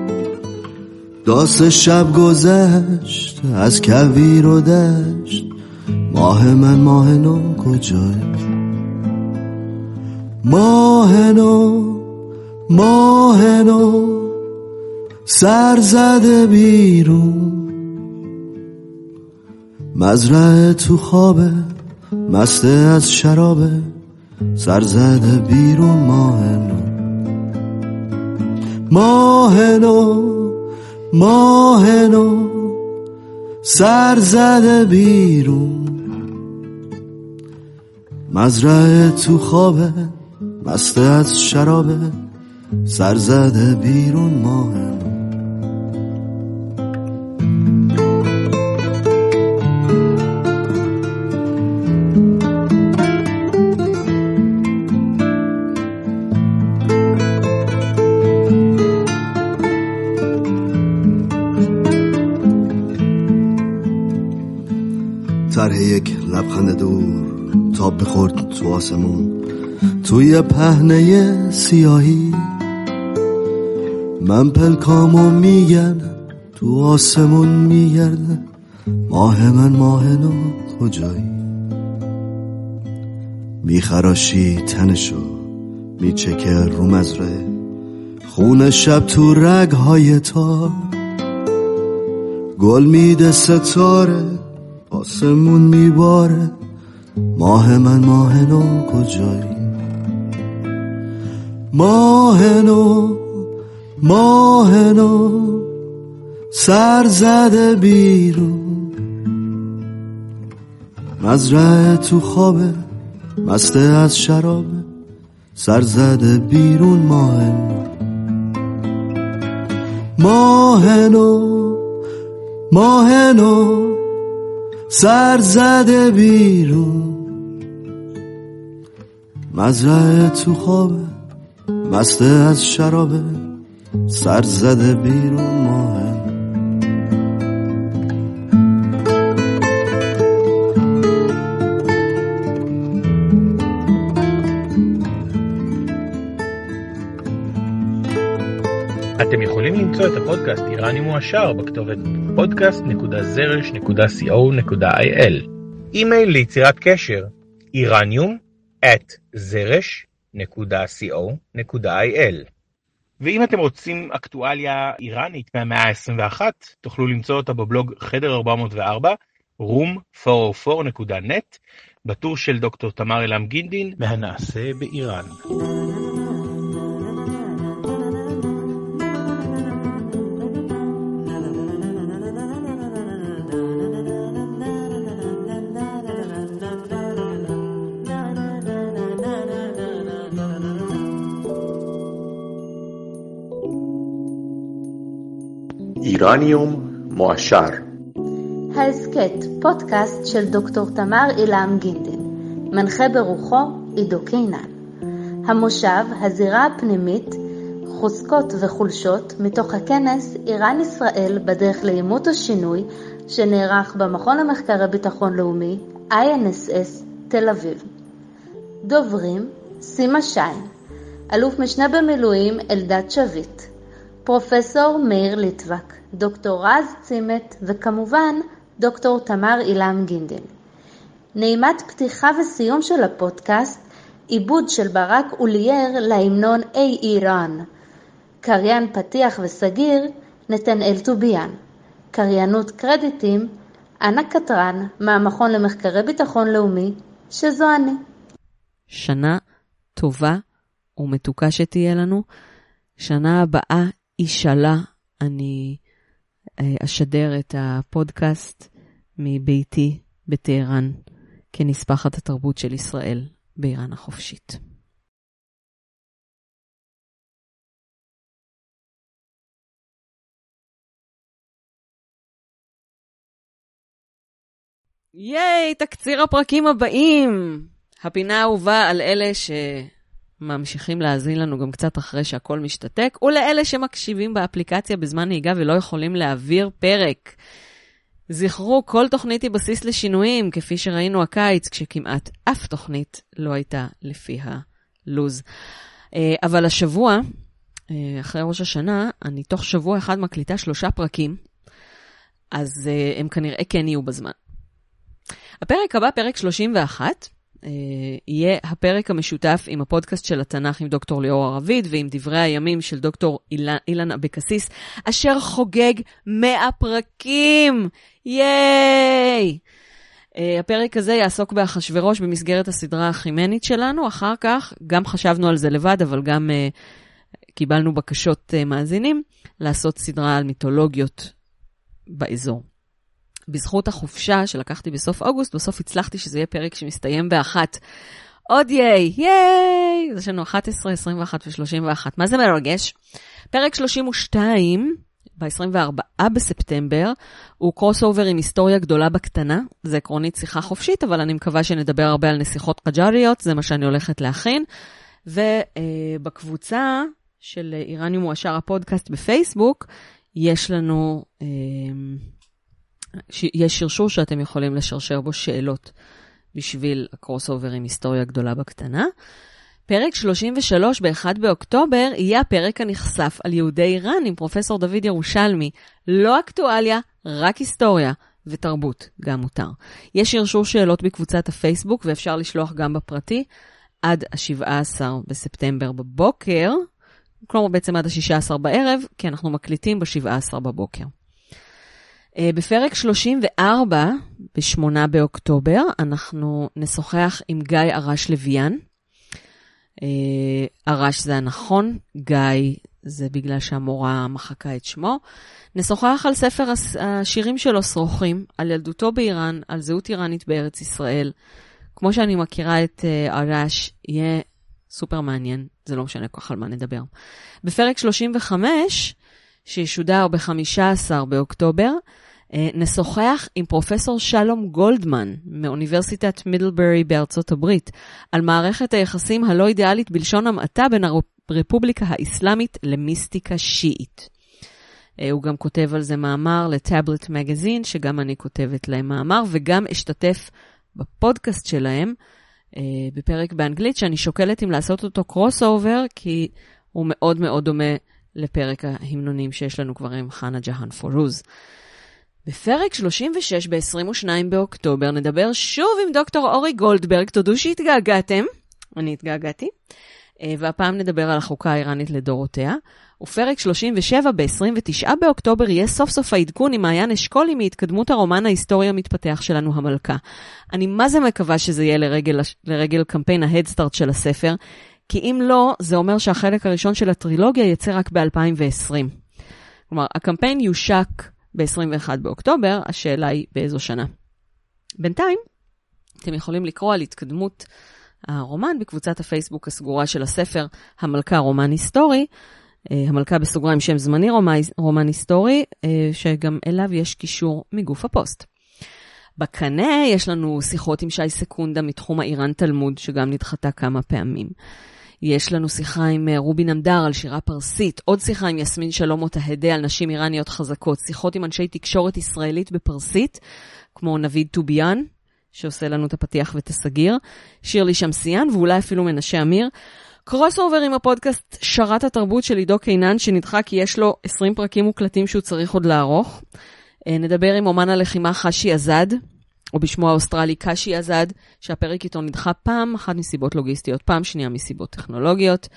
داست شب گذشت از کویر و دشت ماه من ماه نو کجای ماه نو ماه نو سر زده بیرون مزرعه تو خوابه مسته از شرابه سر زده بیرون ماه نو ماه نو ماه نو سر زده بیرون مزرعه تو خوابه مسته از شرابه سر زده بیرون ماه نو طرح یک لبخند دور تاب بخورد تو آسمون توی پهنه سیاهی من پلکامو میگردم تو آسمون میگردم ماه من ماه نو کجایی میخراشی تنشو میچکه رو مزرعه خون شب تو رگهای تا گل میده ستاره آسمون میباره ماه من ماه نو کجایی ماه نو ماه نو سر زده بیرون مزرعه تو خوابه مسته از شرابه سر زده بیرون ماه نو ماه نو ماه نو سر زده بیرون مزرعه تو خوابه مسته از شرابه سر زده بیرون ماه אתם יכולים למצוא את הפודקאסט איראני מועשר בכתובת פודקאסט נקודה זרש נקודה סי או נקודה איי אל. אימייל ליצירת קשר איראניום את זרש נקודה סי או נקודה איי אל. ואם אתם רוצים אקטואליה איראנית מהמאה ה-עשרים ואחת, תוכלו למצוא אותה בבלוג חדר ארבע מאות וארבע, רום ארבע מאות וארבע נקודה נט, בטור של דוקטור תמר אילם גינדין, מהנעשה באיראן. איראניום מועשר. ההסכת פודקאסט של דוקטור תמר אילם גינדין, מנחה ברוחו עידו קינן. המושב הזירה הפנימית, חוזקות וחולשות מתוך הכנס איראן ישראל בדרך לעימות ושינוי שנערך במכון למחקרי ביטחון לאומי איי אן אס אס תל אביב. דוברים סימה שיין, אלוף משנה במילואים אלדד שביט, פרופסור מאיר ליטבק, דוקטור רז צימת וכמובן דוקטור תמר אילם גינדין. נעימת פתיחה וסיום של הפודקאסט, עיבוד של ברק אולייר להמנון אי איראן. קריין פתיח וסגיר נתנאל טוביאן. קריינות קרדיטים אנה קטרן מהמכון למחקרי ביטחון לאומי, שזו אני. שנה טובה ומתוקה שתהיה לנו. שנה הבאה אישלה אני אשדר את הפודקאסט מביתי בטהרן כנספחת התרבות של ישראל באיראן החופשית. ייי, תקציר הפרקים הבאים. הפינה האהובה על אלה שממשיכים להאזין לנו גם קצת אחרי שהכל משתתק, ולאלה שמקשיבים באפליקציה בזמן נהיגה ולא יכולים להעביר פרק. זכרו, כל תוכנית היא בסיס לשינויים, כפי שראינו הקיץ, כשכמעט אף תוכנית לא הייתה לפי הלוז. אבל השבוע, אחרי ראש השנה, אני תוך שבוע אחד מקליטה שלושה פרקים, אז הם כנראה כן יהיו בזמן. הפרק הבא, פרק שלושים ואחת, יהיה הפרק המשותף עם הפודקאסט של התנ"ך עם דוקטור ליאור ערביד, ועם דברי הימים של דוקטור אילן, אילן אבקסיס, אשר חוגג מאה פרקים. ייי! הפרק הזה יעסוק באחשוורוש במסגרת הסדרה החימנית שלנו. אחר כך, גם חשבנו על זה לבד, אבל גם uh, קיבלנו בקשות uh, מאזינים, לעשות סדרה על מיתולוגיות באזור. בזכות החופשה שלקחתי בסוף אוגוסט, בסוף הצלחתי שזה יהיה פרק שמסתיים באחת. עוד ייי, ייי! זה שלנו אחת עשרה, עשרים ואחת ו-שלושים ואחת. מה זה מרגש? פרק שלושים ושתיים, ב-עשרים וארבעה בספטמבר, הוא קרוס אובר עם היסטוריה גדולה בקטנה. זה עקרונית שיחה חופשית, אבל אני מקווה שנדבר הרבה על נסיכות קג'ריות, זה מה שאני הולכת להכין. ובקבוצה של איראניום מועשר הפודקאסט בפייסבוק, יש לנו... יש שרשור שאתם יכולים לשרשר בו שאלות בשביל הקרוס אובר עם היסטוריה גדולה בקטנה. פרק שלושים ושלוש ב-אחד באוקטובר יהיה הפרק הנחשף על יהודי איראן עם פרופסור דוד ירושלמי. לא אקטואליה, רק היסטוריה ותרבות, גם מותר. יש שרשור שאלות בקבוצת הפייסבוק ואפשר לשלוח גם בפרטי עד ה-שבעה עשר בספטמבר בבוקר, כלומר בעצם עד ה-שישה עשר בערב, כי אנחנו מקליטים ב-שבעה עשר בבוקר. בפרק שלושים וארבע, ב-שמונה באוקטובר, אנחנו נשוחח עם גיא ארש לויאן. ארש זה הנכון, גיא זה בגלל שהמורה מחקה את שמו. נשוחח על ספר השירים שלו שרוכים, על ילדותו באיראן, על זהות איראנית בארץ ישראל. כמו שאני מכירה את ארש, יהיה סופר מעניין, זה לא משנה כל כך על מה נדבר. בפרק שלושים וחמש, שישודר ב-חמישה עשר באוקטובר, נשוחח עם פרופסור שלום גולדמן מאוניברסיטת מידלברי בארצות הברית על מערכת היחסים הלא אידיאלית בלשון המעטה בין הרפובליקה האסלאמית למיסטיקה שיעית. הוא גם כותב על זה מאמר לטאבלט מגזין, שגם אני כותבת להם מאמר, וגם אשתתף בפודקאסט שלהם בפרק באנגלית, שאני שוקלת אם לעשות אותו קרוס אובר, כי הוא מאוד מאוד דומה לפרק ההמנונים שיש לנו כבר עם חנה ג'האן פורוז. בפרק שלושים ושש ב-עשרים ושניים באוקטובר נדבר שוב עם דוקטור אורי גולדברג, תודו שהתגעגעתם, אני התגעגעתי, והפעם נדבר על החוקה האיראנית לדורותיה. ופרק שלושים ושבע ב-עשרים ותשעה באוקטובר יהיה סוף סוף העדכון עם מעיין אשכולי מהתקדמות הרומן ההיסטורי המתפתח שלנו המלכה. אני מה זה מקווה שזה יהיה לרגל, לרגל קמפיין ההדסטארט של הספר, כי אם לא, זה אומר שהחלק הראשון של הטרילוגיה יצא רק ב-אלפיים ועשרים. כלומר, הקמפיין יושק ב-עשרים ואחד באוקטובר, השאלה היא באיזו שנה. בינתיים, אתם יכולים לקרוא על התקדמות הרומן בקבוצת הפייסבוק הסגורה של הספר, המלכה רומן היסטורי, המלכה בסוגריים שם זמני רומן היסטורי, שגם אליו יש קישור מגוף הפוסט. בקנה יש לנו שיחות עם שי סקונדה מתחום האיראן תלמוד, שגם נדחתה כמה פעמים. יש לנו שיחה עם רובי נמדר על שירה פרסית, עוד שיחה עם יסמין שלום אותהדה על נשים איראניות חזקות, שיחות עם אנשי תקשורת ישראלית בפרסית, כמו נביד טוביאן, שעושה לנו את הפתיח ואת הסגיר, שירלי שמסיין, ואולי אפילו מנשה אמיר. קרוס אובר עם הפודקאסט שרת התרבות של עידו קינן, שנדחה כי יש לו עשרים פרקים מוקלטים שהוא צריך עוד לערוך. נדבר עם אומן הלחימה חשי אזד, או בשמו האוסטרלי קשי אזד, שהפרק איתו נדחה פעם אחת מסיבות לוגיסטיות, פעם שנייה מסיבות טכנולוגיות.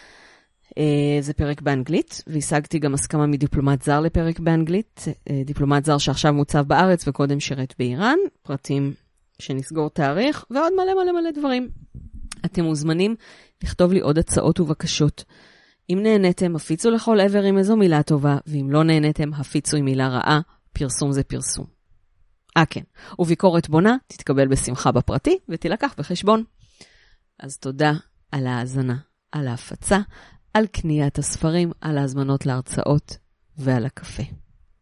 זה פרק באנגלית, והשגתי גם הסכמה מדיפלומט זר לפרק באנגלית, דיפלומט זר שעכשיו מוצב בארץ וקודם שירת באיראן, פרטים שנסגור תאריך, ועוד מלא מלא מלא דברים. אתם מוזמנים לכתוב לי עוד הצעות ובקשות. אם נהניתם, הפיצו לכל עבר עם איזו מילה טובה, ואם לא נהניתם, הפיצו עם מילה רעה, פרסום זה פרסום. אה כן, וביקורת בונה תתקבל בשמחה בפרטי ותילקח בחשבון. אז תודה על ההאזנה, על ההפצה, על קניית הספרים, על ההזמנות להרצאות ועל הקפה.